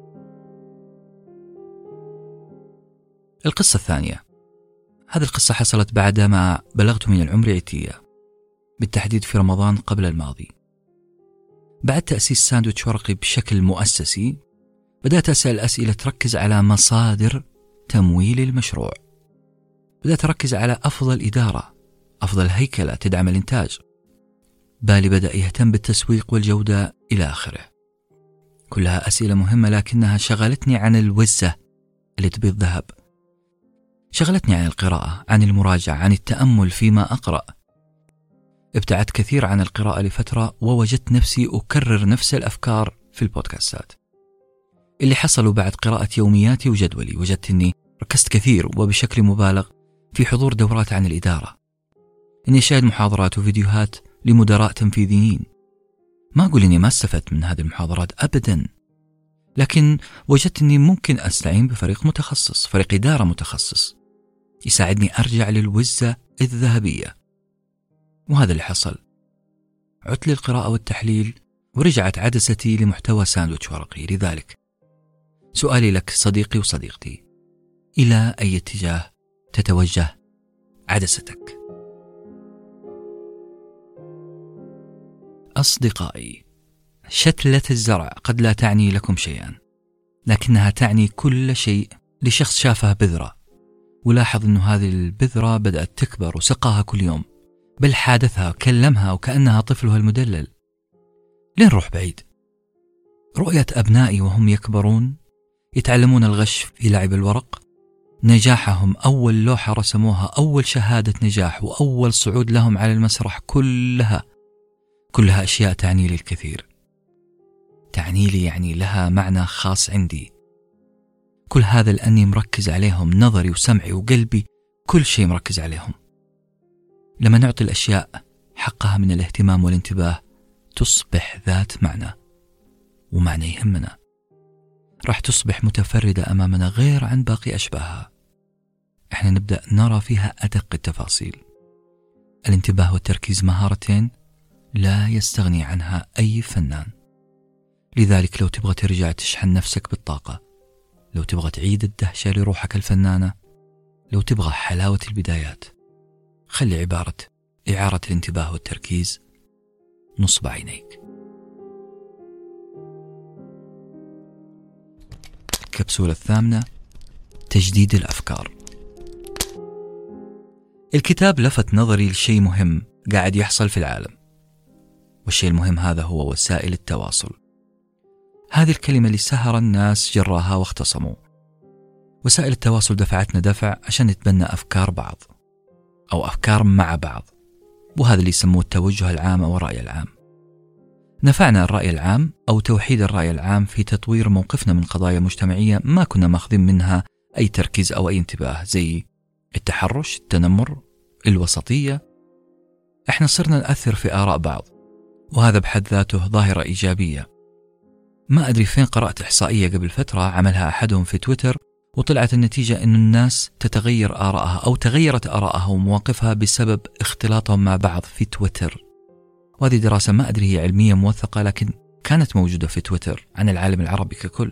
القصة الثانية، هذه القصة حصلت بعدما بلغت من العمر عتية، بالتحديد في رمضان قبل الماضي. بعد تأسيس ساندويتش ورقي بشكل مؤسسي، بدأت أسأل أسئلة تركز على مصادر تمويل المشروع. بدأت أركز على أفضل إدارة، أفضل هيكلة تدعم الإنتاج. بالي بدأ يهتم بالتسويق والجودة إلى آخره. كلها أسئلة مهمة، لكنها شغلتني عن الوزة اللي تبيض ذهب. شغلتني عن القراءة، عن المراجعة، عن التأمل فيما أقرأ. ابتعدت كثير عن القراءة لفترة ووجدت نفسي أكرر نفس الأفكار في البودكاستات. اللي حصلوا بعد قراءة يومياتي وجدولي، وجدت أني ركزت كثير وبشكل مبالغ في حضور دورات عن الإدارة، أني أشاهد محاضرات وفيديوهات لمدراء تنفيذيين. ما أقول أني ما استفدت من هذه المحاضرات أبدا، لكن وجدت أني ممكن أستعين بفريق متخصص، فريق إدارة متخصص يساعدني أرجع للوزة الذهبية. وهذا اللي حصل. عدت للقراءة والتحليل ورجعت عدستي لمحتوى ساندويتش ورقي. لذلك سؤالي لك صديقي وصديقتي، إلى أي اتجاه تتوجه عدستك؟ أصدقائي، شتلة الزرع قد لا تعني لكم شيئا، لكنها تعني كل شيء لشخص شافها بذرة ولاحظ أن هذه البذرة بدأت تكبر وسقاها كل يوم، بل حادثها وكلمها وكأنها طفلها المدلل. لين نروح بعيد؟ رؤية أبنائي وهم يكبرون يتعلمون الغش في لعب الورق، نجاحهم، أول لوحة رسموها، أول شهادة نجاح، وأول صعود لهم على المسرح، كلها أشياء تعني لي الكثير. تعني لي يعني لها معنى خاص عندي. كل هذا لأني مركز عليهم، نظري وسمعي وقلبي، كل شيء مركز عليهم. لما نعطي الأشياء حقها من الاهتمام والانتباه تصبح ذات معنى، ومعنى يهمنا. راح تصبح متفردة أمامنا غير عن باقي أشباهها. احنا نبدأ نرى فيها أدق التفاصيل. الانتباه والتركيز مهارتين لا يستغني عنها أي فنان. لذلك لو تبغى ترجع تشحن نفسك بالطاقة، لو تبغى تعيد الدهشة لروحك الفنانة، لو تبغى حلاوة البدايات، خلي إعارة الانتباه والتركيز نصب عينيك. الكبسولة الثامنة: تجديد الأفكار. الكتاب لفت نظري لشيء مهم قاعد يحصل في العالم، والشيء المهم هذا هو وسائل التواصل. هذه الكلمة اللي سهر الناس جراها واختصموا. وسائل التواصل دفعتنا دفع عشان نتبنى أفكار بعض أو أفكار مع بعض، وهذا اللي يسموه التوجه العام أو الرأي العام. نفعنا الرأي العام أو توحيد الرأي العام في تطوير موقفنا من قضايا مجتمعية ما كنا ماخذين منها أي تركيز أو أي انتباه، زي التحرش، التنمر، الوسطية. احنا صرنا نأثر في آراء بعض، وهذا بحد ذاته ظاهرة إيجابية. ما أدري فين قرأت إحصائية قبل فترة عملها أحدهم في تويتر، وطلعت النتيجة أن الناس تتغير آراءها أو تغيرت آراءها ومواقفها بسبب اختلاطهم مع بعض في تويتر. وهذه دراسة ما أدري هي علمية موثقة، لكن كانت موجودة في تويتر عن العالم العربي ككل.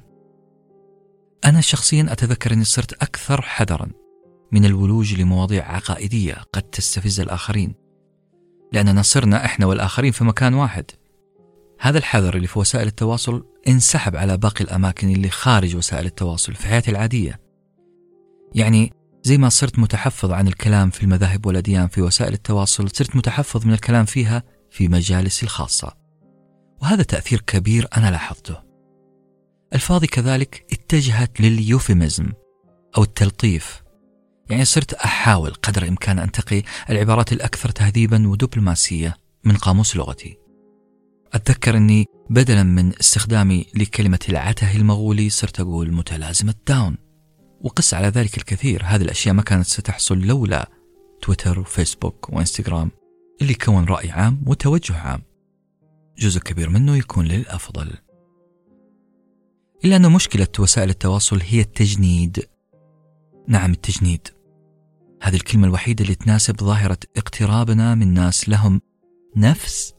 أنا شخصيا أتذكر أني صرت أكثر حذرا من الولوج لمواضيع عقائدية قد تستفز الآخرين، لأننا صرنا إحنا والآخرين في مكان واحد. هذا الحذر اللي في وسائل التواصل انسحب على باقي الأماكن اللي خارج وسائل التواصل في حياتي العادية. يعني زي ما صرت متحفظ عن الكلام في المذاهب والأديان في وسائل التواصل، صرت متحفظ من الكلام فيها في مجالسي الخاصة، وهذا تأثير كبير أنا لاحظته. الفاظي كذلك اتجهت لليوفيميزم أو التلطيف، يعني صرت أحاول قدر الإمكان أنتقي العبارات الأكثر تهذيبا ودبلوماسية من قاموس لغتي. أتذكر أني بدلا من استخدامي لكلمة العته المغولي صرت أقول متلازمة داون، وقس على ذلك الكثير. هذه الأشياء ما كانت ستحصل لولا تويتر وفيسبوك وإنستغرام اللي كون رأي عام وتوجه عام، جزء كبير منه يكون للأفضل. إلا أن مشكلة وسائل التواصل هي التجنيد. نعم، التجنيد، هذه الكلمة الوحيدة اللي تناسب ظاهرة اقترابنا من ناس لهم نفس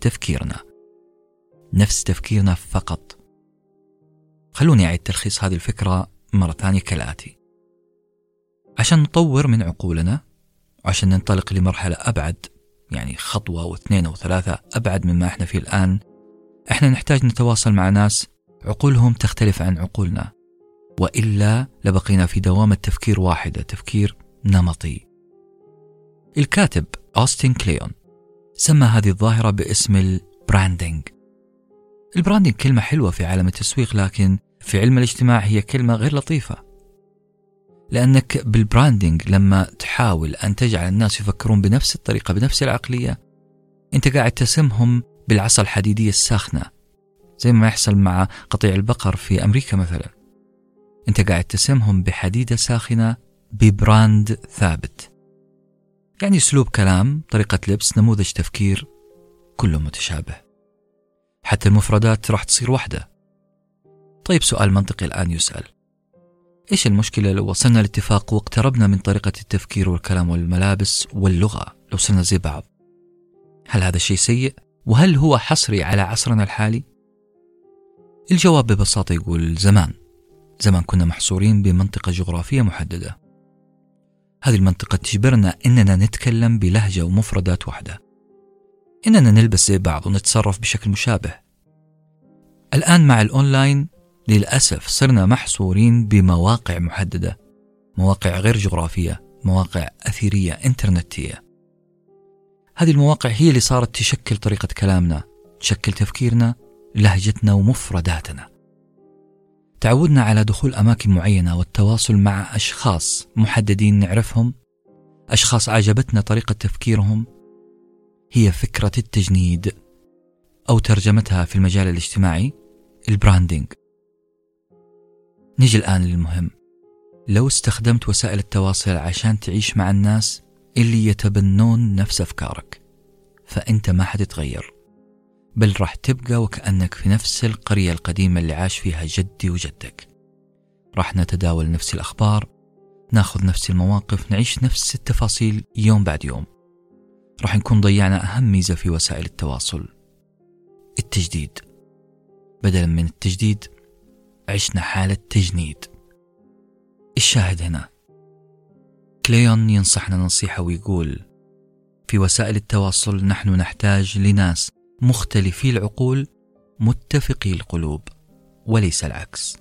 تفكيرنا فقط. خلوني أعيد تلخيص هذه الفكرة مرة ثانية كالآتي: عشان نطور من عقولنا وعشان ننطلق لمرحلة أبعد، يعني خطوة واثنين وثلاثة أبعد مما احنا فيه الآن، احنا نحتاج نتواصل مع ناس عقولهم تختلف عن عقولنا، وإلا لبقينا في دوامة تفكير واحدة، تفكير نمطي. الكاتب أوستين كليون سمى هذه الظاهرة باسم البراندينج. البراندينج كلمة حلوة في عالم التسويق، لكن في علم الاجتماع هي كلمة غير لطيفة. لأنك بالبراندينج لما تحاول أن تجعل الناس يفكرون بنفس الطريقة بنفس العقلية، أنت قاعد تسمهم بالعصا الحديدية الساخنة، زي ما يحصل مع قطيع البقر في أمريكا مثلا. أنت قاعد تسمهم بحديدة ساخنة ببراند ثابت، يعني أسلوب كلام، طريقة لبس، نموذج تفكير، كله متشابه، حتى المفردات راح تصير واحدة. طيب سؤال منطقي الآن يسأل: إيش المشكلة لو وصلنا لاتفاق واقتربنا من طريقة التفكير والكلام والملابس واللغة، لو صرنا زي بعض؟ هل هذا شيء سيء؟ وهل هو حصري على عصرنا الحالي؟ الجواب ببساطة يقول زمان كنا محصورين بمنطقة جغرافية محددة. هذه المنطقة تجبرنا إننا نتكلم بلهجة ومفردات واحدة، إننا نلبس زي بعض ونتصرف بشكل مشابه. الآن مع الأونلاين للأسف صرنا محصورين بمواقع محددة، مواقع غير جغرافية، مواقع أثيرية إنترنتية. هذه المواقع هي اللي صارت تشكل طريقة كلامنا، تشكل تفكيرنا، لهجتنا ومفرداتنا. تعودنا على دخول أماكن معينة والتواصل مع أشخاص محددين نعرفهم، أشخاص عجبتنا طريقة تفكيرهم. هي فكرة التجنيد، أو ترجمتها في المجال الاجتماعي البراندينج. نيجي الآن للمهم: لو استخدمت وسائل التواصل عشان تعيش مع الناس اللي يتبنون نفس أفكارك، فأنت ما حتتغير، بل راح تبقى وكأنك في نفس القرية القديمة اللي عاش فيها جدي وجدك. راح نتداول نفس الأخبار، ناخذ نفس المواقف، نعيش نفس التفاصيل يوم بعد يوم. راح نكون ضيعنا أهم ميزة في وسائل التواصل: التجديد. بدلا من التجديد عشنا حالة تجنيد. الشاهد هنا: كليون ينصحنا نصيحة ويقول: في وسائل التواصل نحن نحتاج لناس مختلفي العقول متفقي القلوب، وليس العكس.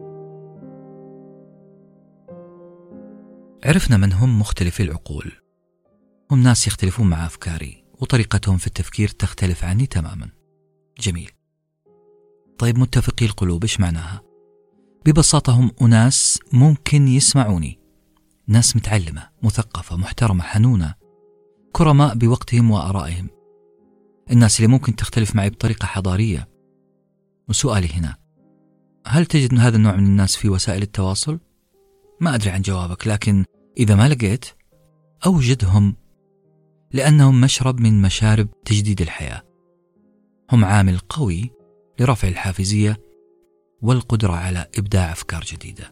عرفنا من هم مختلفي العقول. هم ناس يختلفون مع أفكاري وطريقتهم في التفكير تختلف عني تماما. جميل. طيب متفقي القلوب إيش معناها؟ ببساطة هم أناس ممكن يسمعوني، ناس متعلمة، مثقفة، محترمة، حنونة، كرماء بوقتهم وآرائهم، الناس اللي ممكن تختلف معي بطريقة حضارية. وسؤالي هنا: هل تجد هذا النوع من الناس في وسائل التواصل؟ ما أدري عن جوابك، لكن إذا ما لقيت، أوجدهم، لأنهم مشرب من مشارب تجديد الحياة. هم عامل قوي لرفع الحافزية والقدرة على إبداع أفكار جديدة.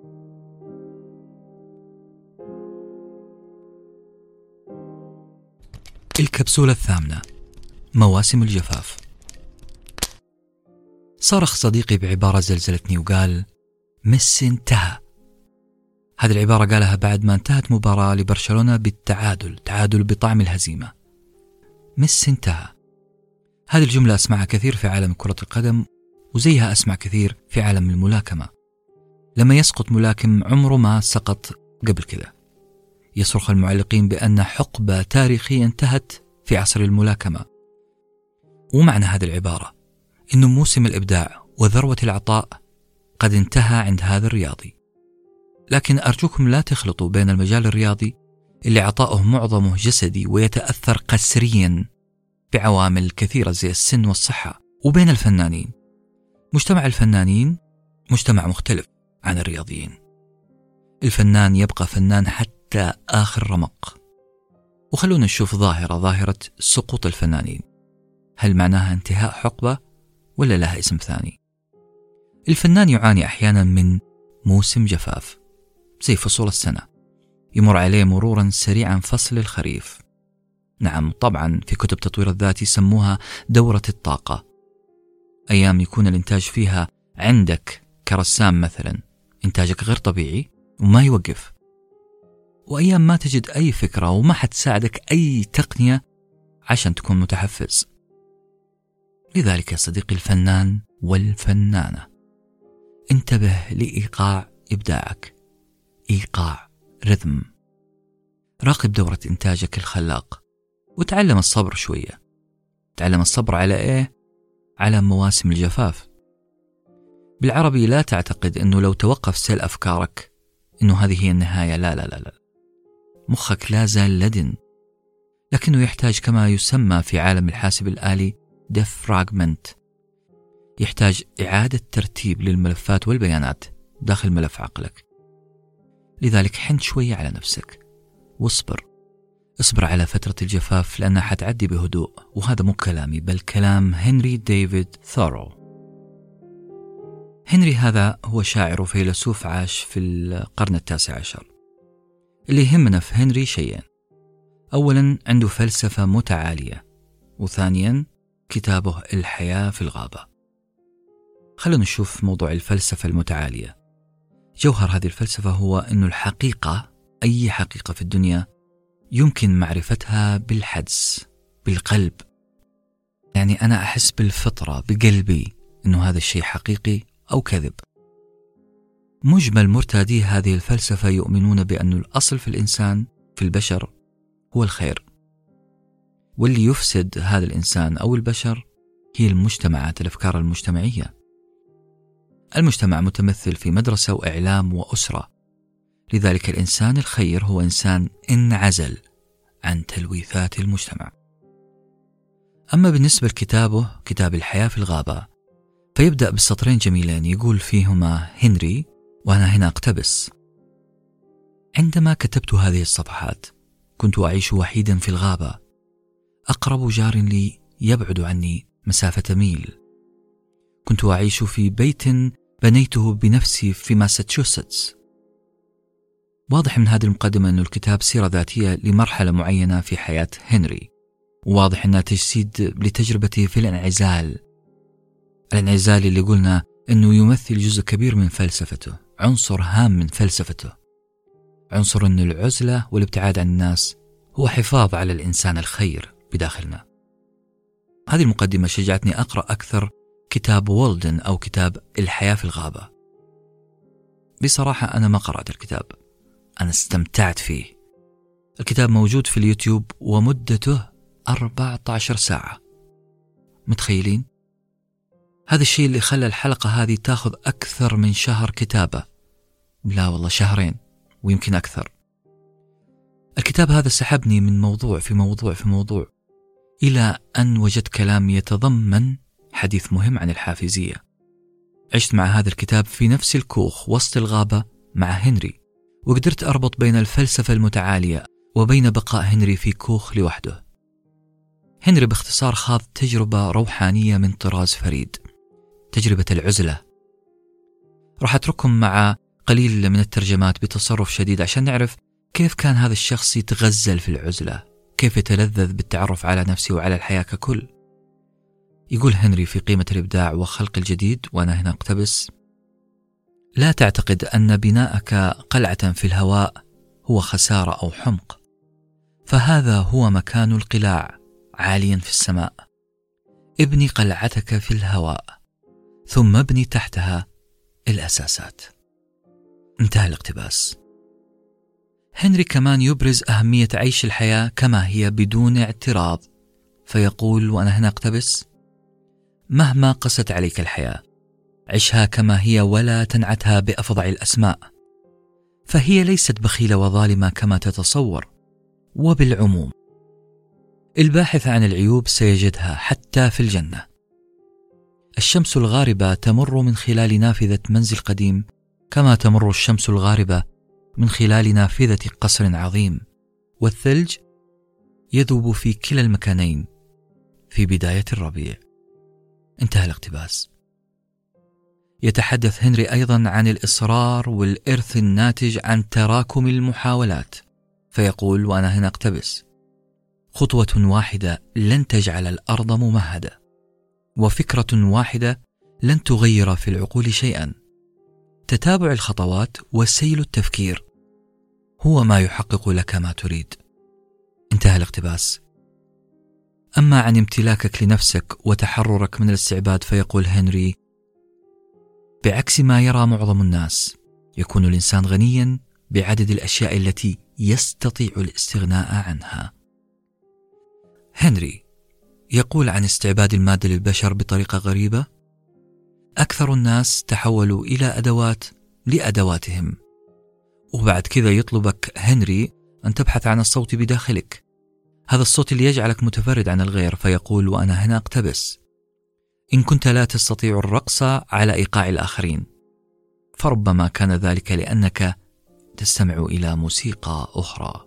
الكبسولة الثامنة: مواسم الجفاف. صرخ صديقي بعبارة زلزلتني وقال: ميسي انتهى. هذه العبارة قالها بعد ما انتهت مباراة لبرشلونة تعادل بطعم الهزيمة. ميسي انتهى. هذه الجملة أسمعها كثير في عالم كرة القدم، وزيها أسمع كثير في عالم الملاكمة. لما يسقط ملاكم عمره ما سقط قبل كذا، يصرخ المعلقين بأن حقبة تاريخية انتهت في عصر الملاكمة. ومعنى هذه العبارة إنه موسم الإبداع وذروة العطاء قد انتهى عند هذا الرياضي. لكن أرجوكم لا تخلطوا بين المجال الرياضي اللي عطاؤه معظمه جسدي ويتأثر قسريا بعوامل كثيرة زي السن والصحة، وبين الفنانين. مجتمع الفنانين مجتمع مختلف عن الرياضيين. الفنان يبقى فنان حتى آخر رمق. وخلونا نشوف ظاهرة سقوط الفنانين. هل معناها انتهاء حقبة ولا لها اسم ثاني؟ الفنان يعاني أحيانا من موسم جفاف، زي فصول السنة، يمر عليه مرورا سريعا فصل الخريف. نعم طبعا في كتب تطوير الذات يسموها دورة الطاقة. أيام يكون الإنتاج فيها عندك كرسام مثلا إنتاجك غير طبيعي وما يوقف، وأيام ما تجد أي فكرة وما حتساعدك أي تقنية عشان تكون متحفز. لذلك يا صديقي الفنان والفنانة، انتبه لإيقاع إبداعك، إيقاع رذم. راقب دورة إنتاجك الخلاق وتعلم الصبر شوية. تعلم الصبر على إيه؟ على مواسم الجفاف. بالعربي لا تعتقد أنه لو توقف سيل أفكارك إنه هذه هي النهاية. لا لا لا لا، مخك لا زال لدن، لكنه يحتاج كما يسمى في عالم الحاسب الآلي defragment. يحتاج إعادة ترتيب للملفات والبيانات داخل ملف عقلك. لذلك حن شوية على نفسك واصبر على فترة الجفاف، لأنها حتعدي بهدوء. وهذا مو كلامي بل كلام هنري ديفيد ثورو. هنري هذا هو شاعر وفيلسوف عاش في القرن 19. اللي يهمنا في هنري شيئين: أولا عنده فلسفة متعالية، وثانيا كتابه الحياة في الغابة. خلونا نشوف موضوع الفلسفة المتعالية. جوهر هذه الفلسفة هو أن الحقيقة، أي حقيقة في الدنيا، يمكن معرفتها بالحدس، بالقلب. يعني أنا أحس بالفطرة بقلبي أنه هذا الشيء حقيقي أو كذب. مجمل مرتادي هذه الفلسفة يؤمنون بأن الأصل في الإنسان، في البشر، هو الخير، واللي يفسد هذا الإنسان أو البشر هي المجتمعات، الأفكار المجتمعية. المجتمع متمثل في مدرسة وإعلام وأسرة، لذلك الإنسان الخير هو إنسان انعزل عن تلويثات المجتمع. أما بالنسبة لكتابه، كتاب الحياة في الغابة، فيبدأ بسطرين جميلين يقول فيهما هنري: وأنا هنا أقتبس: عندما كتبت هذه الصفحات كنت أعيش وحيدا في الغابة، أقرب جار لي يبعد عني مسافة ميل. كنت أعيش في بيت بنيته بنفسي في ماساتشوستس. واضح من هذه المقدمة أن الكتاب سيرة ذاتية لمرحلة معينة في حياة هنري، وواضح أنها تجسيد لتجربته في الانعزال اللي قلنا أنه يمثل جزء كبير من فلسفته، عنصر هام من فلسفته، عنصر أن العزلة والابتعاد عن الناس هو حفاظ على الإنسان الخير بداخلنا. هذه المقدمة شجعتني أقرأ أكثر كتاب والدن أو كتاب الحياة في الغابة. بصراحة أنا ما قرأت الكتاب، أنا استمتعت فيه. الكتاب موجود في اليوتيوب ومدته 14 ساعة. متخيلين؟ هذا الشيء اللي خلى الحلقة هذه تاخذ أكثر من شهر كتابة. لا والله، شهرين ويمكن أكثر. الكتاب هذا سحبني من موضوع في موضوع في موضوع، إلى أن وجدت كلام يتضمن حديث مهم عن الحافزية. عشت مع هذا الكتاب في نفس الكوخ وسط الغابة مع هنري، وقدرت أربط بين الفلسفة المتعالية وبين بقاء هنري في كوخ لوحده. هنري باختصار خاض تجربة روحانية من طراز فريد، تجربة العزلة. راح أترككم مع قليل من الترجمات بتصرف شديد عشان نعرف كيف كان هذا الشخص يتغزل في العزلة، كيف يتلذذ بالتعرف على نفسه وعلى الحياة ككل. يقول هنري في قيمة الإبداع وخلق الجديد، وأنا هنا أقتبس: لا تعتقد أن بناءك قلعة في الهواء هو خسارة أو حمق، فهذا هو مكان القلاع عاليا في السماء. ابني قلعتك في الهواء، ثم ابني تحتها الأساسات. انتهى الاقتباس. هنري كمان يبرز أهمية عيش الحياة كما هي بدون اعتراض، فيقول، وأنا هنا أقتبس: مهما قست عليك الحياة عشها كما هي ولا تنعتها بأفظع الأسماء، فهي ليست بخيلة وظالمة كما تتصور. وبالعموم الباحث عن العيوب سيجدها حتى في الجنة. الشمس الغاربة تمر من خلال نافذة منزل قديم كما تمر الشمس الغاربة من خلال نافذة قصر عظيم، والثلج يذوب في كلا المكانين في بداية الربيع. انتهى الاقتباس. يتحدث هنري أيضا عن الإصرار والإرث الناتج عن تراكم المحاولات، فيقول، وأنا هنا أقتبس: خطوة واحدة لن تجعل الأرض ممهدة، وفكرة واحدة لن تغير في العقول شيئا. تتابع الخطوات وسيل التفكير هو ما يحقق لك ما تريد. انتهى الاقتباس. أما عن امتلاكك لنفسك وتحررك من الاستعباد، فيقول هنري: بعكس ما يرى معظم الناس، يكون الإنسان غنيا بعدد الأشياء التي يستطيع الاستغناء عنها. هنري يقول عن استعباد المادة للبشر بطريقة غريبة: أكثر الناس تحولوا إلى أدوات لأدواتهم، وبعد كذا يطلبك هنري أن تبحث عن الصوت بداخلك، هذا الصوت اللي يجعلك متفرد عن الغير، فيقول: وأنا هنا أقتبس. إن كنت لا تستطيع الرقص على إيقاع الآخرين، فربما كان ذلك لأنك تستمع إلى موسيقى أخرى.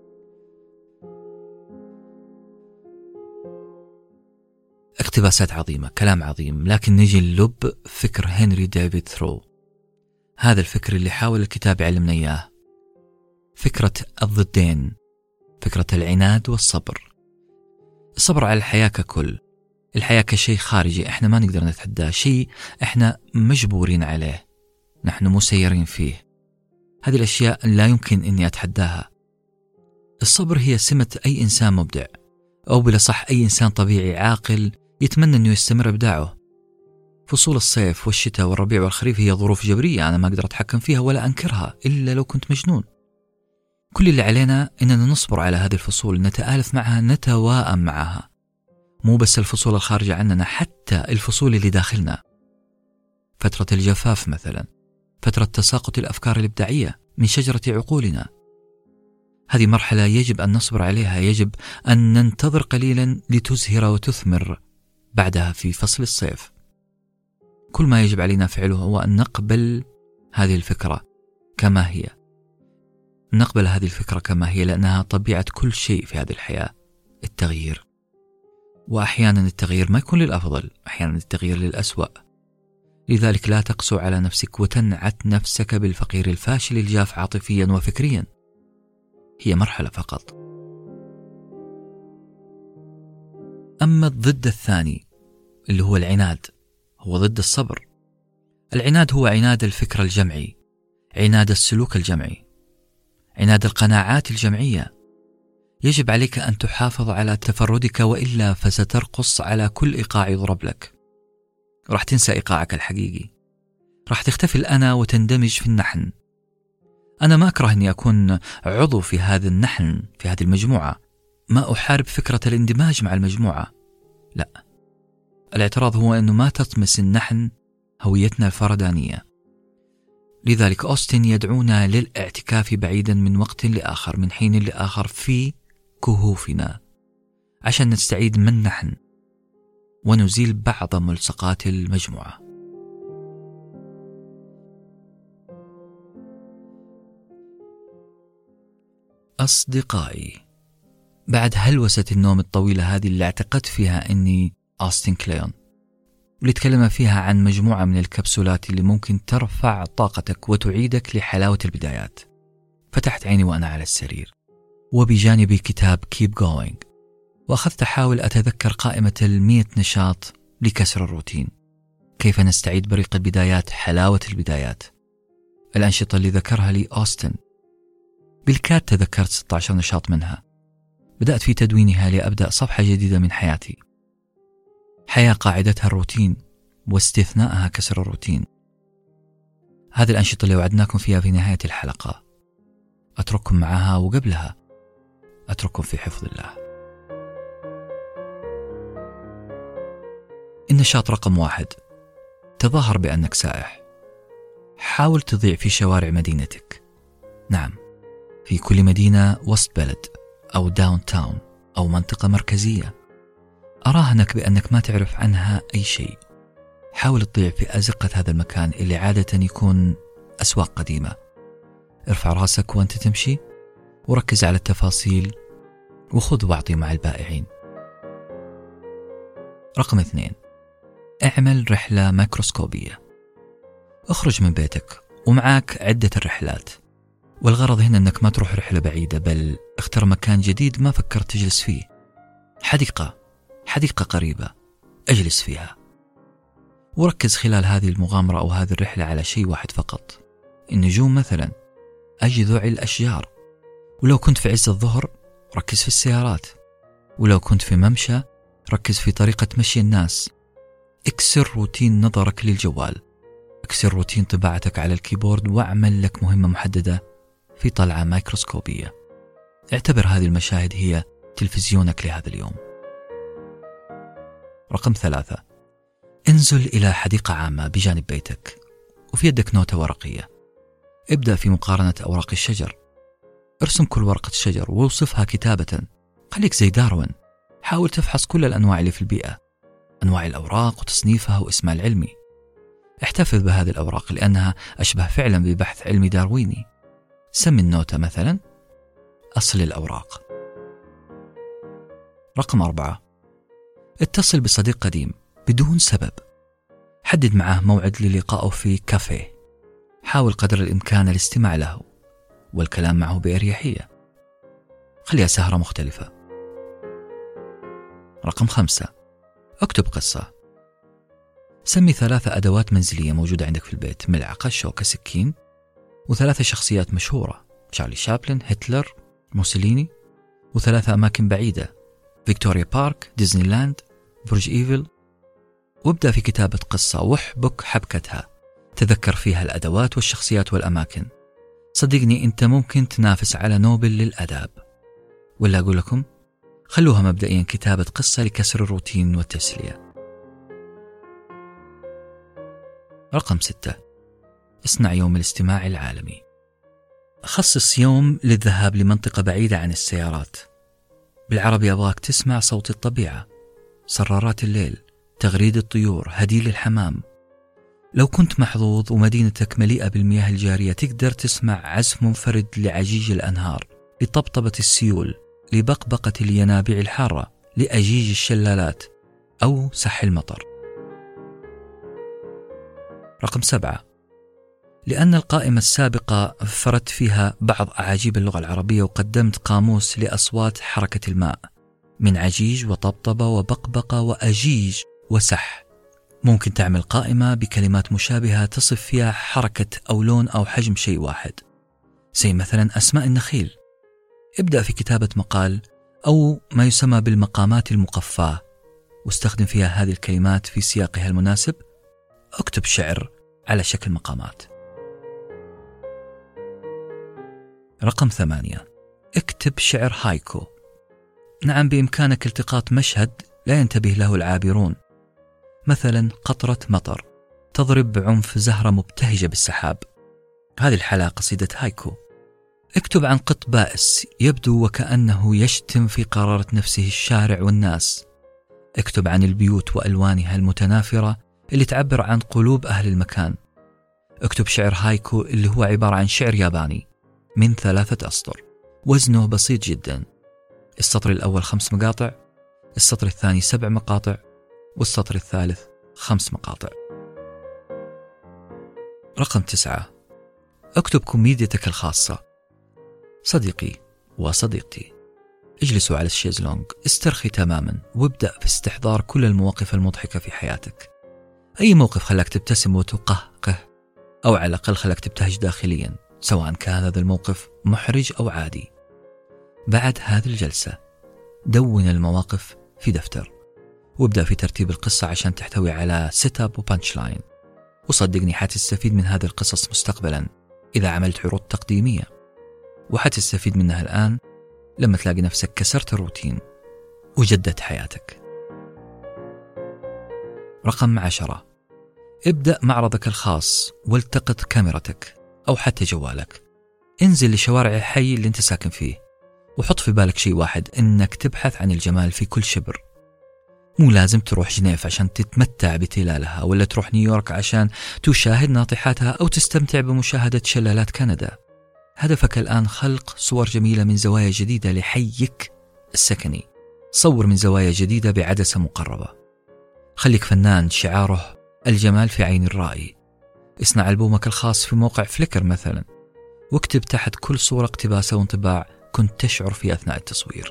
اقتباسات عظيمة، كلام عظيم، لكن نجي للب فكر هنري ديفيد ثرو. هذا الفكر اللي حاول الكتاب يعلمنا إياه، فكرة الضدين، فكرة العناد والصبر. الصبر على الحياة ككل، الحياة كشيء خارجي احنا ما نقدر نتحداه، شيء احنا مجبورين عليه، نحن مسيرين فيه، هذه الأشياء لا يمكن أني أتحداها. الصبر هي سمة أي إنسان مبدع، أو بلا صح أي إنسان طبيعي عاقل يتمنى أنه يستمر إبداعه. فصول الصيف والشتاء والربيع والخريف هي ظروف جبرية أنا ما أقدر أتحكم فيها ولا أنكرها إلا لو كنت مجنون. كل اللي علينا إننا نصبر على هذه الفصول، نتآلف معها، نتواءم معها. مو بس الفصول الخارجة عننا، حتى الفصول اللي داخلنا. فترة الجفاف مثلا، فترة تساقط الأفكار الإبداعية من شجرة عقولنا، هذه مرحلة يجب أن نصبر عليها، يجب أن ننتظر قليلا لتزهر وتثمر بعدها في فصل الصيف. كل ما يجب علينا فعله هو أن نقبل هذه الفكرة كما هي، نقبل هذه الفكرة كما هي، لأنها طبيعة كل شيء في هذه الحياة، التغيير. وأحيانا التغيير ما يكون للأفضل، أحيانا التغيير للأسوأ. لذلك لا تقسو على نفسك وتنعت نفسك بالفقير الفاشل الجاف عاطفيا وفكريا، هي مرحلة فقط. أما الضد الثاني اللي هو العناد، هو ضد الصبر. العناد هو عناد الفكر الجمعي، عناد السلوك الجمعي، عناد القناعات الجمعية. يجب عليك أن تحافظ على تفردك، وإلا فسترقص على كل إيقاع يضرب لك، راح تنسى إيقاعك الحقيقي، راح تختفي الأنا وتندمج في النحن. أنا ما أكره أني أكون عضو في هذا النحن، في هذه المجموعة، ما أحارب فكرة الاندماج مع المجموعة، لا. الاعتراض هو أنه ما تطمس النحن هويتنا الفردانية. لذلك أوستن يدعونا للاعتكاف بعيدا من وقت لآخر، من حين لآخر، في كهوفنا، عشان نستعيد من نحن ونزيل بعض ملصقات المجموعة. أصدقائي، بعد هلوسة النوم الطويلة هذه اللي اعتقدت فيها أني أوستن كليون، واللي تكلم فيها عن مجموعة من الكبسولات اللي ممكن ترفع طاقتك وتعيدك لحلاوة البدايات، فتحت عيني وأنا على السرير وبجانبي كتاب Keep Going، وأخذت أحاول أتذكر قائمة 100 نشاط لكسر الروتين، كيف نستعيد بريق البدايات، حلاوة البدايات، الأنشطة اللي ذكرها لي أوستن. بالكاد تذكرت 16 نشاط منها، بدأت في تدوينها لأبدأ صفحة جديدة من حياتي، حياة قاعدتها الروتين واستثناءها كسر الروتين. هذه الأنشطة اللي وعدناكم فيها في نهاية الحلقة، أترككم معها، وقبلها أترككم في حفظ الله. النشاط رقم 1: تظاهر بأنك سائح. حاول تضيع في شوارع مدينتك. نعم، في كل مدينة وسط بلد أو داون تاون أو منطقة مركزية أراهنك بأنك ما تعرف عنها أي شيء. حاول تضيع في أزقة هذا المكان اللي عادة يكون أسواق قديمة. ارفع راسك وأنت تمشي وركز على التفاصيل، وخذ واعطي مع البائعين. رقم 2: اعمل رحلة ميكروسكوبية. اخرج من بيتك ومعاك عدة الرحلات، والغرض هنا أنك ما تروح رحلة بعيدة، بل اختر مكان جديد ما فكرت تجلس فيه. حديقة قريبة أجلس فيها، وركز خلال هذه المغامرة أو هذه الرحلة على شيء واحد فقط: النجوم مثلا، أجذع الأشجار. ولو كنت في عز الظهر ركز في السيارات، ولو كنت في ممشى ركز في طريقة مشي الناس. اكسر روتين نظرك للجوال، اكسر روتين طباعتك على الكيبورد، واعمل لك مهمة محددة في طلعة ميكروسكوبية. اعتبر هذه المشاهد هي تلفزيونك لهذا اليوم. رقم 3: انزل إلى حديقة عامة بجانب بيتك، وفي يدك نوتة ورقية. ابدأ في مقارنة أوراق الشجر. ارسم كل ورقة شجر ووصفها كتابة. خليك زي داروين، حاول تفحص كل الأنواع اللي في البيئة، أنواع الأوراق وتصنيفها واسمها العلمي. احتفظ بهذه الأوراق لأنها أشبه فعلا ببحث علمي دارويني. سمي النوتة مثلا أصل الأوراق. رقم 4، اتصل بصديق قديم بدون سبب. حدد معه موعد للقائه في كافيه. حاول قدر الإمكان الاستماع له والكلام معه بأريحية. خليها سهرة مختلفة. رقم 5، اكتب قصة. سمي 3 أدوات منزلية موجودة عندك في البيت: ملعقة، شوكة، سكين، و3 شخصيات مشهورة: تشارلي شابلن، هتلر، موسوليني. و3 أماكن بعيدة: فيكتوريا بارك، ديزني لاند، برج إيفل. وابدأ في كتابة قصة واحبك حبكتها. تذكر فيها الأدوات والشخصيات والأماكن. صدقني أنت ممكن تنافس على نوبل للأداب. ولا أقول لكم خلوها مبدئيا كتابة قصة لكسر الروتين والتسلية. رقم 6، اصنع يوم الاستماع العالمي. خصص يوم للذهاب لمنطقة بعيدة عن السيارات. بالعربي أبغاك تسمع صوت الطبيعة، صرارات الليل، تغريد الطيور، هديل الحمام. لو كنت محظوظ ومدينتك مليئة بالمياه الجارية تقدر تسمع عزف منفرد لعجيج الأنهار، لطبطبة السيول، لبقبقة الينابيع الحارة، لأجيج الشلالات أو سح المطر. رقم 7، لأن القائمة السابقة فردت فيها بعض أعاجيب اللغة العربية وقدمت قاموس لأصوات حركة الماء من عجيج وطبطبة وبقبقة وأجيج وسح. ممكن تعمل قائمة بكلمات مشابهة تصف فيها حركة أو لون أو حجم شيء واحد، زي مثلا أسماء النخيل. ابدأ في كتابة مقال أو ما يسمى بالمقامات المقفاة، واستخدم فيها هذه الكلمات في سياقها المناسب. اكتب شعر على شكل مقامات. رقم 8، اكتب شعر هايكو. نعم، بإمكانك التقاط مشهد لا ينتبه له العابرون، مثلا قطرة مطر تضرب بعنف زهرة مبتهجة بالسحاب. هذه الحالة قصيدة هايكو. اكتب عن قط بائس يبدو وكأنه يشتم في قرارة نفسه الشارع والناس. اكتب عن البيوت وألوانها المتنافرة اللي تعبر عن قلوب أهل المكان. اكتب شعر هايكو اللي هو عبارة عن شعر ياباني من 3 أسطر، وزنه بسيط جدا. السطر الأول 5 مقاطع، السطر الثاني 7 مقاطع، والسطر الثالث 5 مقاطع. رقم 9، اكتب كوميديتك الخاصة. صديقي وصديقتي، اجلسوا على الشيزلونج، استرخي تماما وابدأ في استحضار كل المواقف المضحكة في حياتك. أي موقف خلاك تبتسم وتقهقه، أو على الأقل خلاك تبتهج داخليا، سواء كان هذا الموقف محرج أو عادي. بعد هذه الجلسة دون المواقف في دفتر، وابدأ في ترتيب القصة عشان تحتوي على سيت اب وبانش لاين. وصدقني حتستفيد من هذه القصص مستقبلا إذا عملت عروض تقديمية، وحتستفيد منها الآن لما تلاقي نفسك كسرت الروتين وجدت حياتك. رقم 10، ابدأ معرضك الخاص والتقط كاميرتك أو حتى جوالك. انزل لشوارع الحي اللي انت ساكن فيه، وحط في بالك شيء واحد: إنك تبحث عن الجمال في كل شبر. مو لازم تروح جنيف عشان تتمتع بتلالها، ولا تروح نيويورك عشان تشاهد ناطحاتها أو تستمتع بمشاهدة شلالات كندا. هدفك الآن خلق صور جميلة من زوايا جديدة لحيك السكني. صور من زوايا جديدة بعدسة مقربة. خليك فنان شعاره الجمال في عين الرائي. اصنع ألبومك الخاص في موقع فليكر مثلا، واكتب تحت كل صورة اقتباس وانطباع كنت تشعر فيه أثناء التصوير.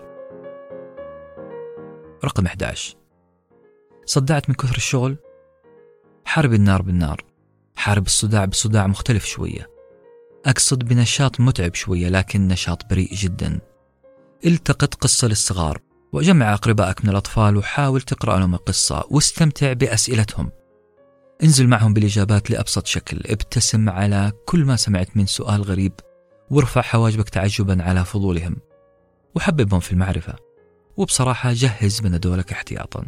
رقم 11، صدعت من كثر الشغل؟ حارب النار بالنار. حارب الصداع بصداع مختلف شوية. أقصد بنشاط متعب شوية لكن نشاط بريء جدا. التقط قصة للصغار وجمع أقربائك من الأطفال وحاول تقرأ لهم القصة واستمتع بأسئلتهم. انزل معهم بالإجابات لأبسط شكل. ابتسم على كل ما سمعت من سؤال غريب، وارفع حواجبك تعجبا على فضولهم، وحببهم في المعرفة. وبصراحة جهز بنادولك احتياطا.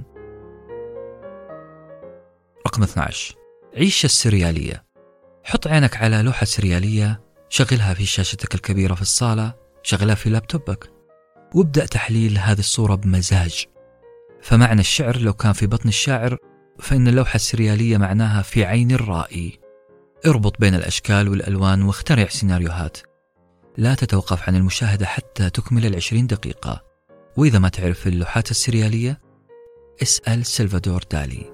رقم 12، عيش السريالية. حط عينك على لوحة سريالية شغلها في شاشتك الكبيرة في الصالة، شغلها في لابتوبك، وابدأ تحليل هذه الصورة بمزاج. فمعنى الشعر لو كان في بطن الشاعر، فإن اللوحة السريالية معناها في عين الرائي. اربط بين الأشكال والألوان واخترع سيناريوهات. لا تتوقف عن المشاهدة حتى تكمل 20 دقيقة. وإذا ما تعرف اللوحات السريالية، اسأل سلفادور دالي.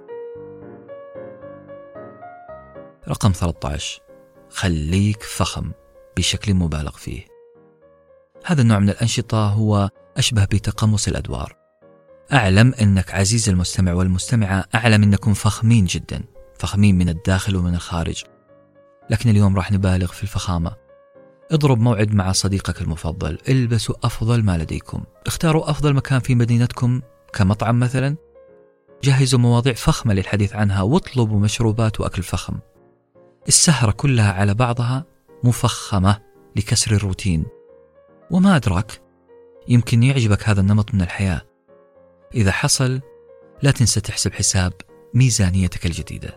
رقم 13. خليك فخم بشكل مبالغ فيه. هذا النوع من الأنشطة هو أشبه بتقمص الأدوار. أعلم أنك عزيز المستمع والمستمعة، أعلم أنكم فخمين جدا، فخمين من الداخل ومن الخارج، لكن اليوم راح نبالغ في الفخامة. اضرب موعد مع صديقك المفضل، البسوا أفضل ما لديكم، اختاروا أفضل مكان في مدينتكم كمطعم مثلا، جهزوا مواضيع فخمة للحديث عنها، واطلبوا مشروبات وأكل فخم. السهرة كلها على بعضها مفخمة لكسر الروتين. وما أدراك، يمكن يعجبك هذا النمط من الحياة. إذا حصل، لا تنسى تحسب حساب ميزانيتك الجديدة.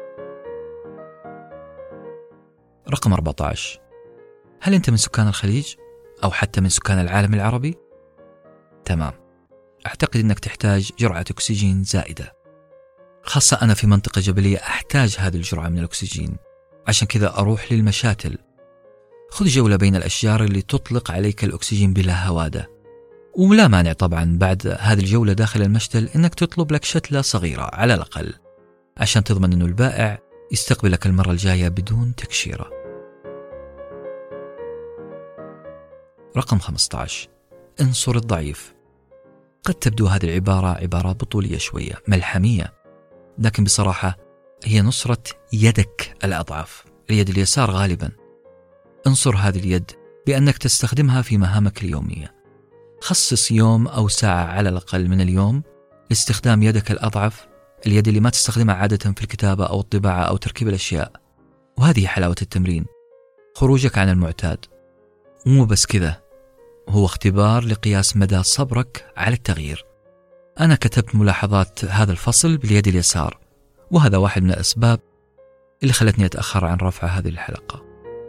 رقم 14. هل أنت من سكان الخليج أو حتى من سكان العالم العربي؟ تمام، أعتقد أنك تحتاج جرعة أكسجين زائدة، خاصة أنا في منطقة جبلية أحتاج هذه الجرعة من الأكسجين، عشان كذا أروح للمشاتل. خذ جولة بين الأشجار اللي تطلق عليك الأكسجين بلا هوادة. ولا مانع طبعا بعد هذه الجولة داخل المشتل أنك تطلب لك شتلة صغيرة على الأقل، عشان تضمن أنه البائع يستقبلك المرة الجاية بدون تكشيرة. رقم 15. انصر الضعيف. قد تبدو هذه العبارة عبارة بطولية شوية، ملحمية، لكن بصراحة هي نصرة يدك الأضعف، اليد اليسار غالبا. انصر هذه اليد بأنك تستخدمها في مهامك اليومية. خصص يوم أو ساعة على الأقل من اليوم لاستخدام يدك الأضعف، اليد اللي ما تستخدمها عادة في الكتابة أو الطباعة أو تركيب الأشياء. وهذه حلاوة التمرين، خروجك عن المعتاد. ومو بس كذا، هو اختبار لقياس مدى صبرك على التغيير. أنا كتبت ملاحظات هذا الفصل باليد اليسار، وهذا واحد من الأسباب اللي خلتني أتأخر عن رفع هذه الحلقة.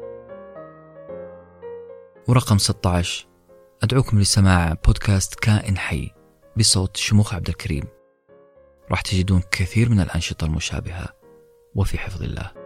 ورقم 16. أدعوكم لسماع بودكاست كائن حي بصوت شموخ عبد الكريم. راح تجدون كثير من الأنشطة المشابهة، وفي حفظ الله.